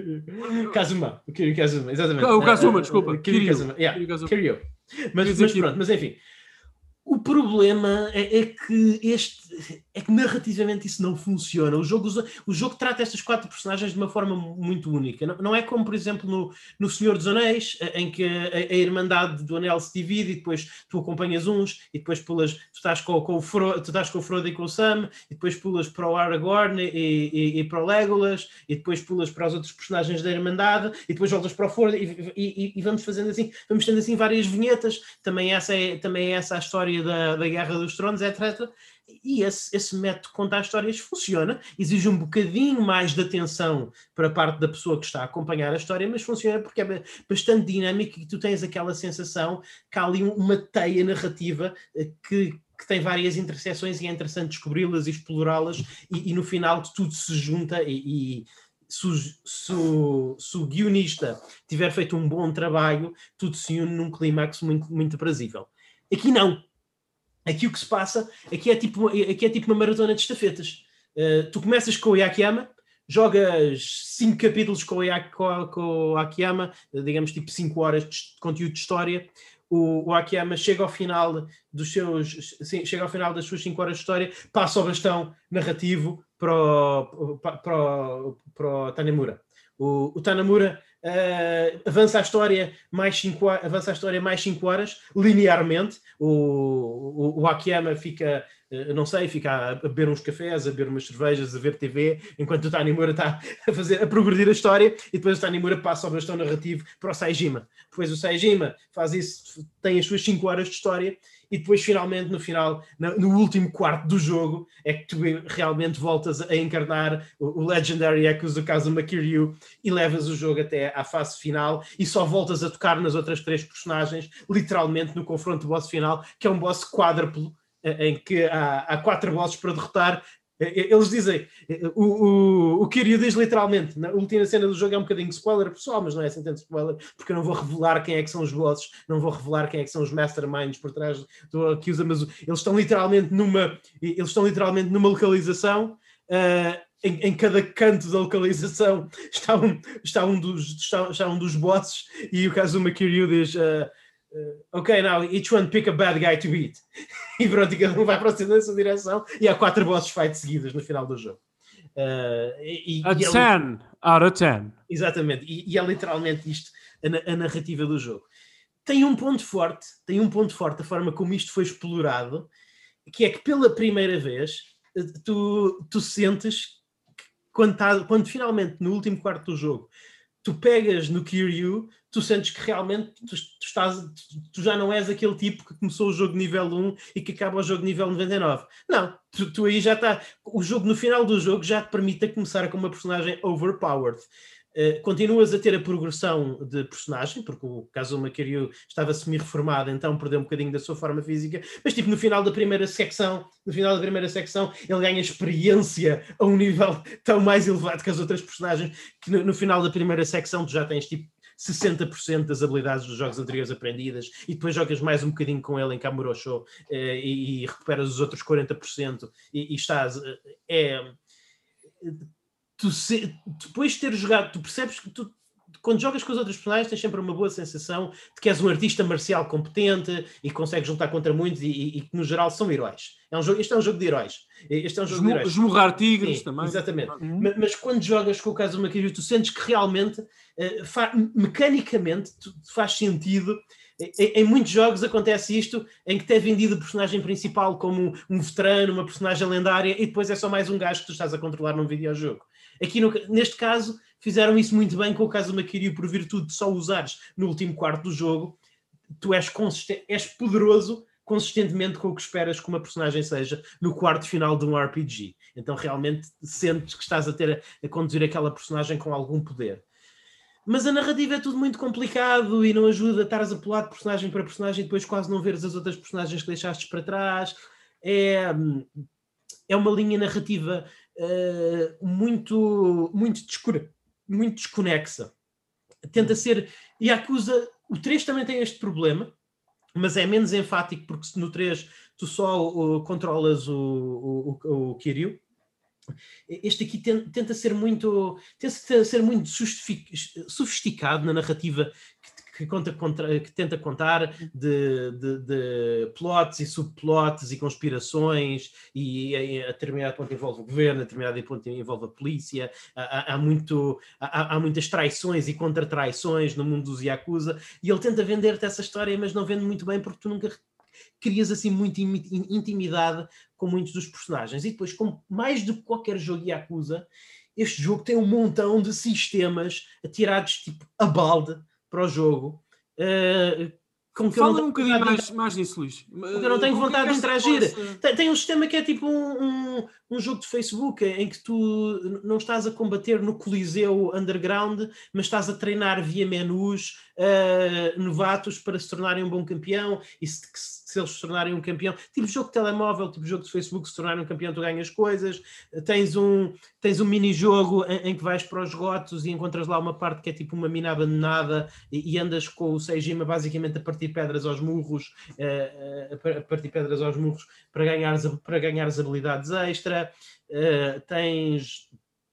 A: O Kazuma. O Kiryu Kazuma, exatamente.
B: O Kazuma, uh, desculpa.
A: Kiryu Kazuma. Yeah. Kiryu Kazuma. Kiryu. Mas, mas pronto, mas enfim. O problema é, é que este é que narrativamente isso não funciona. O jogo, o jogo trata estas quatro personagens de uma forma muito única. Não, não é como, por exemplo, no, no Senhor dos Anéis, em que a, a Irmandade do Anel se divide e depois tu acompanhas uns e depois pulas, tu estás com, com, o, Fro, tu estás com o Frodo e com o Sam e depois pulas para o Aragorn e, e, e para o Legolas e depois pulas para os outros personagens da Irmandade e depois voltas para o Frodo e, e, e vamos fazendo assim, vamos tendo assim várias vinhetas. Também essa é, também é essa a história da, da Guerra dos Tronos, etcétera. E esse, esse método de contar histórias funciona, exige um bocadinho mais de atenção para a parte da pessoa que está a acompanhar a história, mas funciona porque é bastante dinâmico e tu tens aquela sensação que há ali uma teia narrativa que, que tem várias interseções e é interessante descobri-las e explorá-las e, e no final tudo se junta e, e se o, se, o, se o guionista tiver feito um bom trabalho, tudo se une num clímax muito, muito aprazível. Aqui não. Aqui o que se passa, aqui é tipo, aqui é tipo uma maratona de estafetas. Uh, tu começas com o Akiyama, jogas cinco capítulos com o, com, com o Akiyama, digamos tipo cinco horas de conteúdo de história. O, o Akiyama chega ao final dos seus, sim, chega ao final das suas cinco horas de história, passa o bastão narrativo para o, para o, para o Tanemura. O, o Tanemura uh, avança a história mais cinco, avança a história mais cinco horas linearmente. O, o, o Akiyama fica, uh, não sei, fica a, a beber uns cafés, a beber umas cervejas, a ver T V, enquanto o Tanemura está a fazer, a progredir a história, e depois o Tanemura passa o bastão narrativo para o Saejima. Depois o Saejima faz isso, tem as suas cinco horas de história, e depois finalmente no final, no, no último quarto do jogo, é que tu realmente voltas a encarnar o, o Legendary Yakuza Kazuma Kiryu e levas o jogo até à fase final, e só voltas a tocar nas outras três personagens, literalmente no confronto boss final, que é um boss quádruplo, em que há, há quatro bosses para derrotar. Eles dizem, o, o, o Kiryu diz literalmente, na última cena do jogo é um bocadinho de spoiler pessoal, mas não é assim tanto spoiler, porque eu não vou revelar quem é que são os bosses, não vou revelar quem é que são os masterminds por trás do Yakuza, mas eles estão literalmente numa, eles estão literalmente numa localização, uh, em, em cada canto da localização está um, está um, dos, está, está um dos bosses, e o Kazuma Kiryu diz... Uh, Uh, ok, now each one pick a bad guy to beat. E pronto, cada um vai para essa direção, e há quatro bosses fights seguidas no final do jogo. Uh, e,
B: a
A: e
B: ten
A: é,
B: out of ten.
A: Exatamente, e, e é literalmente isto a, a narrativa do jogo. Tem um ponto forte, tem um ponto forte a forma como isto foi explorado, que é que pela primeira vez tu, tu sentes que quando, tá, quando finalmente no último quarto do jogo tu pegas no Kiryu, tu sentes que realmente tu, tu, estás, tu, tu já não és aquele tipo que começou o jogo nível um e que acaba o jogo nível noventa e nove. Não, tu, tu aí já está. O jogo, no final do jogo, já te permite começar com uma personagem overpowered. Uh, continuas a ter a progressão de personagem, porque o Kazuma Kiryu estava semi-reformado, então perdeu um bocadinho da sua forma física, mas tipo no final da primeira secção, no final da primeira secção, ele ganha experiência a um nível tão mais elevado que as outras personagens, que no, no final da primeira secção tu já tens tipo sessenta por cento das habilidades dos jogos anteriores aprendidas, e depois jogas mais um bocadinho com ele em Kamurocho uh, e, e recuperas os outros quarenta por cento e, e estás... Uh, é... Tu se, depois de ter jogado, tu percebes que tu, quando jogas com os outros personagens, tens sempre uma boa sensação de que és um artista marcial competente e consegues lutar contra muitos, e, e, e que no geral são heróis. É um jogo, este é um jogo de heróis. Este é um jogo
B: Esmu,
A: de heróis.
B: Esmurrar tigres. Sim,
A: também. Exatamente.
B: Uhum.
A: Mas, mas quando jogas com o Kazuma Kiryu, tu sentes que realmente, uh, fa, mecanicamente, tu, faz sentido. Em, em muitos jogos acontece isto, em que te é vendido o personagem principal como um veterano, uma personagem lendária, e depois é só mais um gajo que tu estás a controlar num videojogo. Aqui, no, neste caso, fizeram isso muito bem com o Kazuma Kiryu, por virtude de só usares no último quarto do jogo. Tu és, consistente, és poderoso consistentemente com o que esperas que uma personagem seja no quarto final de um R P G. Então realmente sentes que estás a ter a, a conduzir aquela personagem com algum poder. Mas a narrativa é tudo muito complicado e não ajuda a estares a pular de personagem para personagem e depois quase não veres as outras personagens que deixaste para trás. É, é uma linha narrativa uh, muito, muito, descure, muito desconexa. Tenta ser... Yakuza... O três também tem este problema, mas é menos enfático, porque no três tu só uh, controlas o, o, o, o Kiryu. Este aqui tenta ser muito, tenta ser muito sofisticado na narrativa que, que, conta, que tenta contar de, de, de plots e subplots e conspirações, e a, a determinado ponto envolve o governo, a determinado ponto envolve a polícia. Há, há, muito, há, há muitas traições e contra-traições no mundo dos Yakuza, e ele tenta vender-te essa história, mas não vende muito bem, porque tu nunca crias assim muita intimidade com muitos dos personagens. E depois, como mais do que qualquer jogo Yakuza, este jogo tem um montão de sistemas atirados tipo a balde para o jogo. Uh, com que
B: Fala um bocadinho mais, de... mais nisso, Luís.
A: Porque eu não tenho com vontade de interagir. Possa... Tem, tem um sistema que é tipo um, um, um jogo de Facebook, em que tu não estás a combater no Coliseu Underground, mas estás a treinar via menus uh, novatos para se tornarem um bom campeão, e se, se eles se tornarem um campeão, tipo jogo de telemóvel, tipo jogo de Facebook, se tornarem um campeão tu ganhas coisas, tens um, tens um mini-jogo em, em que vais para os gotos e encontras lá uma parte que é tipo uma mina abandonada e, e andas com o Seijima basicamente a partir pedras aos murros, uh, uh, a partir pedras aos murros para ganhares, para ganhares habilidades extra, uh, tens...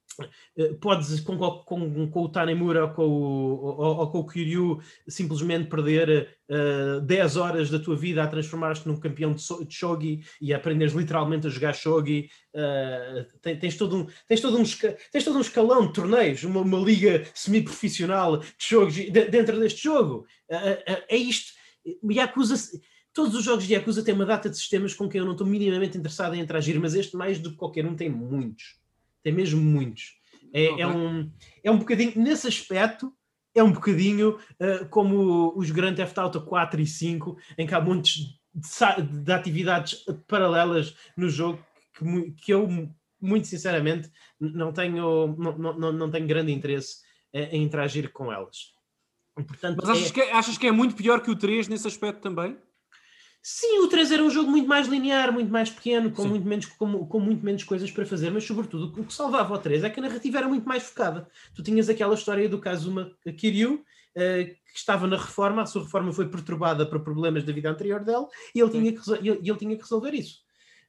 A: Podes com, com, com o Tanemura ou com o, ou, ou com o Kiryu simplesmente perder uh, dez horas da tua vida a transformar-te num campeão de, so, de Shogi e a aprenderes literalmente a jogar Shogi. Uh, tens, tens, todo um, tens, todo um, tens todo um escalão de torneios, uma, uma liga semi-profissional de Shogi de, dentro deste jogo. Uh, uh, é isto. Yakuza, todos os jogos de Yakuza têm uma data de sistemas com quem eu não estou minimamente interessado em interagir, mas este mais do que qualquer um tem muitos. Tem mesmo muitos. É, okay. é, um, é um bocadinho, nesse aspecto, é um bocadinho uh, como os Grand Theft Auto quatro e cinco, em que há montes de, de atividades paralelas no jogo que, que eu, muito sinceramente, não tenho, não, não, não tenho grande interesse em interagir com elas. Portanto,
B: Mas achas,
A: é...
B: que é, achas que é muito pior que o três nesse aspecto também?
A: Sim, o três era um jogo muito mais linear, muito mais pequeno, com muito, menos, com, com muito menos coisas para fazer, mas sobretudo o que salvava o três é que a narrativa era muito mais focada. Tu tinhas aquela história do Kazuma Kiryu, uh, que estava na reforma, a sua reforma foi perturbada por problemas da vida anterior dele, e ele, tinha que, ele, ele tinha que resolver isso.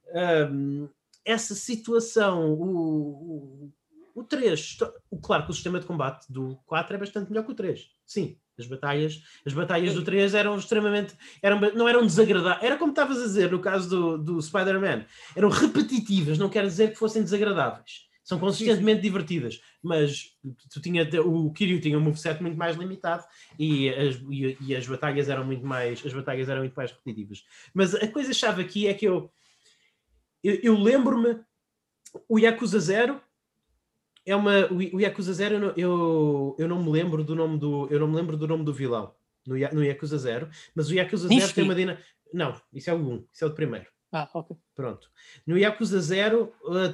A: Um, essa situação, o, o, o três, claro que o sistema de combate do quatro é bastante melhor que o três, sim. As batalhas, as batalhas do três eram extremamente... Eram, não eram desagradáveis. Era como estavas a dizer no caso do, do Spider-Man. Eram repetitivas, não quer dizer que fossem desagradáveis. São consistentemente sim, sim. divertidas. Mas tu tinha, o Kiryu tinha um moveset muito mais limitado e as, e, e as batalhas eram muito mais... As batalhas eram muito mais repetitivas. Mas a coisa-chave aqui é que eu... Eu, eu lembro-me... O Yakuza Zero... É uma, o Yakuza Zero, eu não, eu, eu não me lembro do nome do, eu não me lembro do nome do vilão no, no Yakuza Zero, mas o Yakuza Zero
C: Nishiki.
A: tem uma dinâmica. Não, isso é o um, isso é o primeiro.
C: Ah, ok.
A: Pronto. No Yakuza Zero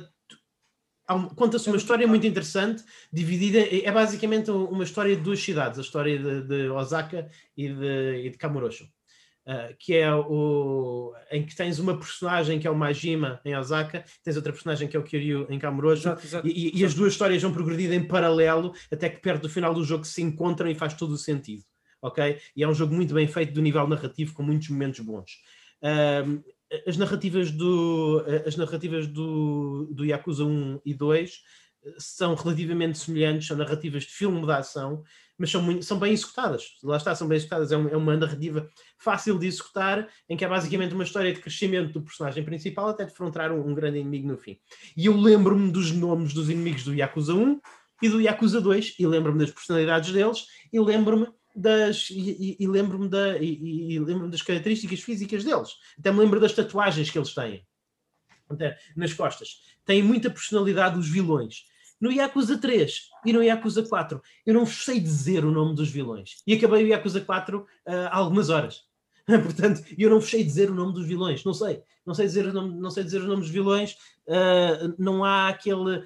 A: uh, conta-se uma história muito interessante, dividida, é basicamente uma história de duas cidades, a história de, de Osaka e de, e de Kamurocho. Uh, que é o em que tens uma personagem que é o Majima em Osaka, tens outra personagem que é o Kiryu em Kamurocho, exato, exato, e, e, exato. E as duas histórias vão progredindo em paralelo até que perto do final do jogo se encontram e faz todo o sentido, ok? E é um jogo muito bem feito do nível narrativo, com muitos momentos bons. Uh, as narrativas do as narrativas do, do Yakuza um e dois são relativamente semelhantes, são narrativas de filme de ação, mas são, muito, são bem executadas. Lá está, são bem executadas. É, um, é uma narrativa fácil de executar, em que é basicamente uma história de crescimento do personagem principal até defrontar um, um grande inimigo no fim. E eu lembro-me dos nomes dos inimigos do Yakuza um e do Yakuza dois, e lembro-me das personalidades deles, e lembro-me das, e, e, e lembro-me da, e, e lembro-me das características físicas deles. Até me lembro das tatuagens que eles têm até nas costas. Têm muita personalidade os vilões. No Yakuza três e no Yakuza quatro, eu não sei dizer o nome dos vilões. E acabei o Yakuza quatro uh, há algumas horas. Portanto, eu não sei dizer o nome dos vilões. Não sei. Não sei dizer, o nome, não sei dizer os nomes dos vilões. Uh, não há aquele...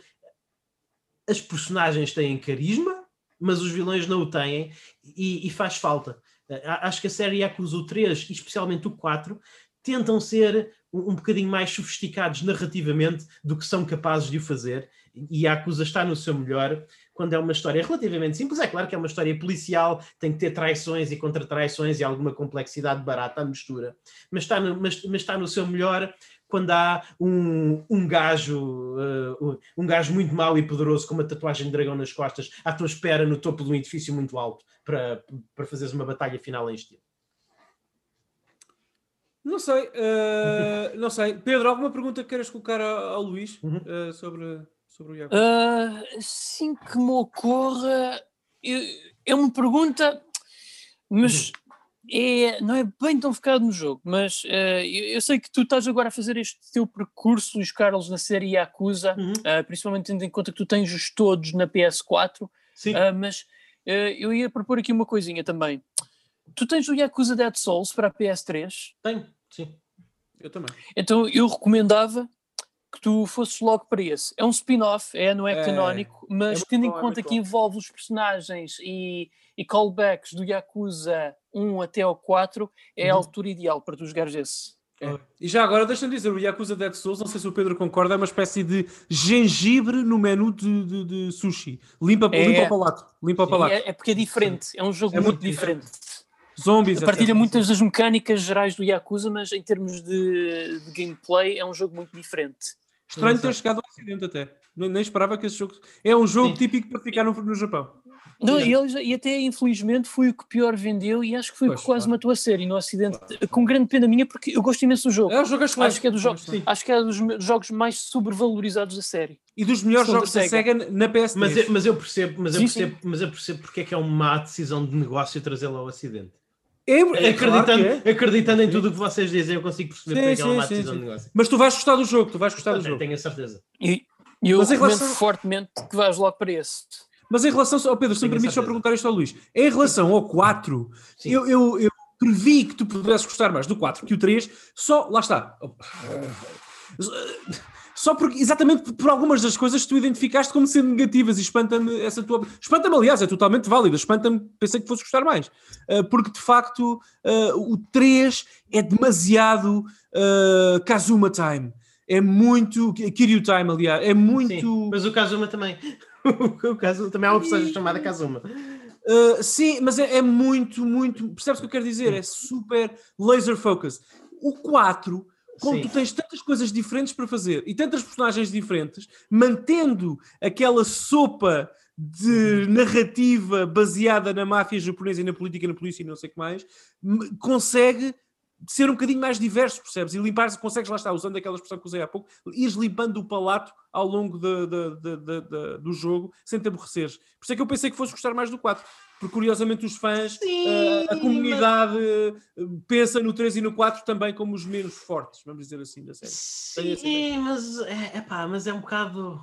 A: As personagens têm carisma, mas os vilões não o têm. E, e faz falta. Uh, acho que a série Yakuza três, e especialmente o quatro, tentam ser um, um bocadinho mais sofisticados narrativamente do que são capazes de o fazer. E a Yakuza está no seu melhor quando é uma história relativamente simples. É claro que é uma história policial, tem que ter traições e contra-traições e alguma complexidade barata à mistura, mas está no, mas, mas está no seu melhor quando há um, um gajo uh, um gajo muito mau e poderoso com uma tatuagem de dragão nas costas à tua espera no topo de um edifício muito alto para, para fazeres uma batalha final em estilo.
B: Não sei, uh, não sei. Pedro, alguma pergunta que queiras colocar ao, ao Luís uhum. uh, sobre... sobre o Yakuza?
C: Uh, assim que me ocorra, eu, é uma pergunta, mas é, não é bem tão focado no jogo, mas uh, eu, eu sei que tu estás agora a fazer este teu percurso, Luís Carlos, na série Yakuza, uhum. uh, principalmente tendo em conta que tu tens-os todos na P S quatro, Sim. Uh, mas uh, eu ia propor aqui uma coisinha também. Tu tens o Yakuza Dead Souls para a P S três?
A: Tenho, sim.
B: Eu também.
C: Então eu recomendava que tu fosses logo para esse. É um spin-off, é, não é, é canónico, mas é tendo bom, em conta é que bom. envolve os personagens e, e callbacks do Yakuza um até ao quatro é
A: Uhum.
C: a altura ideal para tu jogares esse.
B: É. E já agora, deixa-me dizer, o Yakuza Dead Souls, não sei se o Pedro concorda, é uma espécie de gengibre no menu de, de, de sushi. Limpa,
C: É.
B: limpa o palato. Limpa o
C: E
B: palato.
C: É, é porque é diferente, é um jogo
B: É
C: muito,
B: muito
C: diferente.
B: Zombies,
C: Partilha
B: etcétera.
C: muitas das mecânicas gerais do Yakuza, mas em termos de, de gameplay é um jogo muito diferente.
B: Estranho ter chegado ao Ocidente até. Nem nem esperava que esse jogo... É um jogo
A: Sim.
B: típico para ficar no, no Japão.
C: Não, e, eles, e até infelizmente foi o que pior vendeu e acho que foi o
B: Pois,
C: que quase
B: claro.
C: matou a série no Ocidente, com grande pena minha, porque eu gosto imenso do jogo.
B: É um jogo excelente.
C: Acho que é dos jogos,
B: Sim.
C: acho que é dos me- jogos mais sobrevalorizados da série.
B: E dos melhores
C: São da
B: jogos da Sega
C: Sega.
B: na P S três.
A: Mas eu, mas eu percebo, mas eu
C: Sim,
A: percebo, mas eu percebo porque é que é uma má decisão de negócio trazê-lo ao Ocidente.
B: É, é claro que
A: acreditando
B: é.
A: acreditando em
B: Sim.
A: tudo o que vocês dizem, eu consigo perceber
B: Sim,
A: porque é que é uma
B: sim,
A: má
B: sim,
A: decisão
B: sim.
A: de negócio.
B: Mas tu vais gostar do jogo, tu vais gostar do
A: Portanto,
B: jogo.
A: tenho a certeza.
C: E, e eu
B: Mas em
C: recomendo
B: relação-
C: fortemente que vais logo para esse.
B: Mas em relação... Oh Pedro, se me
A: Tenho a
B: permites só
A: certeza.
B: perguntar isto ao Luís. Em relação ao quatro,
A: Sim.
B: eu, eu, eu previ que tu pudesses gostar mais do quatro que o três, só... Lá está. Só porque, exatamente por algumas das coisas que tu identificaste como sendo negativas e espanta-me essa tua... Espanta-me, aliás, é totalmente válida. Espanta-me, pensei que fosse gostar mais. Uh, porque, de facto, uh, o três é demasiado uh, Kazuma Time. É muito... Kiryu Time, aliás. É muito...
A: Sim, mas o Kazuma também. O Kazuma também há uma personagem chamada Kazuma.
B: Uh, sim, mas é, é muito, muito... Percebes o que eu quero dizer? É super laser focus. O quatro... Como
A: Sim.
B: tu tens tantas coisas diferentes para fazer e tantas personagens diferentes, mantendo aquela sopa de narrativa baseada na máfia japonesa e na política, na polícia e não sei o que mais, m- consegue ser um bocadinho mais diverso, percebes? E limpar, consegues, lá está, usando aquela expressão que usei há pouco, ires limpando o palato ao longo de, de, de, de, de, do jogo, sem te aborreceres. Por isso é que eu pensei que fosse gostar mais do quatro. Porque, curiosamente, os fãs,
A: Sim,
B: uh, a comunidade uh, pensa no três e no quatro também como os menos fortes, vamos dizer assim, da série.
A: Sim, mas é, epá, mas é um bocado...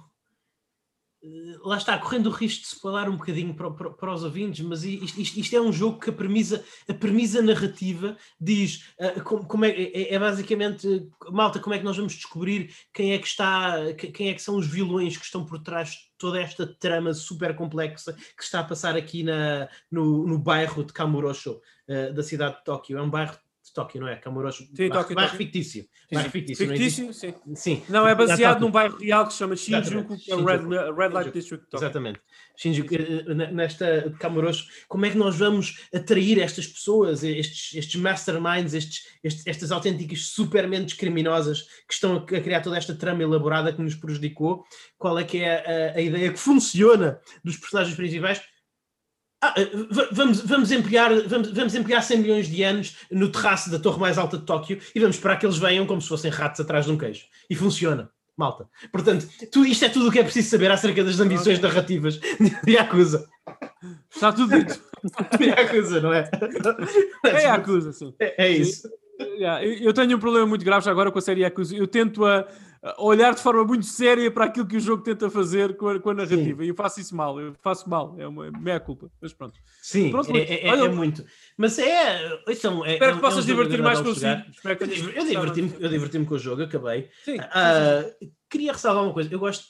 A: eh, Lá está, correndo o risco de se falar um bocadinho para, para, para os ouvintes, mas isto, isto, isto é um jogo que a premissa, a premissa narrativa diz uh, como, como é, é, é basicamente, uh, malta, como é que nós vamos descobrir quem é que está, que- quem é que são os vilões que estão por trás de toda esta trama super complexa que está a passar aqui na, no, no bairro de Kamurocho, uh, da cidade de Tóquio. É um bairro de Tóquio, não é? Kamurocho,
B: Sim,
A: bairro,
B: Tóquio,
A: bairro
B: Tóquio.
A: fictício. Bairro fictício, não
B: Fictício, sim.
A: existe- Sim.
B: Não, é baseado
A: Tóquio.
B: num bairro real que se chama Shinjuku,
A: Exatamente.
B: que é o Red,
A: Shinjuku.
B: Red Light
A: Shinjuku.
B: District de Tóquio.
A: Exatamente. Shinjuku, eh, n- nesta de Kamurocho, como é que nós vamos atrair estas pessoas, estes, estes masterminds, estes, estes- estas autênticas supermentes criminosas que estão a criar toda esta trama elaborada que nos prejudicou? Qual é que é a, a ideia que funciona dos personagens principais? Ah, eh, v- vamos, vamos, empilhar, vamos, vamos empilhar cem milhões de anos no terraço da torre mais alta de Tóquio e vamos esperar que eles venham como se fossem ratos atrás de um queijo. E funciona, malta. Portanto, tu, isto é tudo o que é preciso saber acerca das ambições narrativas de Yakuza.
B: Está tudo dito.
A: Yakuza, não é?
B: É Yakuza, sim.
A: É, é isso.
B: Yeah, eu eu tenho um problema muito grave já agora com a série Yakuza. Eu tento a, a olhar de forma muito séria para aquilo que o jogo tenta fazer com a, com a narrativa. E eu faço isso mal. Eu faço mal. É uma meia culpa. Mas pronto.
A: Sim,
B: Pronto,
A: é,
B: Luís.
A: é- é
B: Olha,
A: muito. Mas é. Então, é
B: espero
A: é
B: que
A: um-
B: possas
A: é um jogo
B: divertir mais
A: agradável de jogar.
B: consigo. Espero que
A: Eu
B: tenhas
A: div- eu
B: gostado
A: diverti-me
B: mais.
A: eu diverti-me com o jogo, acabei.
B: Sim,
A: Ah,
B: sim, sim, sim.
A: queria ressalvar uma coisa. Eu gosto.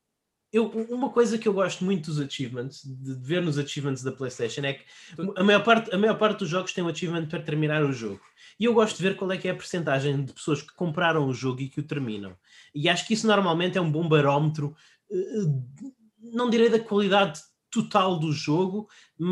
A: Eu, uma coisa que eu gosto muito dos achievements, de ver nos achievements da PlayStation, é que a maior parte, a maior parte dos jogos tem um achievement para terminar o jogo. E eu gosto de ver qual é que é a percentagem de pessoas que compraram o jogo e que o terminam. E acho que isso normalmente é um bom barómetro, eh, não direi da qualidade total do jogo,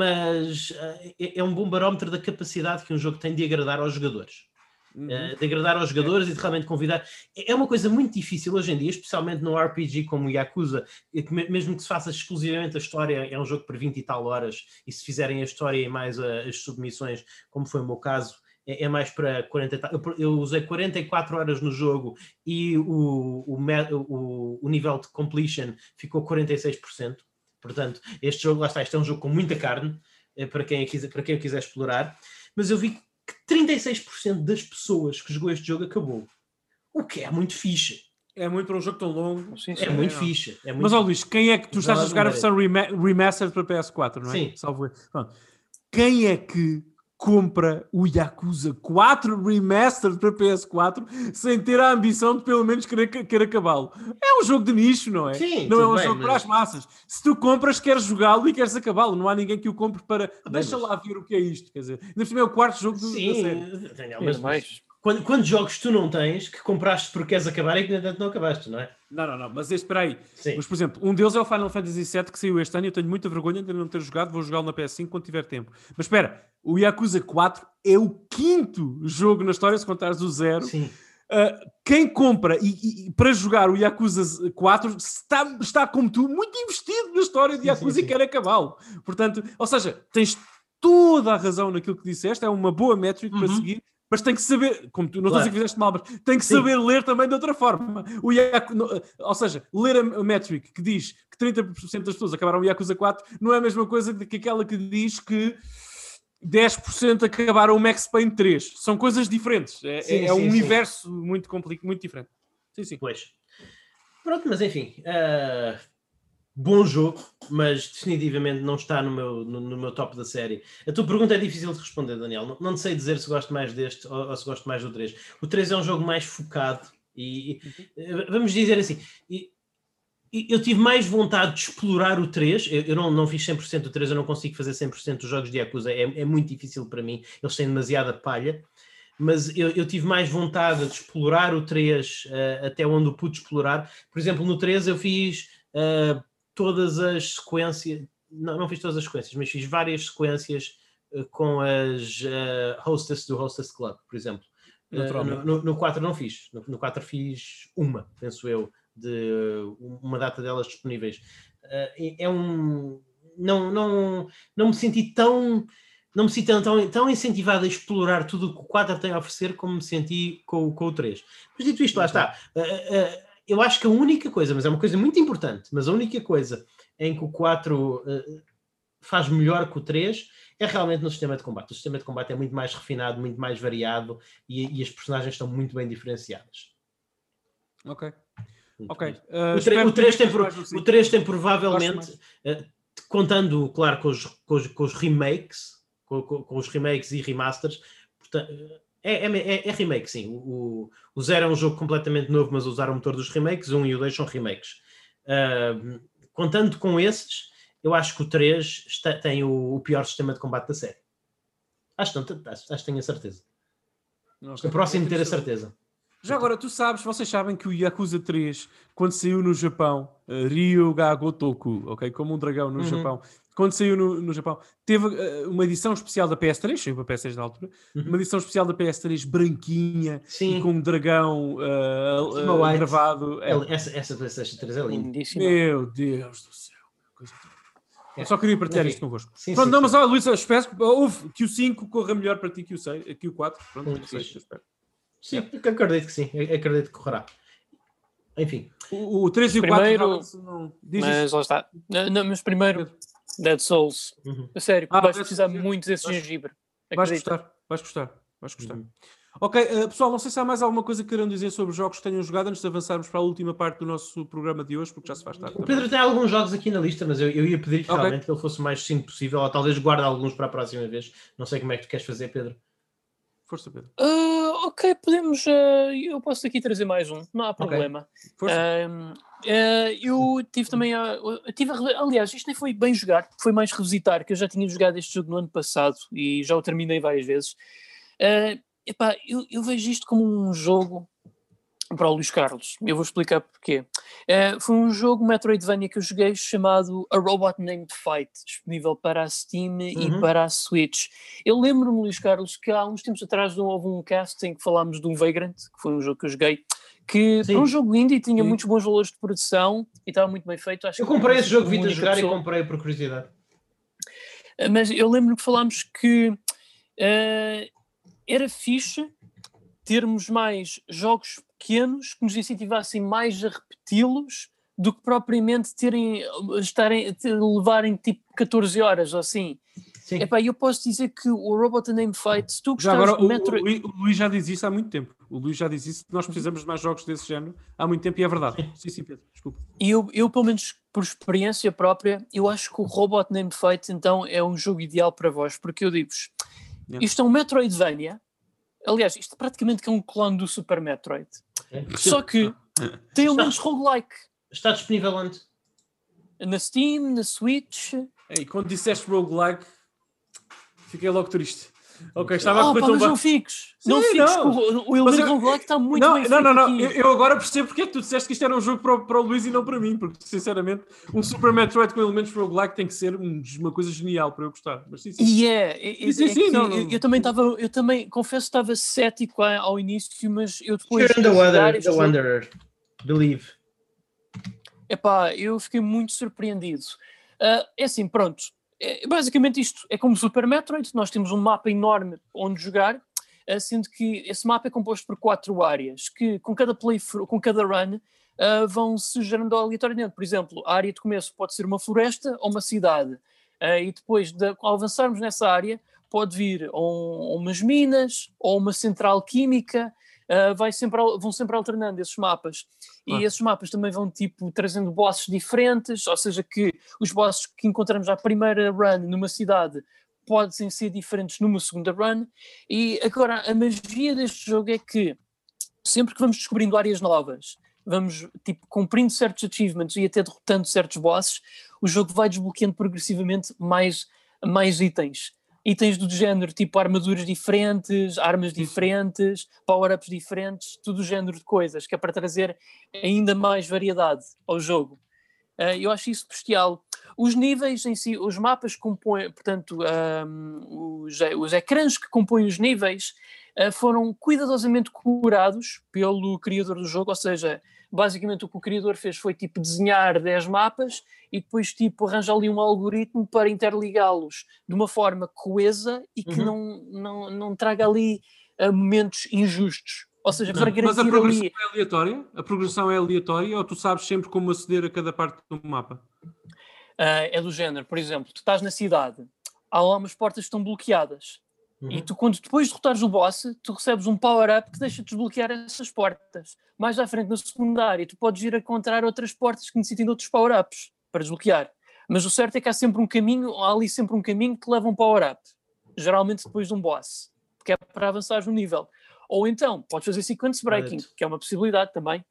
A: mas eh, é é um bom barómetro da capacidade que um jogo tem de agradar aos jogadores.
B: Uhum.
A: Uh, de agradar aos jogadores e de realmente convidar. É é uma coisa muito difícil hoje em dia, especialmente no R P G como o Yakuza, que me- mesmo que se faça exclusivamente a história, é um jogo por vinte e tal horas, e se fizerem a história e mais uh, as submissões, como foi o meu caso, é, é mais para quarenta e tal. Eu, eu usei quarenta e quatro horas no jogo e o, o, me- o, o nível de completion ficou quarenta e seis por cento. Portanto, este jogo, lá está, este é um jogo com muita carne, eh, para quem, a quiser, para quem o quiser explorar, mas eu vi que trinta e seis por cento das pessoas que jogou este jogo acabou. O que é muito fixe.
B: É muito para um jogo tão longo.
C: Sim,
A: É
C: sim.
A: muito
B: não.
A: fixe. É muito
B: Mas, ó
A: fixe.
B: Luís, quem é que tu
A: Mas
B: estás a
A: ela
B: jogar a
A: não
B: versão rema- remastered para P S quatro, não é?
A: Sim.
B: Salvo erro. Pronto. Quem é que compra o Yakuza quatro Remastered para P S quatro sem ter a ambição de pelo menos querer, querer acabá-lo? É um jogo de nicho, não é?
A: Sim,
B: não é um
A: bem,
B: jogo
A: mas...
B: para as massas. Se tu compras, queres jogá-lo e queres acabá-lo. Não há ninguém que o compre para...
A: Ah,
B: Deixa
A: mas...
B: lá ver o que é isto. Quer dizer, ainda por cima é o quarto jogo do, da série.
A: Sim, Daniel,
C: Sim,
A: mas...
C: mais.
A: Quando, quantos jogos tu não tens que compraste porque queres acabar e que, no entanto, não acabaste, não é?
B: Não, não, não, mas este, espera aí.
A: Sim.
B: Mas, por exemplo, um deles é o Final Fantasy sete que saiu este ano e eu tenho muita vergonha de não ter jogado, vou jogá-lo na P S cinco quando tiver tempo. Mas espera, o Yakuza quatro é o quinto jogo na história, se contares o zero.
A: Sim.
B: Uh, quem compra e, e, para jogar o Yakuza quatro está, está como tu, muito investido na história de Yakuza sim, sim, sim. e quer acabá-lo. Portanto, ou seja, tens toda a razão naquilo que disseste, é uma boa métrica uhum. para seguir. Mas tem que saber, como tu não claro. Estou a dizer que fizeste mal, mas tem que Sim. saber ler também de outra forma. O Yaku, ou seja, ler a metric que diz que trinta por cento das pessoas acabaram o Yakuza quatro não é a mesma coisa que aquela que diz que dez por cento acabaram o Max Payne três. São coisas diferentes. É, sim, é sim, um sim. universo muito complicado, muito diferente. Sim, sim.
A: Pois. Pronto, mas enfim... Uh... Bom jogo, mas definitivamente não está no meu, no, no meu top da série. A tua pergunta é difícil de responder, Daniel. Não, não sei dizer se gosto mais deste ou, ou se gosto mais do três. O três é um jogo mais focado e, uhum. vamos dizer assim, e, e eu tive mais vontade de explorar o três. Eu, eu não, não fiz cem por cento do três, eu não consigo fazer cem por cento dos jogos de Yakuza. É, é muito difícil para mim, eles têm demasiada palha. Mas eu, eu tive mais vontade de explorar o três uh, até onde eu pude explorar. Por exemplo, no três eu fiz... Uh, todas as sequências, não, não fiz todas as sequências, mas fiz várias sequências uh, com as uh, hostess do Hostess Club, por exemplo. Uh, no, no, no quatro não fiz, no, no quatro fiz uma, penso eu, de uh, uma data delas disponíveis. Uh, é um... Não, não, não me senti tão... Não me senti tão, tão, tão incentivado a explorar tudo o que o quatro tem a oferecer como me senti com, com o três. Mas dito isto, lá está. Uh, uh, eu acho que a única coisa, mas é uma coisa muito importante, mas a única coisa em que o quatro uh, faz melhor que o três é realmente no sistema de combate. O sistema de combate é muito mais refinado, muito mais variado e, e as personagens estão muito bem diferenciadas.
B: Ok.
A: Muito
B: ok.
A: Uh, o, três, o, três tem, o três tem provavelmente, uh, contando, claro, com os, com os, com os remakes, com, com, com os remakes e remasters, portanto, É, é, é remake, sim. O, o Zero é um jogo completamente novo, mas usaram o motor dos remakes. O um e o dois são remakes. Uh, contando com esses, eu acho que o três está, tem o, o pior sistema de combate da série. Acho, não, acho, acho que tenho a certeza. Okay. O próximo ter a certeza.
B: Já agora, tu sabes, vocês sabem que o Yakuza três, quando saiu no Japão, uh, Ryuga Gotoku, ok? Como um dragão no uhum. Japão, quando saiu no, no Japão, teve uh, uma edição especial da P S três, saiu para a P S três na altura, uhum. uma edição especial da P S três branquinha, e com um dragão uh, uh, gravado.
A: É. Essa, essa PlayStation três é linda.
B: Meu Deus do céu. Coisa é. Eu só queria partilhar Enfim. isto convosco. Sim, Pronto,
A: sim,
B: não,
A: sim.
B: mas olha, Luís, eu espero que, ouve, que o cinco corra melhor para ti que o, seis, que o quatro. Pronto,
A: Muito seis, eu espero. Sim, eu acredito que sim, eu acredito que correrá. Enfim.
B: O, o três e o
C: primeiro,
B: quatro não...
C: Mas lá está. Não, não, mas primeiro, Dead Souls. Uhum. A sério, ah, vais precisar muito desse vais, gengibre.
B: Vais gostar, vais gostar, vais gostar. Uhum. Ok, uh, pessoal, não sei se há mais alguma coisa que queiram dizer sobre jogos que tenham jogado antes de avançarmos para a última parte do nosso programa de hoje, porque já se faz tarde.
A: O Pedro também. Tem alguns jogos aqui na lista, mas eu, eu ia pedir okay. realmente que ele fosse o mais sucinto possível, ou talvez guarde alguns para a próxima vez. Não sei como é que tu queres fazer, Pedro.
B: Força, Pedro.
C: Uh, ok, podemos. Uh, eu posso aqui trazer mais um, não há problema.
B: Okay. Força.
C: Uh, uh, eu tive também. Uh, tive, aliás, isto nem foi bem jogar, foi mais revisitar, que eu já tinha jogado este jogo no ano passado e já o terminei várias vezes. Uh, epá, eu, eu vejo isto como um jogo para o Luís Carlos. Eu vou explicar porquê. Uh, foi um jogo Metroidvania que eu joguei chamado A Robot Named Fight, disponível para a Steam uhum. e para a Switch. Eu lembro-me, Luís Carlos, que há uns tempos atrás houve um cast em que falámos de um Vagrant, que foi um jogo que eu joguei, que Sim. para um jogo indie tinha Sim. muitos bons valores de produção e estava muito bem feito. Acho
A: eu comprei esse jogo, vi-te a jogar pessoa. E comprei por curiosidade.
C: Uh, mas eu lembro que falámos que uh, era fixe termos mais jogos pequenos que nos incentivassem mais a repeti-los do que propriamente terem, estarem, levarem tipo catorze horas ou assim.
A: Sim.
C: Epá, eu posso dizer que o Robot Named Fight, se tu
B: já agora,
C: de Metro...
B: o, Luís, o Luís já diz isso há muito tempo. O Luís já diz isso, nós precisamos de mais jogos desse género há muito tempo e é verdade. Sim, sim, Pedro, desculpa.
C: E eu, eu, pelo menos por experiência própria, eu acho que o Robot Named Fight então é um jogo ideal para vós, porque eu digo-vos,
B: Yeah.
C: Isto é um Metroidvania. Aliás, isto praticamente é um clone do Super Metroid.
A: É.
C: Só que tem elementos roguelike.
A: Está disponível onde?
C: Na Steam, na Switch.
B: E quando disseste roguelike, fiquei logo triste. Ok, estava
C: Oh,
B: a
C: pá,
B: correr
C: mas
B: tão
C: não
B: bem.
C: fiques.
B: Sim,
C: não fiques,
B: não.
C: que o, o
B: Mas
C: elemento
B: eu-
C: roguelike está muito
B: não,
C: bem
B: não,
C: feito
B: não, não.
C: aqui.
B: Eu, eu agora percebo porque é que tu disseste que isto era um jogo para, o- para o Luís e não para mim, porque sinceramente um Super Metroid com elementos roguelike tem que ser um- uma coisa genial para eu gostar. Mas sim, sim.
C: E é, é,
B: Sim, sim,
C: é
B: sim,
C: que
B: não,
C: eu,
B: não.
C: eu também estava, eu também confesso que estava cético a- ao início, mas eu depois
A: You're in the,
C: de jogar
A: weather,
C: este
A: the
C: jogo-
A: Wanderer. Believe.
C: Epá, eu fiquei muito surpreendido. Ah, é assim, pronto. É, basicamente isto é como Super Metroid. Nós temos um mapa enorme onde jogar, ah, sendo que esse mapa é composto por quatro áreas, que com cada playthrough, com cada run, ah, vão se gerando aleatoriamente. Por exemplo, a área de começo pode ser uma floresta ou uma cidade. Ah, e depois, de, ao avançarmos nessa área, pode vir um, umas minas ou uma central química. Uh, vai sempre, al- vão sempre alternando esses mapas.
B: Claro.
C: E esses mapas também vão tipo trazendo bosses diferentes, ou seja, que os bosses que encontramos à primeira run numa cidade podem ser diferentes numa segunda run. E agora, a magia deste jogo é que sempre que vamos descobrindo áreas novas, vamos tipo cumprindo certos achievements e até derrotando certos bosses, o jogo vai desbloqueando progressivamente mais, mais itens. Itens do género, tipo armaduras diferentes, armas
B: Sim, sim.
C: diferentes, power-ups diferentes, tudo o género de coisas, que é para trazer ainda mais variedade ao jogo. Uh, eu acho isso bestial. Os níveis em si, os mapas que compõem, portanto, um, os, os ecrãs que compõem os níveis uh, foram cuidadosamente curados pelo criador do jogo, ou seja, basicamente o que o criador fez foi tipo desenhar dez mapas e depois tipo arranjar ali um algoritmo para interligá-los de uma forma coesa e que
A: Uhum.
C: não, não, não traga ali uh, momentos injustos. Ou seja, para
B: Mas a
C: garantir
B: progressão
C: ali...
B: é aleatória? A progressão é aleatória ou tu sabes sempre como aceder a cada parte do mapa?
C: Uh, é do género, por exemplo, tu estás na cidade, há lá umas portas que estão bloqueadas
A: Uhum.
C: e tu, quando depois de derrotares o boss, tu recebes um power-up que deixa de desbloquear essas portas. Mais à frente, na segunda área, tu podes ir a encontrar outras portas que necessitem de outros power-ups para desbloquear. Mas o certo é que há sempre um caminho, há ali sempre um caminho que leva a um power-up, geralmente depois de um boss, que é para avançares no nível. Ou então, podes fazer sequence breaking,
A: Right.
C: que é uma possibilidade também.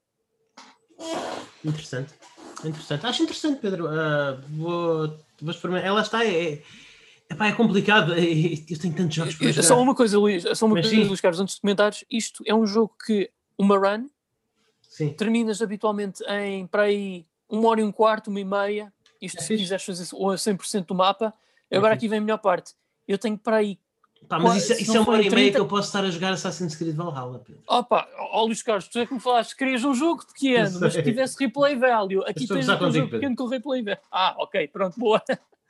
A: Interessante. Interessante. Acho interessante, Pedro. Uh, vou, vou experimentar. Ela está. É, epá, é complicado. É, eu tenho tantos jogos para
C: É
A: jogar.
C: só uma coisa, Luís, é só uma
A: Mas
C: coisa,
A: sim.
C: Luís Carlos, antes de comentares, isto é um jogo que uma run,
A: Sim.
C: terminas habitualmente em para aí uma hora e um quarto, uma e meia, isto
A: É
C: se
A: fixe.
C: quiseres fazer ou a cem por cento do mapa. Agora
A: É
C: aqui vem a melhor parte. Eu tenho para aí,
A: Pá, mas
C: Qua-
A: isso,
C: se
A: isso
C: não
A: é uma hora
C: forem
A: e meia
C: trinta
A: que eu posso estar a jogar Assassin's Creed Valhalla, Pedro.
C: opa, ó Luís Carlos, tu é que me falaste, querias um jogo pequeno,
A: Eu
C: mas
A: sei.
C: que tivesse replay value. Aqui
A: estou a
C: tens
A: gozar
C: o teu
A: contigo,
C: jogo
A: Pedro.
C: pequeno com replay value. Ah, ok, pronto, boa.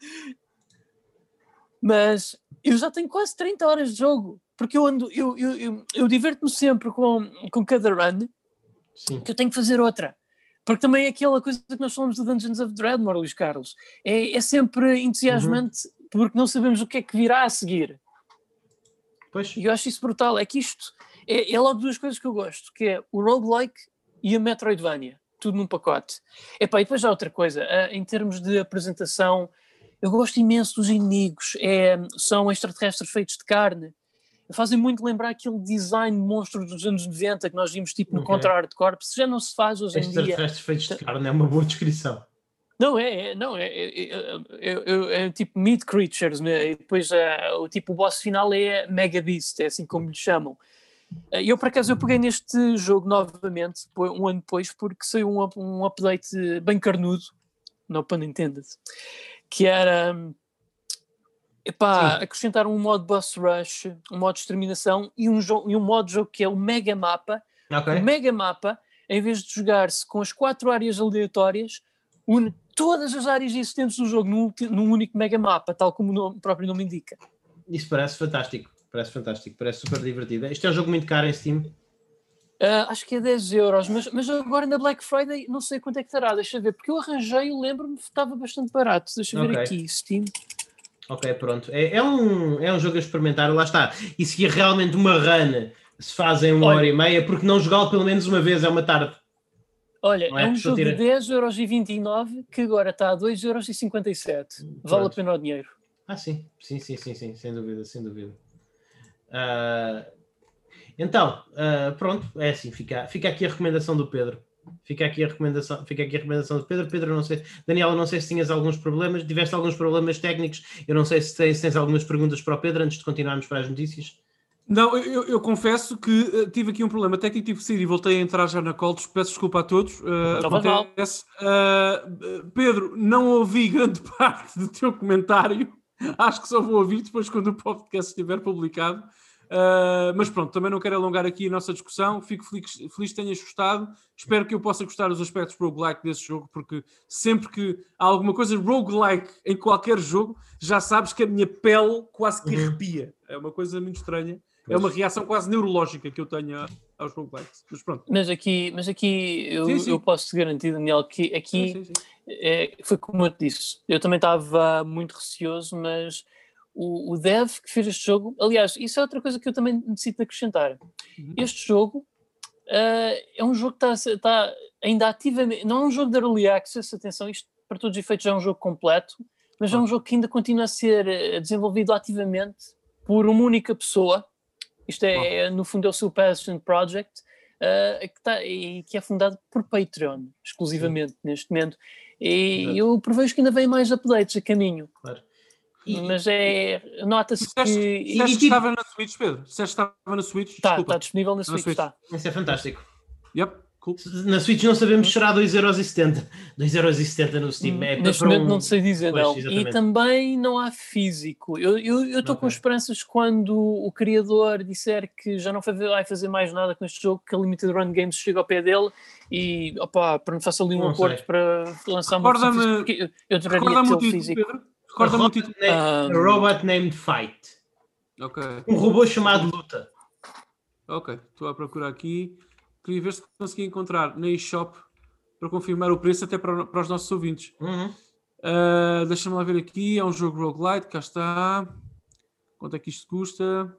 C: Mas eu já tenho quase trinta horas de jogo, porque eu ando, eu, eu, eu, eu diverto-me sempre com, com cada run,
A: Sim.
C: que eu tenho que fazer outra. Porque também é aquela coisa que nós falamos do Dungeons of Dreadmore, Luís Carlos. É, é sempre entusiasmante,
A: Uhum.
C: porque não sabemos o que é que virá a seguir.
A: Pois.
C: E eu acho isso brutal. É que isto é, é logo duas coisas que eu gosto, que é o roguelike e a Metroidvania. Tudo num pacote. Epá, e depois há outra coisa. Uh, em termos de apresentação, eu gosto imenso dos inimigos. É, são extraterrestres feitos de carne. Fazem muito lembrar aquele design de monstros dos anos noventa que nós vimos tipo no
A: Ok.
C: Contra Art Corp. Se já não se faz hoje em dia.
A: Extraterrestres feitos de carne é uma boa descrição.
C: Não, é, é, não, é, é, é, é, é tipo meat creatures, né? E depois é, o tipo o boss final é Mega Beast, é assim como lhe chamam. E eu por acaso eu peguei neste jogo novamente, um ano depois, porque saiu um, um update bem carnudo, no pun intended, que era epá, acrescentaram um modo boss rush, um modo de exterminação e um, e um modo de jogo que é o Mega Mapa.
A: Ok.
C: O Mega Mapa, em vez de jogar-se com as quatro áreas aleatórias, une todas as áreas existentes do jogo num, num único Mega Mapa, tal como o, nome, o próprio nome indica.
A: Isso parece fantástico. Parece fantástico. Parece super divertido. Isto é um jogo muito caro em Steam.
C: Uh, acho que é dez euros, mas, mas agora na Black Friday não sei quanto é que estará, deixa ver, porque eu arranjei, eu lembro-me que estava bastante barato. Deixa ver
A: Ok.
C: aqui, Steam.
A: Ok, pronto. É, é, um, é um jogo a experimentar, lá está. E se é realmente uma run, se fazem uma
C: Olha,
A: hora e meia, porque não jogá-lo pelo menos uma vez é uma tarde.
C: Olha,
A: Não
C: é,
A: é?
C: um
A: Pessoa
C: jogo
A: tira-
C: de dez euros e vinte e nove que agora está a dois euros e cinquenta e sete. Vale a
A: Pronto.
C: pena o dinheiro.
A: Ah, sim. Sim, sim, sim, sim. Sem dúvida, sem dúvida. Uh, então, uh, pronto, é assim, fica, fica aqui a recomendação do Pedro. Fica aqui a recomendação, fica aqui a recomendação do Pedro. Pedro, não sei, Daniel, não sei se tinhas alguns problemas, tiveste alguns problemas técnicos, eu não sei se tens, se tens algumas perguntas para o Pedro antes de continuarmos para as notícias.
B: Não, eu, eu confesso que uh, tive aqui um problema técnico, tive que sair e voltei a entrar já na call, peço desculpa a todos. Uh, acontece. Uh, Pedro, não ouvi grande parte do teu comentário, acho que só vou ouvir depois quando o podcast estiver publicado. Uh, mas pronto, também não quero alongar aqui a nossa discussão, fico feliz, feliz que tenhas gostado, espero que eu possa gostar dos aspectos roguelike desse jogo, porque sempre que há alguma coisa roguelike em qualquer jogo, já sabes que a minha pele quase que arrepia, é uma coisa muito estranha, é uma reação quase neurológica que eu tenho aos roguelikes, mas pronto.
C: Mas aqui, mas aqui eu,
B: sim, sim.
C: eu posso te garantir, Daniel, que aqui
B: sim, sim, sim.
C: É, foi como eu te disse, eu também estava muito receoso, mas O, o dev que fez este jogo, aliás, isso é outra coisa que eu também necessito acrescentar. Uhum. Este jogo uh, é um jogo que está, está ainda ativamente, não é um jogo de early access, atenção, isto para todos os efeitos já é um jogo completo, mas é um jogo que ainda continua a ser desenvolvido ativamente por uma única pessoa. Isto é, oh. no fundo, é o seu passion project, uh, que está, e que é fundado por Patreon, exclusivamente, Sim. neste momento. E Exato. eu prevejo que ainda vem mais updates a caminho.
A: Claro.
C: E, mas é, nota-se que...
B: Disseste que estava na Switch, Pedro? Disseste que estava na Switch?
C: Está, está disponível na Switch, está.
A: Isso é fantástico.
B: Yep, cool.
A: Na Switch não sabemos chorar dois euros e setenta. dois euros e setenta no Steam. É
C: Neste momento um... não sei dizer, pois, não. Exatamente. E também não há físico. Eu estou eu, eu okay. com esperanças quando o criador disser que já não vai fazer mais nada com este jogo, que a Limited Run Games chega ao pé dele e, opa, para me faça ali um não acordo sei. para lançar uma
B: versão
C: física. Eu adoraria ter o físico.
B: Pedro? Recorda-me o título.
A: A Robot Named Fight.
B: Ok.
A: Um robô chamado Luta.
B: Ok, estou a procurar aqui. Queria ver se consegui encontrar na eShop para confirmar o preço até para, para os nossos ouvintes.
A: Uhum.
B: Uh, Deixa-me lá ver aqui. É um jogo roguelite, cá está. Quanto é que isto custa?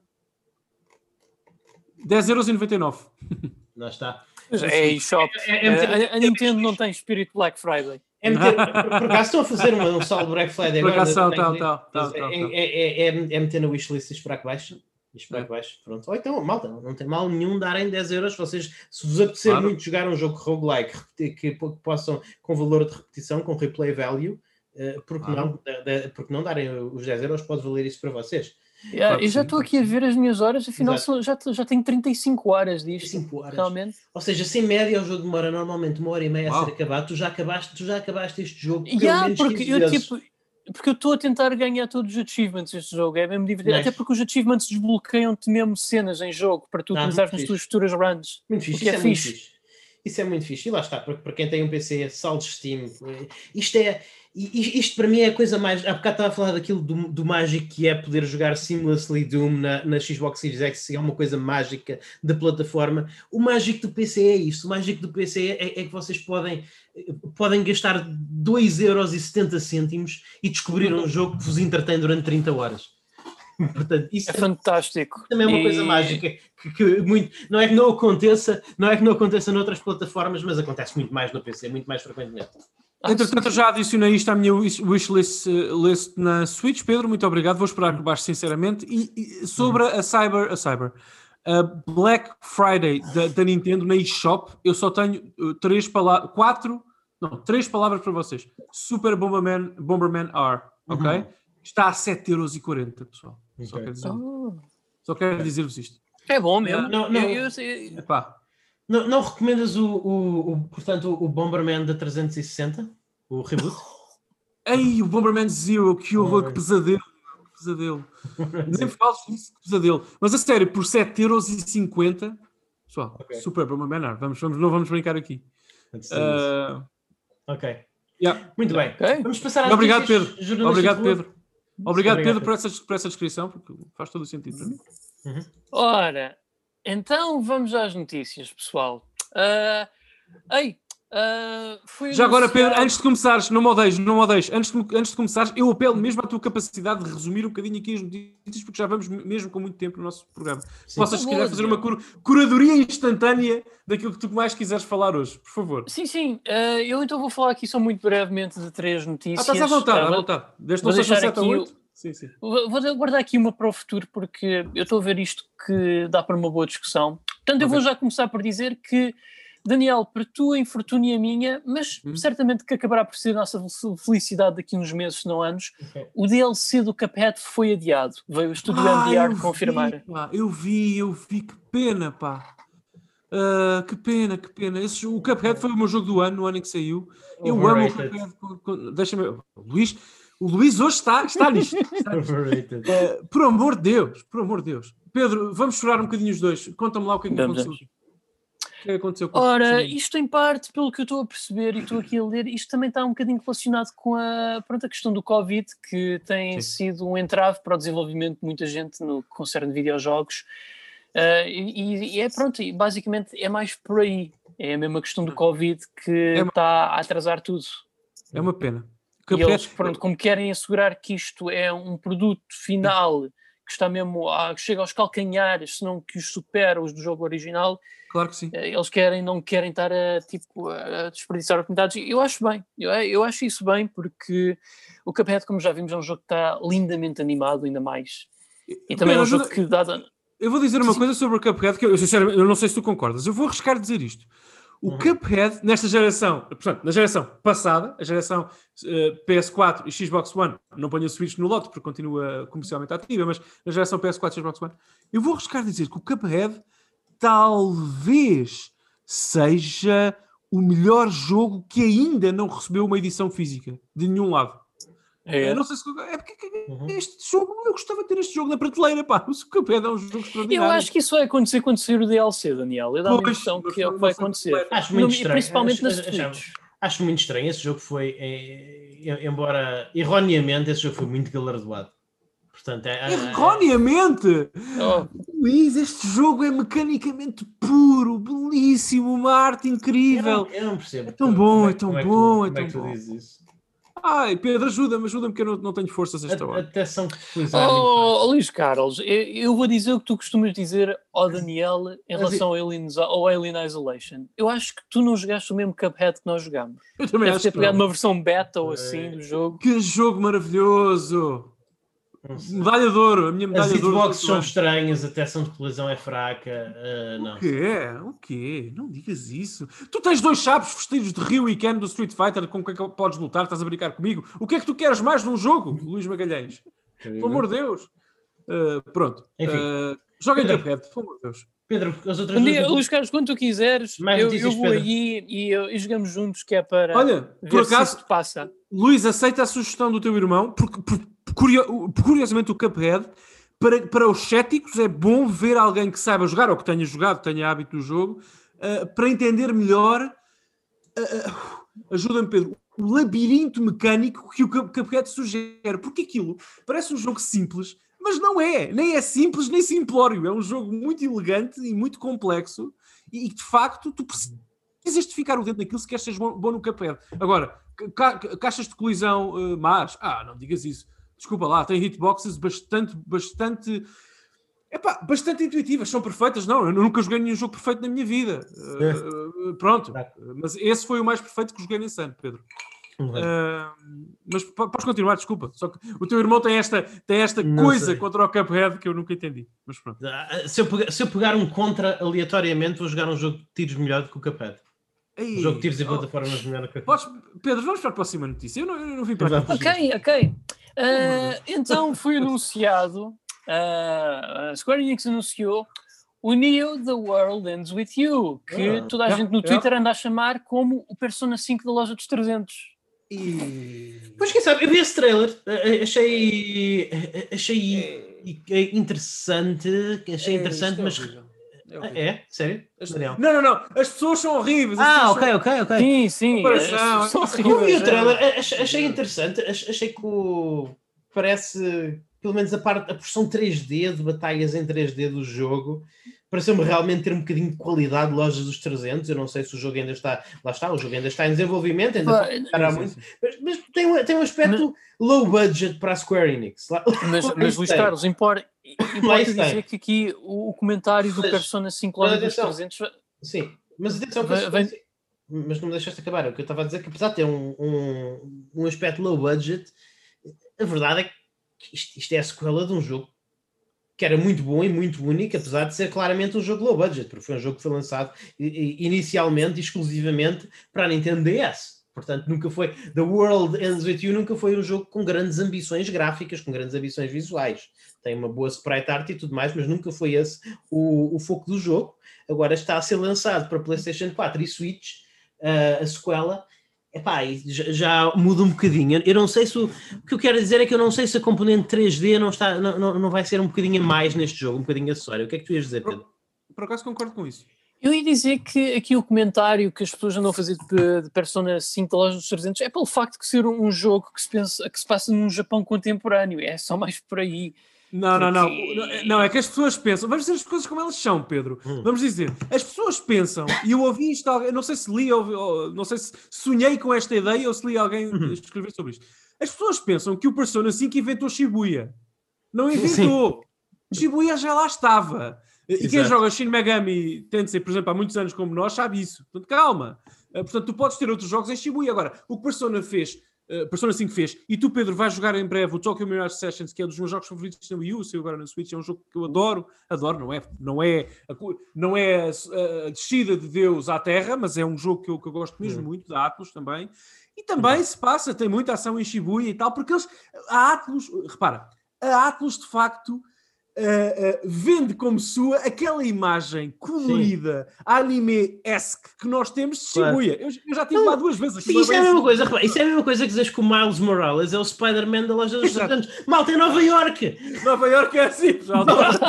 B: dez euros e noventa e nove.
A: Lá está.
C: É eShop. É, é, é, a, a Nintendo não tem espírito Black Friday.
A: É meter, por acaso estão a fazer uma, um saldo Black Friday agora.
B: Por acaso tal, tal, tal, tal, tal.
A: É, é, é, é meter na wishlist e esperar que baixe. E esperar é. que baixe. Pronto. Ou então, malta, não tem mal nenhum darem dez euros. Vocês, se vos apetecer claro. muito jogar um jogo roguelike que, que, que possam, com valor de repetição, com replay value, uh, porque, claro. não, de, de, porque não darem os dez euros, pode valer isso para vocês.
C: Yeah, claro eu já estou aqui a ver as minhas horas, afinal sou, já, já tenho trinta e cinco horas disto.
A: trinta e cinco horas.
C: Realmente.
A: Ou seja, sem média o jogo demora normalmente uma hora e meia Uau. a ser acabado. Tu já acabaste, tu já acabaste este jogo pelo
C: yeah,
A: menos
C: porque
A: quinze
C: eu,
A: vezes.
C: Tipo, porque eu estou a tentar ganhar todos os achievements deste jogo, é mesmo divertido. Até porque os achievements desbloqueiam-te mesmo cenas em jogo para tu ah, utilizares nas tuas futuras runs.
A: Muito fixe, isso é, é fixe. muito fixe. Isso é muito fixe. E lá está, para, para quem tem um P C, saldo Steam. Isto é... Isto para mim é a coisa mais... Há bocado estava a falar daquilo do, do mágico que é poder jogar seamlessly Doom na, na Xbox Series X, é uma coisa mágica da plataforma. O mágico do P C é isto. O mágico do P C é, é que vocês podem, podem gastar dois euros e setenta cêntimos e descobrir um jogo que vos entretém durante trinta horas. Portanto, isso
C: é fantástico.
A: Também é uma e... coisa mágica que, que muito, não é que não aconteça, não é que não aconteça noutras plataformas, mas acontece muito mais no P C, muito mais frequentemente.
B: Ah, Entretanto, eu já adicionei isto à minha wishlist list na Switch, Pedro, muito obrigado, vou esperar que baixe sinceramente. E, e sobre a Cyber, a Cyber, a Black Friday da, da Nintendo na eShop, eu só tenho uh, três palavras, quatro, não, três palavras para vocês. Super Bomberman, Bomberman R, ok? Uhum. Está a sete euros e quarenta, pessoal. Okay. Só quero dizer, oh. só quero dizer-vos isto.
C: É bom mesmo.
A: Não, não, eu, eu, eu... Epá. Não, não recomendas o, o, o, portanto, o Bomberman da trezentos e sessenta? O reboot?
B: Ei, o Bomberman Zero, que horror, oh, que pesadelo. Que pesadelo. Nem fales disso, que pesadelo. Mas a sério, por sete euros e cinquenta, pessoal, okay. Super Bomberman, vamos, vamos, não vamos brincar aqui. Uh...
A: Ok.
B: Yeah.
A: Muito bem.
C: Okay.
A: Vamos passar às
B: Obrigado, Pedro. Obrigado, Pedro. Obrigado,
A: Obrigado,
B: Pedro, por essa, por essa descrição, porque faz todo o sentido para mim.
C: Uhum. Ora, então vamos às notícias, pessoal. Uh, ei, uh, foi
B: Já agora, Pedro, antes de começares, não me odeies, não me odeies, antes de, antes de começares, eu apelo mesmo à tua capacidade de resumir um bocadinho aqui as notícias, porque já vamos mesmo com muito tempo no nosso programa. Sim. Possas, se calhar, fazer uma cur curadoria instantânea daquilo que tu mais quiseres falar hoje, por favor.
C: Sim, sim. Uh, eu então vou falar aqui só muito brevemente de três notícias.
B: Ah, estás à vontade, uh, à vontade. Desde não seja sete a oito. Sim, sim.
C: Vou vou guardar aqui uma para o futuro, porque eu estou a ver isto que dá para uma boa discussão. Portanto, eu
B: Ok.
C: vou já começar por dizer que, Daniel, para tua infortúnia e a minha, mas
B: Hum.
C: certamente que acabará por ser a nossa felicidade daqui a uns meses, se não anos,
A: Ok.
C: o D L C do Cuphead foi adiado. Veio o estúdio
B: Ah,
C: M D R
B: eu
C: confirmar.
B: vi, pá, eu vi, eu vi, que pena, pá. Ah, que pena, que pena. Esse, jogo- o Cuphead foi o meu jogo do ano, no ano em que saiu. Eu amo o
A: Overrated.
B: Cuphead. com- com- Deixa-me. O Luís, o Luís hoje está, está nisto. Está nisto.
A: Overrated.
B: Ah, por amor de Deus, por amor de Deus. Pedro, vamos chorar um bocadinho os dois. Conta-me lá o que é que
C: Vamos,
B: aconteceu.
C: vamos.
B: O que é que aconteceu com
C: Ora,
B: com-
C: isto em parte, pelo que eu estou a perceber e estou aqui a ler, isto também está um bocadinho relacionado com a, pronto, a questão do Covid, que tem
B: Sim.
C: sido um entrave para o desenvolvimento de muita gente no que concerne videojogos. Ah, e, e é pronto, e basicamente é mais por aí. É a mesma questão do Covid que
B: É uma-
C: está a atrasar tudo.
B: É uma pena.
C: E
B: Cuphead-
C: eles, pronto, como querem assegurar que isto é um produto final que está mesmo a, que chega aos calcanhares, senão que os supera os do jogo original,
B: Claro que sim.
C: eh, eles querem, não querem estar a, tipo, a desperdiçar oportunidades. Eu acho bem, eu, eu acho isso bem, porque o Cuphead, como já vimos, é um jogo que está lindamente animado, ainda mais. E também é
B: Pedro,
C: um jogo
B: ajuda-
C: que dá...
B: Eu vou dizer uma
C: Sim.
B: coisa sobre o Cuphead, que eu, sinceramente, eu não sei se tu concordas. Eu vou arriscar dizer isto. O
A: Uhum.
B: Cuphead, nesta geração, portanto, na geração passada, a geração eh, P S quatro e Xbox One, não ponho a Switch no lote porque continua comercialmente ativa, mas na geração P S quatro e Xbox One, eu vou arriscar dizer que o Cuphead talvez seja o melhor jogo que ainda não recebeu uma edição física, de nenhum lado.
C: É.
B: Eu não sei se... É porque
A: Uhum.
B: este jogo, eu gostava de ter este jogo na prateleira, pá. O Cuphead é um jogo
C: Eu
B: extraordinário.
C: acho que isso vai acontecer quando sair o D L C, Daniel. Eu dá-me a
B: Pois,
C: impressão
B: mas
C: que é o
B: não-
C: que vai
B: não foi
C: acontecer.
B: completo.
A: Acho muito
C: No-
A: estranho.
C: Principalmente
A: Acho-
C: na
A: acho-
C: Switch.
A: Acho muito estranho. Esse jogo foi, é, embora erroneamente, esse jogo foi muito galardoado. Portanto, é, é-
B: Erroneamente!
C: Oh,
B: Luís, este jogo é mecanicamente puro, belíssimo, uma arte
A: eu,
B: incrível.
A: não, eu não percebo.
B: É tão
A: como
B: bom,
A: é-
B: é tão
A: como que
B: bom,
A: tu-
B: é
A: como é
B: tão
A: que tu
B: bom.
A: dizes isso?
B: Ai, Pedro, ajuda-me, ajuda-me, que eu não, não tenho forças esta
A: A-
B: hora.
A: Até são utilizar muito
C: oh, Luís Carlos, eu, eu vou dizer o que tu costumas dizer ao Daniel em
A: Mas
C: relação ao Alien, ao Alien Isolation. Eu acho que tu não jogaste o mesmo Cuphead que nós jogámos.
B: Eu também
C: Deve
B: acho
C: ter
B: que
C: pegado
B: não.
C: uma versão beta ou assim do jogo.
B: Que jogo maravilhoso!
A: Não sei.
B: Medalha de ouro, a minha
A: As
B: medalha de ouro.
A: hitboxes
B: do
A: são
B: ano.
A: estranhas, a tensão de colisão é fraca. uh, não.
B: O quê? O quê? Não digas isso. Tu tens dois chapos vestidos de Ryu e Ken do Street Fighter com quem podes lutar, estás a brincar comigo? O que é que tu queres mais num jogo, Luís Magalhães? Pelo amor de Deus. Uh, pronto.
A: Enfim.
B: Uh, joga em
A: Pedro.
B: Cuphead, pelo amor de Deus.
A: Pedro, as outras
C: Um dia,
A: duas-
C: Luís Carlos, quando tu quiseres,
A: Mais
C: eu,
A: notícias,
C: eu vou
A: Pedro.
C: aí e, eu- e jogamos juntos, que é para
B: Olha,
C: ver
B: por
C: se
B: acaso,
C: isto passa.
B: Luís, aceita a sugestão do teu irmão, porque, por- por- curio- curiosamente o Cuphead, para, para os céticos é bom ver alguém que saiba jogar, ou que tenha jogado, que tenha hábito do jogo, uh, para entender melhor, uh, uh, ajuda-me Pedro, o labirinto mecânico que o Cup- Cuphead sugere, porque aquilo parece um jogo simples, mas não é, nem é simples, nem simplório, é um jogo muito elegante e muito complexo, e, e de facto tu precisas de ficar o dentro naquilo se queres ser bom, bom no Cuphead. Agora, ca- ca- caixas de colisão uh, más, ah, não digas isso. Desculpa lá, tem hitboxes bastante, bastante, epá, bastante intuitivas, são perfeitas. Não, eu nunca joguei nenhum jogo perfeito na minha vida. Uh, uh, pronto, mas esse foi o mais perfeito que joguei nesse ano, Pedro.
A: Uhum.
B: Uh, mas p- podes continuar, desculpa. Só que o teu irmão tem esta, tem esta
A: Não
B: coisa
A: sei.
B: contra o Cuphead que eu nunca entendi. Mas pronto.
A: Ah, Se eu, pegar, se eu pegar um contra aleatoriamente, vou jogar um jogo de tiros melhor do que o Cuphead.
B: Ei,
A: Um jogo de tiros e
B: oh,
A: plataformas melhor do que o Cuphead.
B: podes- Pedro, vamos para a próxima notícia. Eu não, eu não vim para aqui.
C: Ok, ok. Uh, então foi anunciado, uh, a Square Enix anunciou o Neo The World Ends With You, que
A: Ah,
C: toda a
B: yeah,
C: gente no
B: yeah.
C: Twitter anda a chamar como o Persona cinco da loja dos trezentos.
B: E...
A: Pois quem sabe, eu vi esse trailer, eh, achei, eh, achei interessante, achei interessante, mas... Ah, é? Sério? Daniel?
B: Não, não, não. As pessoas são horríveis. As
A: Ah,
B: pessoas
A: ok,
B: são-
A: ok, ok.
C: Sim, sim.
B: Comparação,
C: é, são
B: é-
A: Eu vi
C: horríveis,
A: o trailer,
C: é.
A: achei, achei interessante, ach- achei que o... parece, pelo menos a parte, a porção três D, de batalhas em três D do jogo, pareceu-me realmente ter um bocadinho de qualidade de lojas dos trezentos. Eu não sei se o jogo ainda está, lá está, o jogo ainda está em desenvolvimento, ainda
C: Pá,
A: pode esperar
B: sim,
A: muito,
B: sim.
A: mas, mas tem, um, tem um aspecto low budget para a Square Enix. Lá-
C: Mas,
A: lá
C: mas
A: isso
C: Luís
A: tem.
C: Carlos, importa,
A: Lá
C: importa
A: isso tem.
C: dizer que aqui o, o comentário do
A: Mas-
C: Persona cinco
A: mas
C: loja dos
A: atenção.
C: trezentos...
A: Sim, mas atenção que
C: Vem-
A: eu-
C: vem-
A: mas não me deixaste acabar. O que eu estava a dizer é que apesar de ter um, um, um aspecto low budget, a verdade é que que isto, isto é a sequela de um jogo que era muito bom e muito único, apesar de ser claramente um jogo low budget, porque foi um jogo que foi lançado inicialmente e exclusivamente para a Nintendo D S. Portanto, nunca foi... The World Ends With You nunca foi um jogo com grandes ambições gráficas, com grandes ambições visuais. Tem uma boa sprite art e tudo mais, mas nunca foi esse o, o foco do jogo. Agora está a ser lançado para PlayStation quatro e Switch, uh, a sequela. Epá, já, já muda um bocadinho. Eu não sei se o, o que eu quero dizer é que eu não sei se a componente três D não, está, não, não, não vai ser um bocadinho a mais neste jogo, um bocadinho acessório. O que é que tu ias dizer, Pedro?
B: Por, por acaso concordo com isso.
C: Eu ia dizer que aqui o comentário que as pessoas andam a fazer de, de Persona cinco da Loja dos trezentos é pelo facto de ser um jogo que se, pensa, que se passa num Japão contemporâneo. É só mais por aí.
B: Não,
C: Porque...
B: não, não. Não, é que as pessoas pensam. Vamos dizer as coisas como elas são, Pedro. Hum. Vamos dizer, as pessoas pensam, e eu ouvi isto, eu não sei se li, ou, ou não sei se sonhei com esta ideia ou se li alguém uhum. escrever sobre isto. As pessoas pensam que o Persona cinco inventou Shibuya. Não inventou. Sim. Shibuya já lá estava. E Exato. Quem joga Shin Megami Tensei, por exemplo, há muitos anos como nós, sabe isso. Portanto, calma. Portanto, tu podes ter outros jogos em Shibuya. Agora, o que Persona fez... Uh, Persona cinco fez, e tu, Pedro, vais jogar em breve o Tokyo Mirage Sessions, que é um dos meus jogos favoritos da Wii U, saiu agora na Switch, é um jogo que eu adoro, adoro, não é, não é, a, não é a, a descida de Deus à Terra, mas é um jogo que eu, que eu gosto mesmo é. muito, da Atlus também, e também é. se passa, tem muita ação em Shibuya e tal, porque eles, a Atlus, repara, a Atlus de facto Uh, uh, vende como sua aquela imagem colorida, anime-esque que nós temos de Shibuya. Claro. Eu, eu já estive lá duas vezes.
A: Isso é, a mesma coisa, repara, isso é a mesma coisa que dizes que o Miles Morales é o Spider-Man da Loja dos trezentos. Malta, é Nova York!
B: Nova York é assim, pessoal.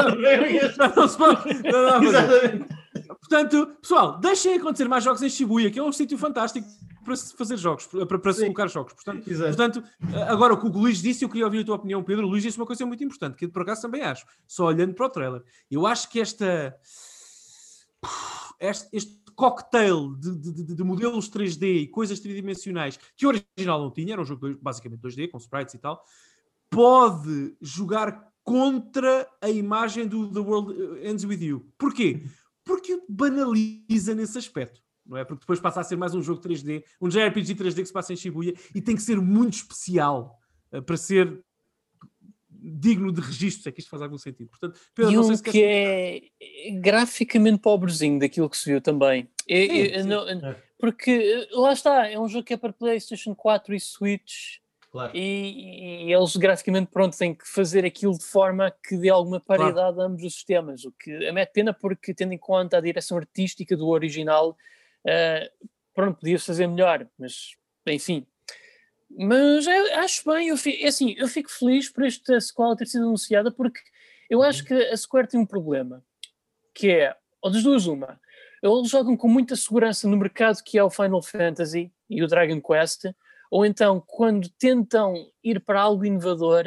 B: Não se pode... Exatamente. Portanto, pessoal, deixem acontecer mais jogos em Shibuya, que é um sítio fantástico para se fazer jogos, para, para se colocar jogos. Portanto, portanto, agora o que o Luís disse, eu queria ouvir a tua opinião, Pedro. O Luís disse uma coisa muito importante, que por acaso também acho, só olhando para o trailer. Eu acho que esta... Este, este cocktail de, de, de modelos três D e coisas tridimensionais que o original não tinha, era um jogo basicamente dois D, com sprites e tal, pode jogar contra a imagem do The World Ends With You. Porquê? Porque o banaliza nesse aspecto, não é? Porque depois passa a ser mais um jogo três D, um J R P G três D que se passa em Shibuya e tem que ser muito especial uh, para ser digno de registro, se é que isto faz algum sentido. Portanto, Pedro,
C: e
B: não
C: um
B: sei se
C: que
B: queres...
C: é graficamente pobrezinho daquilo que se viu também. É, sim, é, sim. Não, porque lá está, é um jogo que é para PlayStation quatro e Switch. Claro. E, e eles graficamente pronto têm que fazer aquilo de forma que dê alguma paridade claro. a ambos os sistemas, o que é mete pena porque, tendo em conta a direção artística do original, uh, pronto, podia-se fazer melhor, mas enfim. Mas eu acho bem, eu fico, é assim, eu fico feliz por esta sequela ter sido anunciada, porque eu acho que a Square tem um problema, que é, ou das duas uma, eles jogam com muita segurança no mercado que é o Final Fantasy e o Dragon Quest, ou então, quando tentam ir para algo inovador,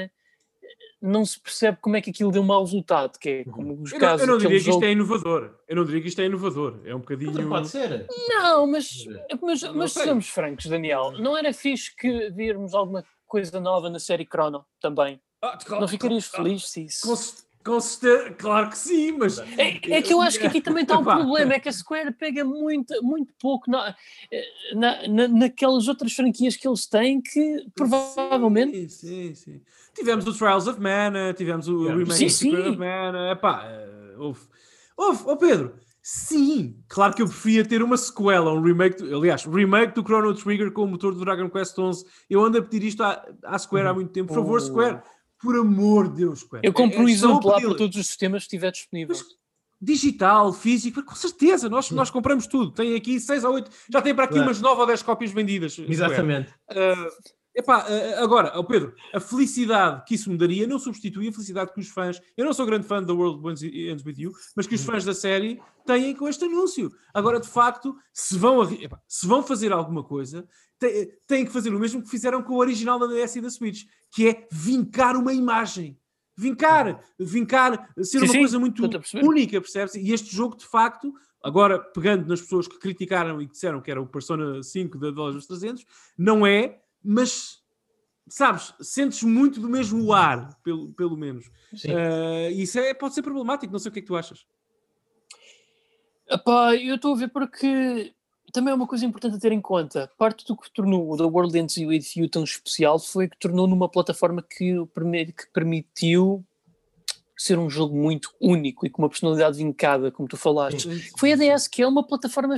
C: não se percebe como é que aquilo deu mau resultado, que é como os
B: eu
C: casos...
B: Não, eu não diria que
C: jogo...
B: isto é inovador. Eu não diria que isto é inovador. É um bocadinho...
A: Não pode ser.
C: Não, mas, mas, não mas sejamos francos, Daniel. Não era fixe que virmos alguma coisa nova na série Chrono também? Ah, claro, não ficarias claro, feliz se isso...
B: Com... Com certeza, claro que sim, mas...
C: É, é que eu acho que aqui também está um problema, é que a Square pega muito, muito pouco na, na, na, naquelas outras franquias que eles têm que provavelmente...
B: Sim, sim, sim. Tivemos o Trials of Mana, tivemos o yeah. remake
C: sim,
B: of
C: sim.
B: Mana, epá, houve... Houve, oh Pedro, sim, claro que eu preferia ter uma sequela, um remake, do, aliás, remake do Chrono Trigger com o motor do Dragon Quest onze. Eu ando a pedir isto à, à Square há muito tempo, por favor, Square... Por amor de Deus, Square.
C: Eu compro é, um exemplo lá para todos os sistemas que estiver disponível. Mas,
B: digital, físico, com certeza, nós, nós compramos tudo. Tem aqui seis ou oito, já tem para aqui claro. umas nove ou dez cópias vendidas.
A: Exatamente.
B: Uh, epá, uh, agora, oh Pedro, a felicidade que isso me daria não substitui a felicidade que os fãs, eu não sou grande fã da World Ends With You, mas que os fãs da série têm com este anúncio. Agora, de facto, se vão, epá, se vão fazer alguma coisa, têm que fazer o mesmo que fizeram com o original da D S e da Switch, que é vincar uma imagem. Vincar, vincar, ser sim, uma sim, coisa muito única, percebe-se? E este jogo, de facto, agora pegando nas pessoas que criticaram e que disseram que era o Persona cinco da Loja dos trezentos, não é, mas, sabes, sentes muito do mesmo ar, pelo, pelo menos. Uh, isso é, pode ser problemático, não sei o que é que tu achas.
C: Epá, eu estou a ver porque... também é uma coisa importante a ter em conta. Parte do que tornou o The World Ends With You tão especial foi que tornou numa plataforma que, que permitiu ser um jogo muito único e com uma personalidade vincada, como tu falaste. Sim. Foi a D S, que é uma plataforma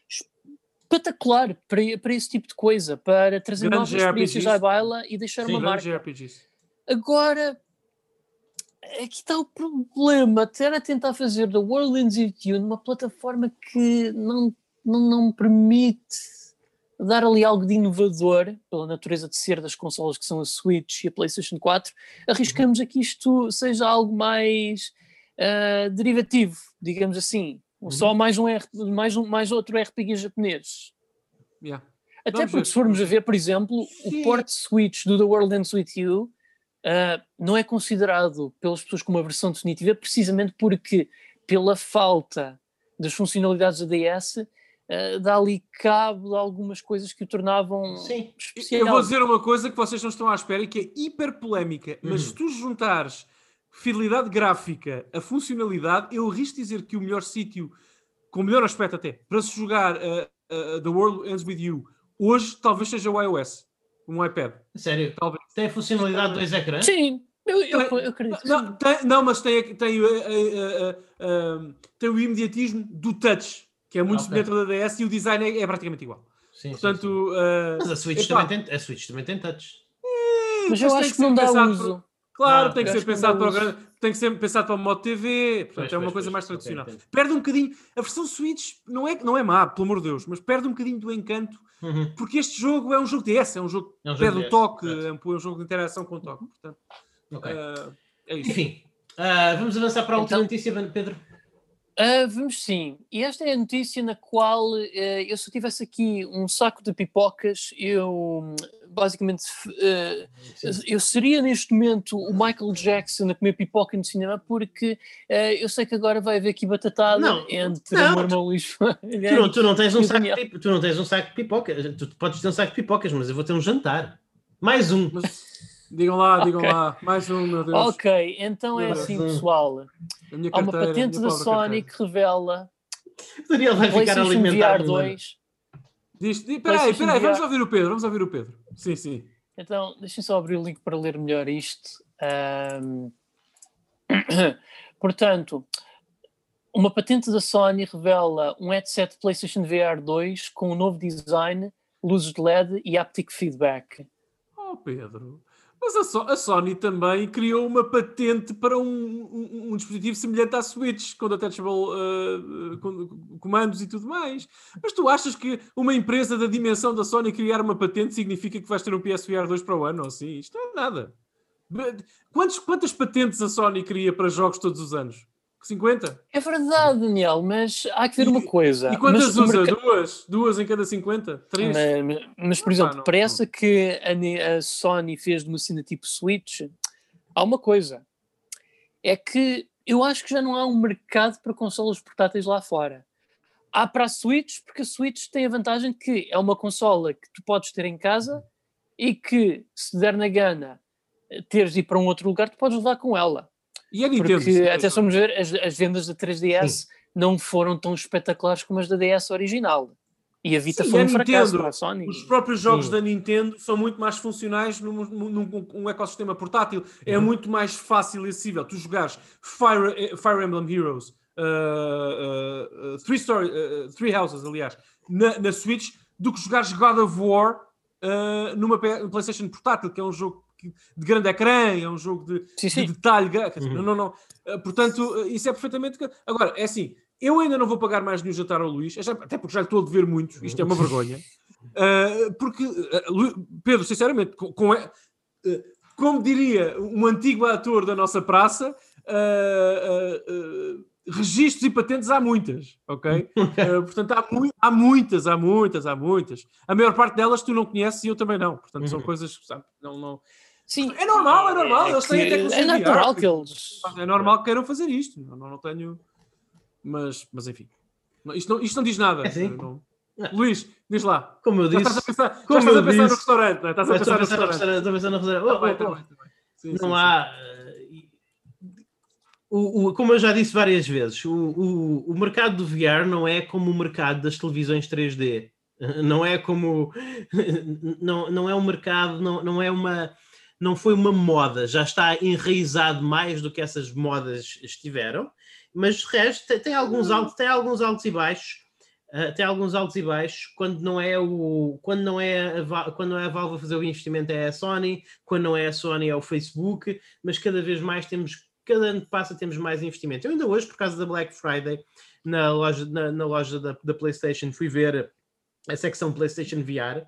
C: espetacular para, para esse tipo de coisa, para trazer
B: Grandes
C: novas experiências à baila e deixar Sim, uma marca. R P Gs. Agora, aqui está o problema, ter a tentar fazer The World Ends With You numa plataforma que não, não, não permite dar ali algo de inovador, pela natureza de ser das consolas que são a Switch e a PlayStation quatro, arriscamos a que isto seja algo mais uh, derivativo, digamos assim. Uhum. Só mais, um, mais, um, mais outro R P G japonês.
B: Yeah.
C: Até Vamos porque ver. Se formos a ver, por exemplo, Sim. o port Switch do The World Ends With You uh, não é considerado pelas pessoas como uma versão definitiva, precisamente porque, pela falta das funcionalidades da D S, Uh, dá ali cabo de algumas coisas que o tornavam Sim. especial.
B: Eu vou dizer uma coisa que vocês não estão à espera e que é hiper polémica, uhum. mas se tu juntares fidelidade gráfica a funcionalidade, eu arrisco dizer que o melhor sítio, com o melhor aspecto até, para se jogar uh, uh, The World Ends With You hoje, talvez seja o iOS, um iPad.
A: Sério? Talvez. Tem a funcionalidade dos ecrãs?
C: Sim. Eu, eu, eu, eu acredito.
B: Não, tem, não, mas tem, tem, uh, uh, uh, uh, tem o imediatismo do touch, que é muito okay. semelhante ao da D S e o design é, é praticamente igual.
A: Sim,
B: Portanto,
A: sim, sim. Uh, mas a Switch, também tem, a Switch também tem touch.
C: É, mas eu acho que, que não dá uso.
B: Para, claro, ah, tem, que ser pensado para o, tem que ser pensado para o modo T V, portanto pois, é uma pois, coisa pois, mais tradicional. Okay, perde um bocadinho, a versão Switch não é, não é má, pelo amor de Deus, mas perde um bocadinho do encanto, uhum. porque este jogo é um jogo D S, é um jogo que é um perde o toque, é um jogo de interação com o toque. Portanto,
A: okay. uh, é isso. Enfim, uh, vamos avançar para a última então, notícia, Pedro.
C: Uh, vamos sim, e esta é a notícia na qual uh, eu se eu tivesse aqui um saco de pipocas, eu basicamente uh, eu seria neste momento o Michael Jackson a comer pipoca no cinema, porque uh, eu sei que agora vai haver aqui batatada não, entre não, o meu irmão Luís.
A: Tu não, tu, não tens um saco de, tu não tens um saco de pipocas, tu podes ter um saco de pipocas, mas eu vou ter um jantar, mais um.
B: Mas... Digam lá, digam okay. lá. Mais um, meu Deus.
C: Ok, então é assim, pessoal. Há uma patente da Sony que revela
A: o Daniel vai ficar alimentado.
C: dois.
B: Diz, diz, peraí, peraí, vamos ouvir o Pedro, vamos ouvir o Pedro. Sim, sim.
C: Então, deixem só abrir o link para ler melhor isto. Um... Portanto, uma patente da Sony revela um headset PlayStation V R dois com um novo design, luzes de L E D e haptic feedback.
B: Oh, Pedro... Mas a, so- a Sony também criou uma patente para um, um, um dispositivo semelhante à Switch, com detachable uh, com comandos e tudo mais. Mas tu achas que uma empresa da dimensão da Sony criar uma patente significa que vais ter um P S V R dois para o ano ou assim? Isto não é nada. Quantos, quantas patentes a Sony cria para jogos todos os anos? cinquenta?
C: É verdade, Daniel, mas há que ver
B: e,
C: uma coisa.
B: E quantas
C: mas,
B: usa?
C: merc...
B: Duas? Duas em cada cinquenta? Três?
C: Mas, mas por exemplo, ah, não, para essa não. que a, a Sony fez de uma cena tipo Switch, há uma coisa. É que eu acho que já não há um mercado para consolas portáteis lá fora. Há para a Switch, porque a Switch tem a vantagem de que é uma consola que tu podes ter em casa e que, se der na gana teres de ir para um outro lugar, tu podes levar com ela.
B: E a Nintendo?
C: Porque, até somos ver, as, as vendas da três D S Sim. não foram tão espetaculares como as da D S original. E a Vita Sim, foi um Nintendo, fracasso para a Sony.
B: Os próprios jogos Sim. da Nintendo são muito mais funcionais num, num, num, num ecossistema portátil. É uhum. muito mais fácil e acessível. Tu jogares Fire, Fire Emblem Heroes, uh, uh, uh, Three, Story, uh, Three Houses, aliás, na, na Switch, do que jogares God of War uh, numa PlayStation portátil, que é um jogo de grande ecrã, é um jogo de, sim, sim. de detalhe. Uhum. Não, não, não. Uh, portanto, isso é perfeitamente... Agora, é assim, eu ainda não vou pagar mais nenhum jantar ao Luís, até porque já lhe estou a dever muito, isto é uma vergonha. Uh, porque, uh, Pedro, sinceramente, com, com, uh, como diria um antigo ator da nossa praça, uh, uh, uh, registros e patentes há muitas, ok? Uh, portanto, há, mu- há muitas, há muitas, há muitas. A maior parte delas tu não conheces e eu também não. Portanto, uhum. são coisas que, sabe, não... não...
C: Sim,
B: é normal, é normal. É eles têm tecnologia.
C: É natural que eles...
B: É normal que queiram fazer isto. Não, não, não tenho... Mas, mas enfim. Isto não, isto não diz nada.
A: É assim?
B: Não... Não. Luís, diz lá.
A: Como eu disse...
B: Já estás a pensar, já estás a pensar no restaurante, não é? Estás a
A: pensar
B: no restaurante.
A: Estou a pensar no restaurante. Oh, oh, oh. Sim, não sim, há... Sim. o, o, como eu já disse várias vezes, o, o, o mercado do V R não é como o mercado das televisões três D. Não é como... Não, não é um mercado, não, não é uma... Não foi uma moda, já está enraizado mais do que essas modas estiveram, mas o resto tem, tem alguns altos, tem alguns altos e baixos. Uh, tem alguns altos e baixos, quando não é o quando não é a, quando não é a Valve a fazer o investimento é a Sony, quando não é a Sony é o Facebook, mas cada vez mais temos, cada ano que passa temos mais investimento. Eu ainda hoje, por causa da Black Friday, na loja, na, na loja da, da PlayStation, fui ver a secção PlayStation V R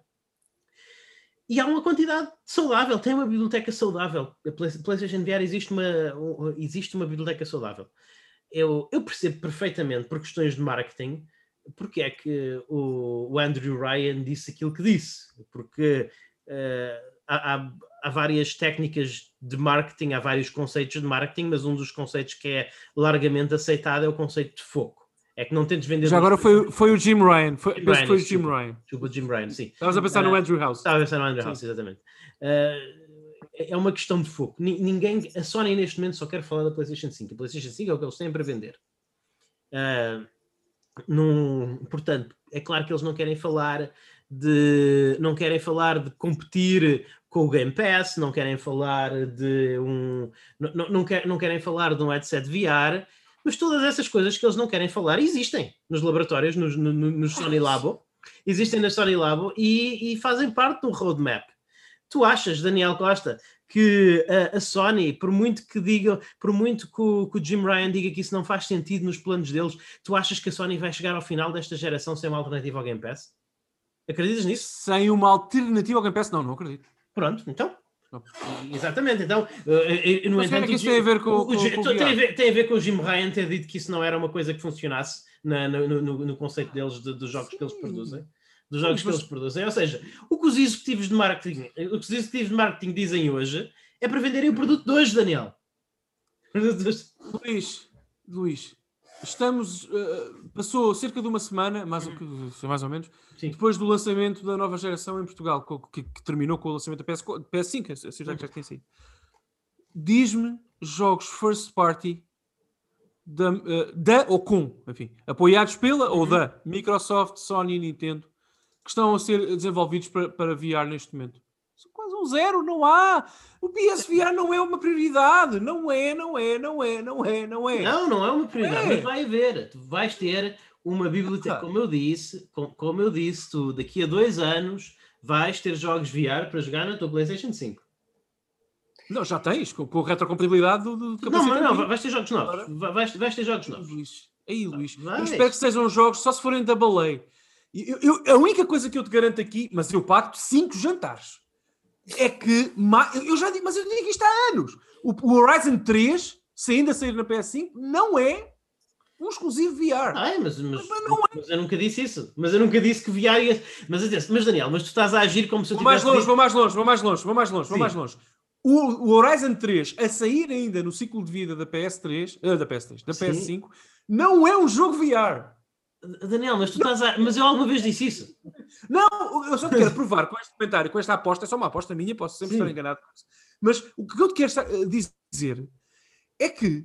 A: e há uma quantidade saudável, tem uma biblioteca saudável. A PlayStation V R existe uma, existe uma biblioteca saudável. Eu, eu percebo perfeitamente, por questões de marketing, porque é que o, o Andrew Ryan disse aquilo que disse, porque uh, há, há, há várias técnicas de marketing, há vários conceitos de marketing, mas um dos conceitos que é largamente aceitado é o conceito de foco. É que não tentes vender...
B: Já agora foi, foi o Jim Ryan, foi, Jim Ryan, foi o Jim
A: desculpa,
B: Ryan.
A: Desculpa, Jim Ryan, sim.
B: Estavas a pensar uh, no Andrew House.
A: Estava a pensar no Andrew House, exatamente. Uh, é uma questão de foco. Ninguém, a Sony neste momento só quer falar da PlayStation cinco. A PlayStation cinco é o que eles têm para vender. Uh, Num, portanto, é claro que eles não querem falar de não querem falar de competir com o Game Pass, não querem falar de um não, não, quer, não querem falar de um headset V R, mas todas essas coisas que eles não querem falar existem nos laboratórios, nos, no, no Sony Labo, existem na Sony Labo e, e fazem parte do roadmap. Tu achas, Daniel Costa, que a, a Sony, por muito que diga, por muito que o, que o Jim Ryan diga que isso não faz sentido nos planos deles, tu achas que a Sony vai chegar ao final desta geração sem uma alternativa ao Game Pass? Acreditas nisso?
B: Sem uma alternativa ao Game Pass? Não, não acredito.
A: Pronto, então. Não. Exatamente, então. Uh, no
B: mas entanto, é que isso tem a ver com,
A: o,
B: com,
A: o,
B: com
A: tem, a ver, tem a ver com o Jim Ryan ter dito que isso não era uma coisa que funcionasse na, no, no, no conceito deles, de, dos jogos Sim. que eles produzem. Dos jogos mas... que eles produzem. Ou seja, o que os executivos de marketing, o que os executivos de marketing dizem hoje é para venderem o produto de hoje, Daniel.
B: Luís, Luís, estamos, uh, passou cerca de uma semana, mais, ou, mais ou menos, Sim. depois do lançamento da nova geração em Portugal, que, que terminou com o lançamento da P S, P S cinco, assim já que já tem sido. Diz-me jogos first party da, uh, da ou com, enfim, apoiados pela uhum. ou da Microsoft, Sony e Nintendo, que estão a ser desenvolvidos para, para V R neste momento. Quase um zero, não há. O P S V R não é uma prioridade. Não é, não é, não é, não é, não é.
A: Não, não é uma prioridade, é. Mas vai haver. Tu vais ter uma biblioteca, como eu disse, como, como eu disse, tu daqui a dois anos vais ter jogos V R para jogar na tua PlayStation cinco.
B: Não, já tens, com, com a retrocompatibilidade do, do
A: Não, mas não, vais ter jogos novos. Vais, vais ter jogos novos.
B: Luís. Aí, Luís. Eu espero que sejam jogos só se forem double A. Eu, eu, a única coisa que eu te garanto aqui, mas eu pacto cinco jantares. É que, eu já digo, mas eu digo isto há anos, o, o Horizon três, se ainda sair na P S cinco, não é um exclusivo V R.
A: Ah, é, mas, mas, mas, não é. Mas eu nunca disse isso. Mas eu nunca disse que V R ia... Mas, mas Daniel, mas tu estás a agir como se eu
B: vou mais
A: tivesse...
B: longe, vou mais longe, vou mais longe, vou mais longe, vou mais longe. O, o Horizon três, a sair ainda no ciclo de vida da P S três, uh, da P S três, da Sim. P S cinco, não é um jogo V R.
A: Daniel, mas tu estás a... Mas eu alguma vez disse isso?
B: Não, eu só te quero provar com este comentário, com esta aposta, é só uma aposta minha, posso sempre Sim. estar enganado. Mas o que eu te quero dizer é que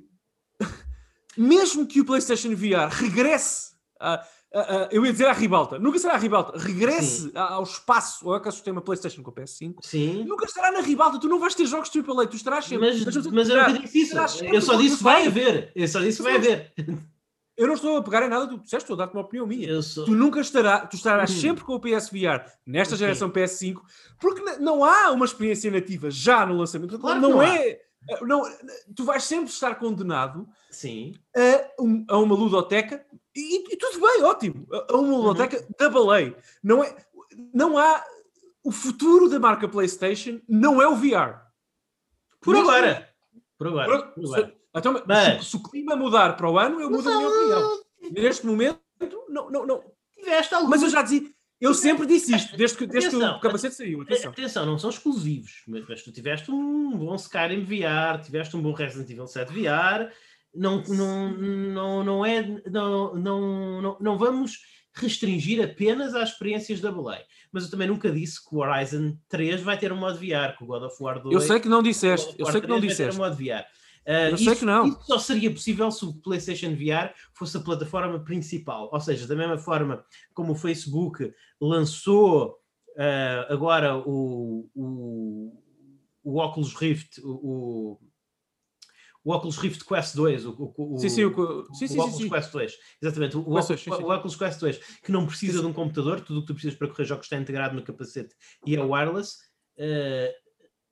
B: mesmo que o PlayStation V R regresse a, a, a, eu ia dizer à ribalta, nunca será à ribalta, regresse a, ao espaço, ao ecossistema PlayStation com a P S cinco,
A: Sim.
B: nunca estará na ribalta, tu não vais ter jogos triplo A, tu estarás sempre...
A: Mas, mas, mas eu nunca disse isso, eu só disse que vai haver, eu só disse que vai haver.
B: Eu não estou a pegar em nada do que disseste, estou a dar-te uma opinião minha.
A: Sou...
B: Tu nunca estarás, tu estarás hum. sempre com o P S V R nesta okay. geração P S cinco, porque não há uma experiência nativa já no lançamento.
A: Claro
B: não,
A: não
B: é. Não, tu vais sempre estar condenado
A: Sim.
B: A, um, a uma ludoteca, e, e tudo bem, ótimo, a, a uma ludoteca uhum. double A. Não, é, não há. O futuro da marca PlayStation não é o V R.
A: Por Mesmo agora. Por agora. Por, por agora.
B: Então, mas... se, se o clima mudar para o ano, eu mudo a minha opinião. Neste momento, não, não, não.
A: Tiveste algum...
B: Mas eu já dizia, eu sempre disse isto, desde que, desde atenção, que o capacete saiu. Atenção.
A: atenção, não são exclusivos, mas, mas tu tiveste um bom Skyrim V R, tiveste um bom Resident Evil sete V R, não, não, não, não é, não, não, não, não vamos restringir apenas às experiências da Belay. Mas eu também nunca disse que o Horizon três vai ter um modo V R, que o God of War dois...
B: Eu sei que não disseste, eu sei que não disseste.
A: Vai ter um modo V R. Uh,
B: eu sei
A: isso,
B: que não.
A: Isso só seria possível se o PlayStation V R fosse a plataforma principal. Ou seja, da mesma forma como o Facebook lançou uh, agora o, o, o Oculus Rift, o, o Oculus Rift Quest dois, o, o,
B: sim, sim, o,
A: o
B: sim, sim,
A: Oculus
B: sim,
A: Quest dois, exatamente, o,
B: Quest
A: dois, sim, sim. o Oculus Quest dois, que não precisa sim, sim. de um computador, tudo o que tu precisas para correr jogos está integrado no capacete e é wireless. Uh,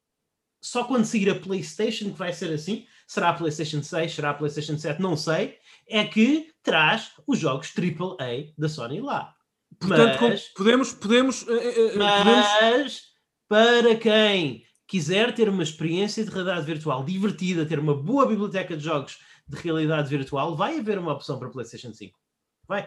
A: só quando sair a PlayStation que vai ser assim, será a PlayStation seis, será a PlayStation sete, não sei, é que traz os jogos triplo A da Sony lá.
B: Portanto,
A: mas,
B: podemos, podemos, uh, uh,
A: mas
B: podemos...
A: para quem quiser ter uma experiência de realidade virtual divertida, ter uma boa biblioteca de jogos de realidade virtual, vai haver uma opção para PlayStation cinco. Vai.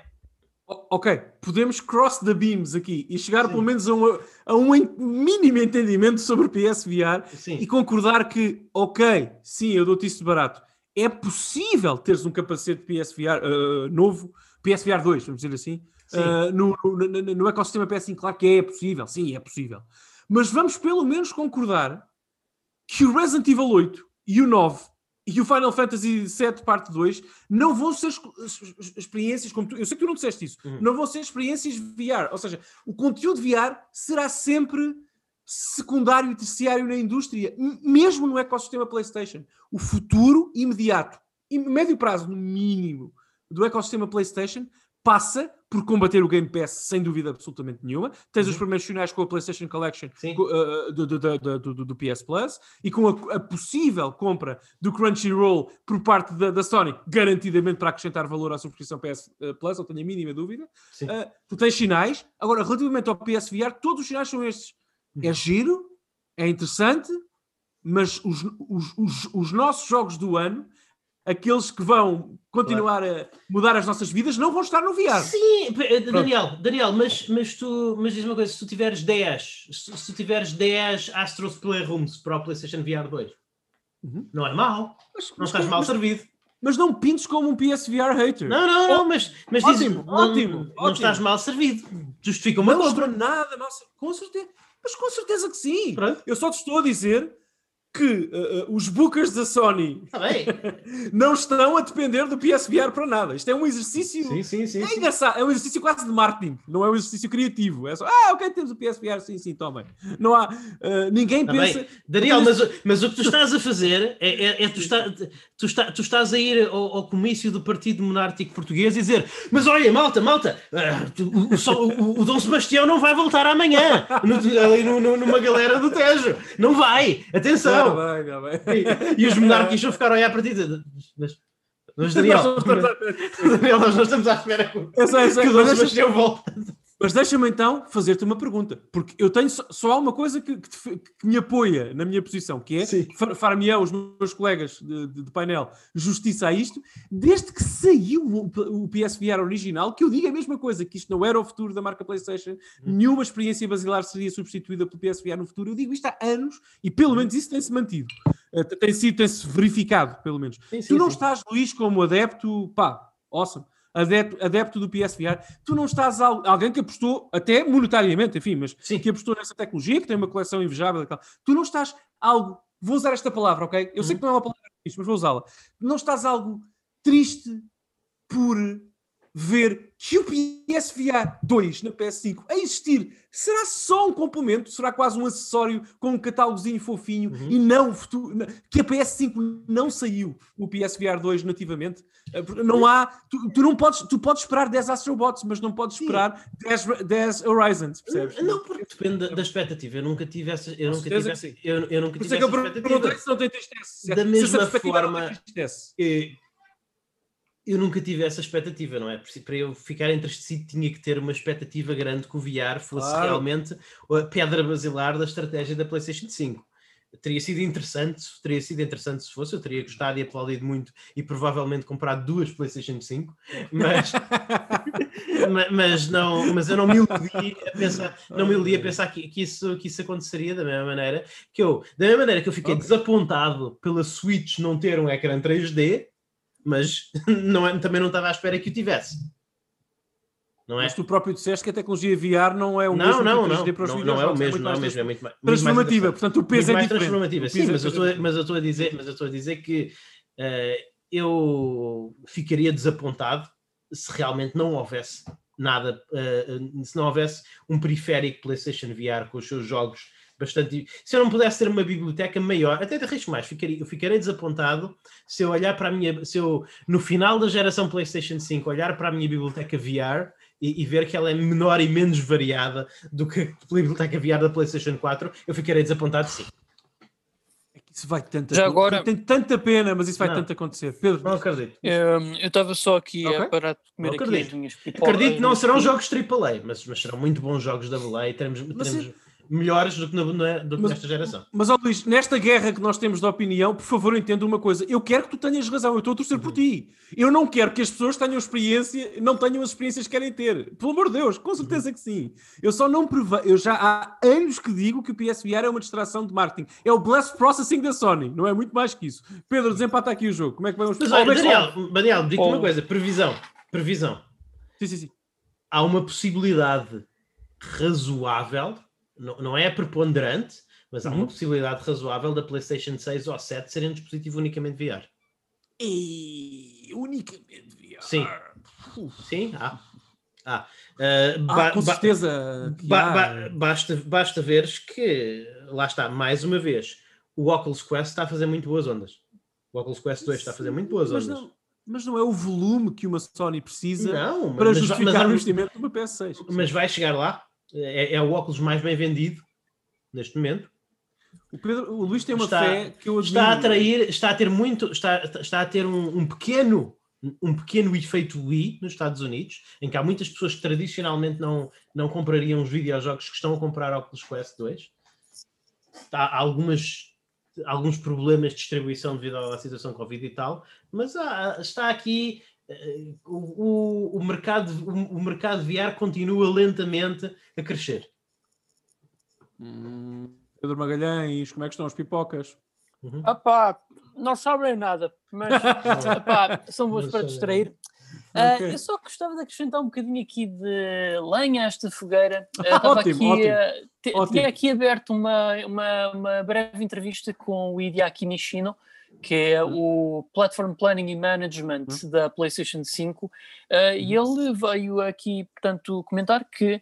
B: Ok, podemos cross the beams aqui e chegar sim. pelo menos a um, a um mínimo entendimento sobre P S V R sim. e concordar que, ok, sim, eu dou-te isso de barato. É possível teres um capacete P S V R uh, novo, P S V R dois, vamos dizer assim, uh, no, no, no, no ecossistema P S cinco. Claro que é possível, sim, é possível. Mas vamos pelo menos concordar que o Resident Evil oito e o nove e o Final Fantasy sete parte dois não vão ser experiências, como tu, eu sei que tu não disseste isso, uhum. não vão ser experiências V R, ou seja, o conteúdo V R será sempre secundário e terciário na indústria, mesmo no ecossistema PlayStation. O futuro imediato, e médio prazo no mínimo, do ecossistema PlayStation passa por combater o Game Pass sem dúvida absolutamente nenhuma. Tens uhum. os primeiros sinais com a PlayStation Collection uh, do, do, do, do, do P S Plus e com a, a possível compra do Crunchyroll por parte da, da Sony, garantidamente para acrescentar valor à subscrição P S Plus, não tenho a mínima dúvida. Uh, tu tens sinais. Agora, relativamente ao P S V R, todos os sinais são estes. Uhum. É giro, é interessante, mas os, os, os, os nossos jogos do ano, aqueles que vão continuar claro. a mudar as nossas vidas, não vão estar no V R.
A: Sim, Daniel, Daniel mas, mas tu mas diz uma coisa, se tu tiveres dez, se, se tu tiveres dez Astros Playrooms para o PlayStation V R dois, uhum. não é mau, mas, não mas, estás mas, mal
B: mas,
A: servido.
B: Mas não pintes como um P S V R hater.
A: Não, não, não, oh, mas, mas
B: ótimo,
A: diz,
B: ótimo,
A: não,
B: ótimo.
A: não estás mal servido. Justifica uma
B: não
A: compra.
B: Não estou nada, nossa, com certeza. Mas com certeza que sim.
A: Pronto.
B: Eu só te estou a dizer que uh, uh, os bookers da Sony
A: tá bem.
B: não estão a depender do P S V R para nada. Isto é um exercício
A: sim, sim, sim,
B: é
A: sim.
B: engraçado, é um exercício quase de marketing, não é um exercício criativo. É só, ah, ok, temos o P S V R, sim, sim, tomem. Não há, uh, ninguém
A: tá
B: pensa...
A: Bem. Daniel, mas, mas o que tu estás a fazer é, é, é tu, está, tu, está, tu estás a ir ao, ao comício do Partido Monárquico Português e dizer, mas olha, malta, malta, uh, o, só, o, o Dom Sebastião não vai voltar amanhã, no, ali no, no, numa galera do Tejo. Não vai, atenção.
B: Tá bem, tá bem.
A: E, e os monarquistas vão ficar a olhar para ti. Mas, mas Daniel, Daniel, nós não estamos à espera que,
B: eu sei, eu sei,
A: que o Dom Sebastião volte.
B: Mas deixa-me então fazer-te uma pergunta, porque eu tenho só, só há uma coisa que, que, te, que me apoia na minha posição, que é far-me-ão os meus colegas de, de, de painel justiça a isto, desde que saiu o, o P S V R original, que eu digo a mesma coisa, que isto não era o futuro da marca PlayStation, hum. nenhuma experiência basilar seria substituída pelo P S V R no futuro. Eu digo isto há anos e pelo menos isso tem-se mantido, uh, tem sido, tem-se verificado, pelo menos. Sim, sim, tu não sim. estás, Luís, como adepto, pá, awesome. Adepto, adepto do P S V R, tu não estás al- alguém que apostou, até monetariamente, enfim, mas Sim. que apostou nessa tecnologia, que tem uma coleção invejável e tal. Tu não estás algo, vou usar esta palavra, ok? Eu uhum. sei que não é uma palavra triste, mas vou usá-la. Não estás algo triste por ver que o P S V R dois na P S cinco a existir será só um complemento, será quase um acessório com um catálogozinho fofinho uhum. e não futuro, que a P S cinco não saiu o P S V R dois nativamente. Não há, tu, tu não podes, tu podes esperar dez Astrobots, mas não podes esperar dez, dez Horizons, percebes?
A: Não, porque depende da, da expectativa. Eu nunca tive essa, eu nunca tive essa, eu, eu nunca tive
B: essa expectativa. Se não tem tristeza,
A: da mesma forma, eu, eu nunca tive essa expectativa, não é? Para eu ficar entristecido tinha que ter uma expectativa grande que o V R fosse claro. realmente a pedra basilar da estratégia da PlayStation cinco. Teria sido interessante, teria sido interessante se fosse, eu teria gostado e aplaudido muito e provavelmente comprado duas PlayStation cinco, mas, mas, não, mas eu não me iludi a pensar, não me iludi a pensar que, que, isso, que isso aconteceria da mesma maneira que eu, da mesma maneira que eu fiquei okay. desapontado pela Switch não ter um ecrã três D, mas não, também não estava à espera que o tivesse. Não é?
B: Mas tu próprio disseste que a tecnologia V R não é o
A: não,
B: mesmo
A: não,
B: que
A: não,
B: para os
A: não,
B: não,
A: não é o mesmo, não é o mesmo, é muito mais
B: transformativa, portanto o peso
A: muito
B: é
A: mais
B: diferente.
A: Transformativa. Sim, mas eu, estou, mas eu estou a dizer, mas eu estou a dizer que Uh, eu ficaria desapontado se realmente não houvesse nada, uh, se não houvesse um periférico PlayStation V R com os seus jogos bastante... Se eu não pudesse ter uma biblioteca maior, até de risco mais, ficaria, eu ficarei desapontado se eu olhar para a minha... Se eu, no final da geração PlayStation cinco, olhar para a minha biblioteca V R e, e ver que ela é menor e menos variada do que a biblioteca V R da PlayStation quatro, eu ficarei desapontado, sim.
B: Isso vai tanto
C: Já agora...
B: Tem tanta pena, mas isso vai
A: não.
B: tanto acontecer. Pedro,
A: não acredito.
C: Um, eu estava só aqui okay. a parar de comer
A: não
C: aqui as minhas pipocas.
A: Acredito que não serão jogos triplo A, mas, mas serão muito bons jogos da A e teremos... teremos... Se... melhores do que, na, do que
B: mas,
A: nesta geração.
B: Mas, ó Luís, nesta guerra que nós temos de opinião, por favor, entenda uma coisa. Eu quero que tu tenhas razão, eu estou a torcer uhum. por ti. Eu não quero que as pessoas tenham experiência, não tenham as experiências que querem ter. Pelo amor de Deus, com certeza uhum. que sim. Eu só não prevejo... Eu já há anos que digo que o P S V R é uma distração de marketing. É o blast processing da Sony, não é muito mais que isso. Pedro, desempata aqui o jogo. Como é que vamos...
A: Mas olha, Daniel, Daniel digo-te oh. uma coisa. Previsão. Previsão.
B: Sim, sim, sim.
A: Há uma possibilidade razoável... Não, não é preponderante, mas há uhum. uma possibilidade razoável da PlayStation seis ou sete serem um dispositivo unicamente V R.
B: E unicamente V R?
A: Sim. Sim, há. há. Uh,
B: ah, com certeza.
A: Ba ba basta, basta veres que, lá está, mais uma vez, o Oculus Quest está a fazer muito boas ondas. O Oculus Quest dois está a fazer muito boas
B: mas
A: ondas.
B: Não, mas não é o volume que uma Sony precisa
A: não,
B: para
A: mas,
B: justificar
A: mas, mas,
B: o investimento de uma P S seis.
A: Mas vai chegar lá. É, é o óculos mais bem vendido neste momento.
B: O, Pedro, o Luís tem uma
A: está,
B: fé que eu admiro.
A: Está a atrair, está a ter muito, está, está a ter um, um pequeno, um pequeno efeito Wii nos Estados Unidos, em que há muitas pessoas que tradicionalmente não, não comprariam os videojogos que estão a comprar Oculus Quest dois. Há algumas, alguns problemas de distribuição devido à situação Covid e tal, mas há, está aqui uh, o, o, mercado, o, o mercado V R continua lentamente a crescer.
B: Hum, Pedro Magalhães, como é que estão as pipocas?
C: Uhum. Apá, não sabem nada, mas apá, são boas para distrair. Okay. Uh, eu só gostava de acrescentar um bocadinho aqui de lenha a esta fogueira. Uh, estava
B: ótimo,
C: aqui,
B: ótimo,
C: uh, te,
B: ótimo.
C: Tinha aqui aberto uma, uma, uma breve entrevista com o Hideaki Nishino, que é o Platform Planning and Management uhum. da PlayStation cinco, uh, uhum. e ele veio aqui, portanto, comentar que,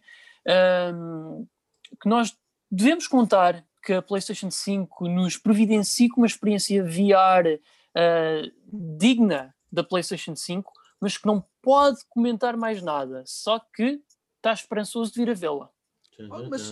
C: um, que nós devemos contar que a PlayStation cinco nos providencie com uma experiência V R uh, digna da PlayStation cinco, mas que não pode comentar mais nada, só que está esperançoso de vir a vê-la.
B: Oh, mas,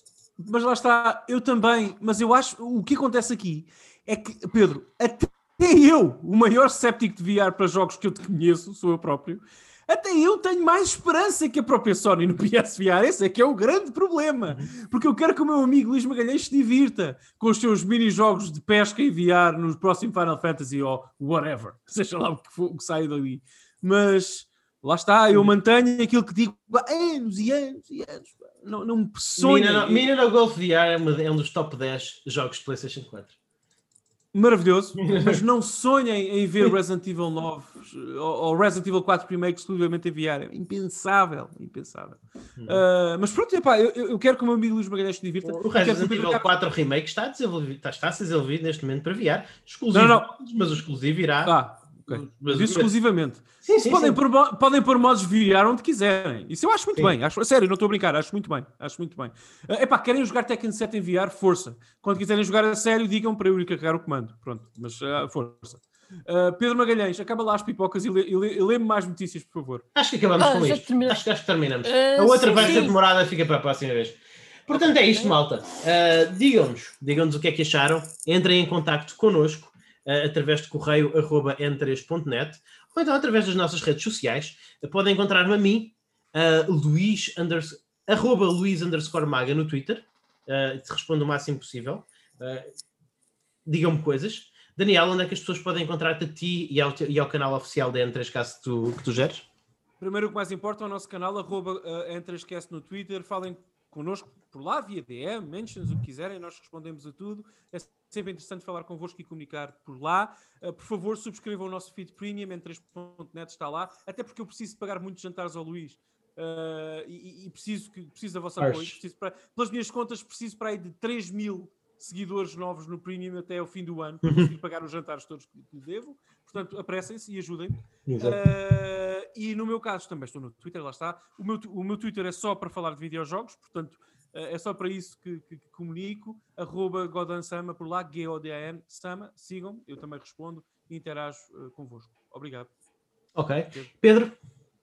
B: mas lá está, eu também, mas eu acho, o que acontece aqui é que, Pedro, até eu, o maior séptico de V R para jogos que eu te conheço, sou eu próprio, até eu tenho mais esperança que a própria Sony no P S V R. Esse é que é o grande problema. Porque eu quero que o meu amigo Luís Magalhães se divirta com os seus mini-jogos de pesca em V R no próximo Final Fantasy ou whatever. Seja lá o que, for, o que saia dali. Mas lá está, eu mantenho aquilo que digo há anos e anos e anos. Não, não me sonho.
A: Mina no Golf V R é, uma, é um dos top dez jogos de PlayStation quatro.
B: Maravilhoso, mas não sonhem em ver Resident Evil nove ou Resident Evil quatro Remake exclusivamente em V R. É impensável, impensável. Hum. Uh, mas pronto, epá, eu, eu quero que o meu amigo Luís Magalhães se divirta.
A: O Resident Evil quatro Remake está, desenvolvido, está, está a ser desenvolvido neste momento para V R. Exclusivo,
B: não, não.
A: Mas o exclusivo irá...
B: Ah. Okay. Mas Disse exclusivamente.
A: Sim, sim,
B: podem,
A: sim.
B: Pôr, podem pôr modos V R onde quiserem. Isso eu acho muito sim. bem. Acho, sério, não estou a brincar. Acho muito bem. Acho muito bem. Uh, epá, querem jogar Tekken sete em V R? Força. Quando quiserem jogar a sério, digam para eu ir carregar o comando. Pronto. Mas uh, força. Uh, Pedro Magalhães, acaba lá as pipocas e lê-me lê, lê mais notícias, por favor.
A: Acho que acabamos ah, com isto. Termina... Acho, acho que terminamos. Uh, a outra sim, vai sim. ser demorada, fica para a próxima vez. Portanto, é isto, malta. Uh, digam-nos. Digam-nos o que é que acharam. Entrem em contacto connosco uh, através de correio arroba n três ponto net ou então através das nossas redes sociais. Uh, podem encontrar-me a mim, uh, Luís, unders, arroba Luís underscore Maga no Twitter. Uh, te respondo o máximo possível. Uh, digam-me coisas. Daniel, onde é que as pessoas podem encontrar-te a ti e ao, e ao canal oficial da N três Cast que tu, que tu geres?
B: Primeiro, o que mais importa é o nosso canal, arroba uh, N três Cast no Twitter. Falem connosco por lá, via D M, mentions, o que quiserem, nós respondemos a tudo. É sempre interessante falar convosco e comunicar por lá. Uh, por favor, subscrevam o nosso feed premium, N três ponto net está lá, até porque eu preciso pagar muitos jantares ao Luís. Uh, e, e preciso, que, preciso da vossa apoio. Preciso para, pelas minhas contas, preciso para aí de três mil seguidores novos no Premium até ao fim do ano, para conseguir pagar os jantares todos que lhe devo. Portanto, apressem-se e ajudem-me. Uh, e no meu caso, também estou no Twitter, lá está. O meu, o meu Twitter é só para falar de videojogos, portanto, uh, é só para isso que, que, que comunico. Arroba Godansama por lá, G O D A N Sama. Sigam, eu também respondo e interajo uh, convosco. Obrigado.
A: Ok. Pedro?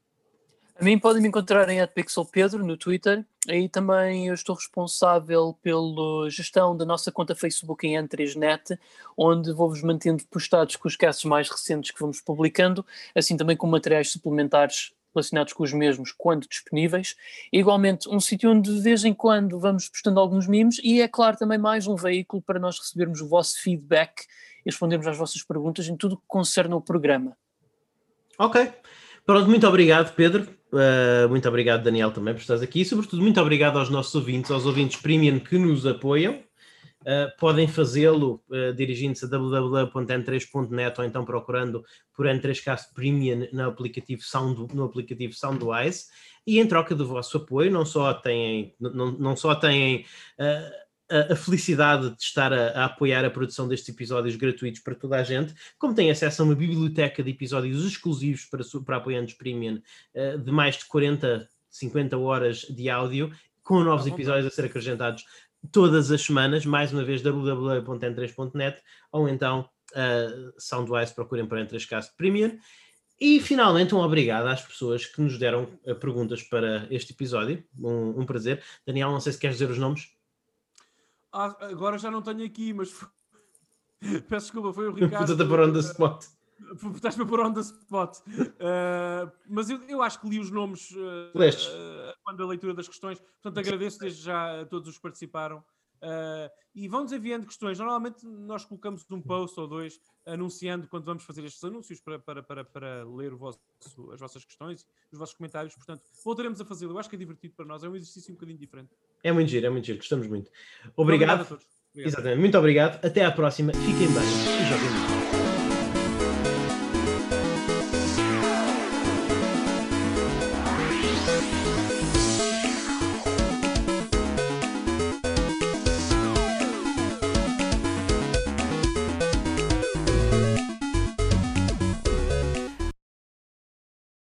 C: A mim podem me encontrar em @pixelpedro no Twitter. Aí também eu estou responsável pela gestão da nossa conta Facebook em N três net, onde vou-vos mantendo postados com os casts mais recentes que vamos publicando, assim também com materiais suplementares relacionados com os mesmos quando disponíveis. E, igualmente, um sítio onde de vez em quando vamos postando alguns memes e, é claro, também mais um veículo para nós recebermos o vosso feedback e respondermos às vossas perguntas em tudo o que concerne o programa.
A: Ok. Pronto, muito obrigado, Pedro. Uh, muito obrigado, Daniel, também por estares aqui. E, sobretudo, muito obrigado aos nossos ouvintes, aos ouvintes premium que nos apoiam. Uh, podem fazê-lo uh, dirigindo-se a w w w ponto n três ponto net ou então procurando por N três cast Premium no aplicativo, Sound, no aplicativo Soundwise. E em troca do vosso apoio, não só têm, não, não só têm uh, a, a felicidade de estar a, a apoiar a produção destes episódios gratuitos para toda a gente, como têm acesso a uma biblioteca de episódios exclusivos para, para apoiantes Premium uh, de mais de quarenta, cinquenta horas de áudio, com novos episódios a ser acrescentados todas as semanas, mais uma vez w w w ponto n três ponto net ou então uh, Soundwise, procurem por N três cast Premium. E finalmente um obrigado às pessoas que nos deram uh, perguntas para este episódio, um, um prazer. Daniel, não sei se queres dizer os nomes.
B: Ah, agora já não tenho aqui, mas peço desculpa, foi o Ricardo.
A: Puta por on the spot.
B: Estás-me por on the spot. Uh, mas eu, eu acho que li os nomes uh,
A: Lestes.
B: uh, quando a leitura das questões. Portanto, agradeço desde já a todos os que participaram. Uh, e vão-nos enviando questões. Normalmente nós colocamos um post ou dois anunciando quando vamos fazer estes anúncios para, para, para, para ler o vosso, as vossas questões, os vossos comentários. Portanto, voltaremos a fazê-lo. Eu acho que é divertido para nós. É um exercício um bocadinho diferente.
A: É muito giro, é muito giro. Gostamos muito. Obrigado.
B: Obrigado a todos. Obrigado.
A: Exatamente. Muito obrigado. Até à próxima. Fiquem bem e joguem muito.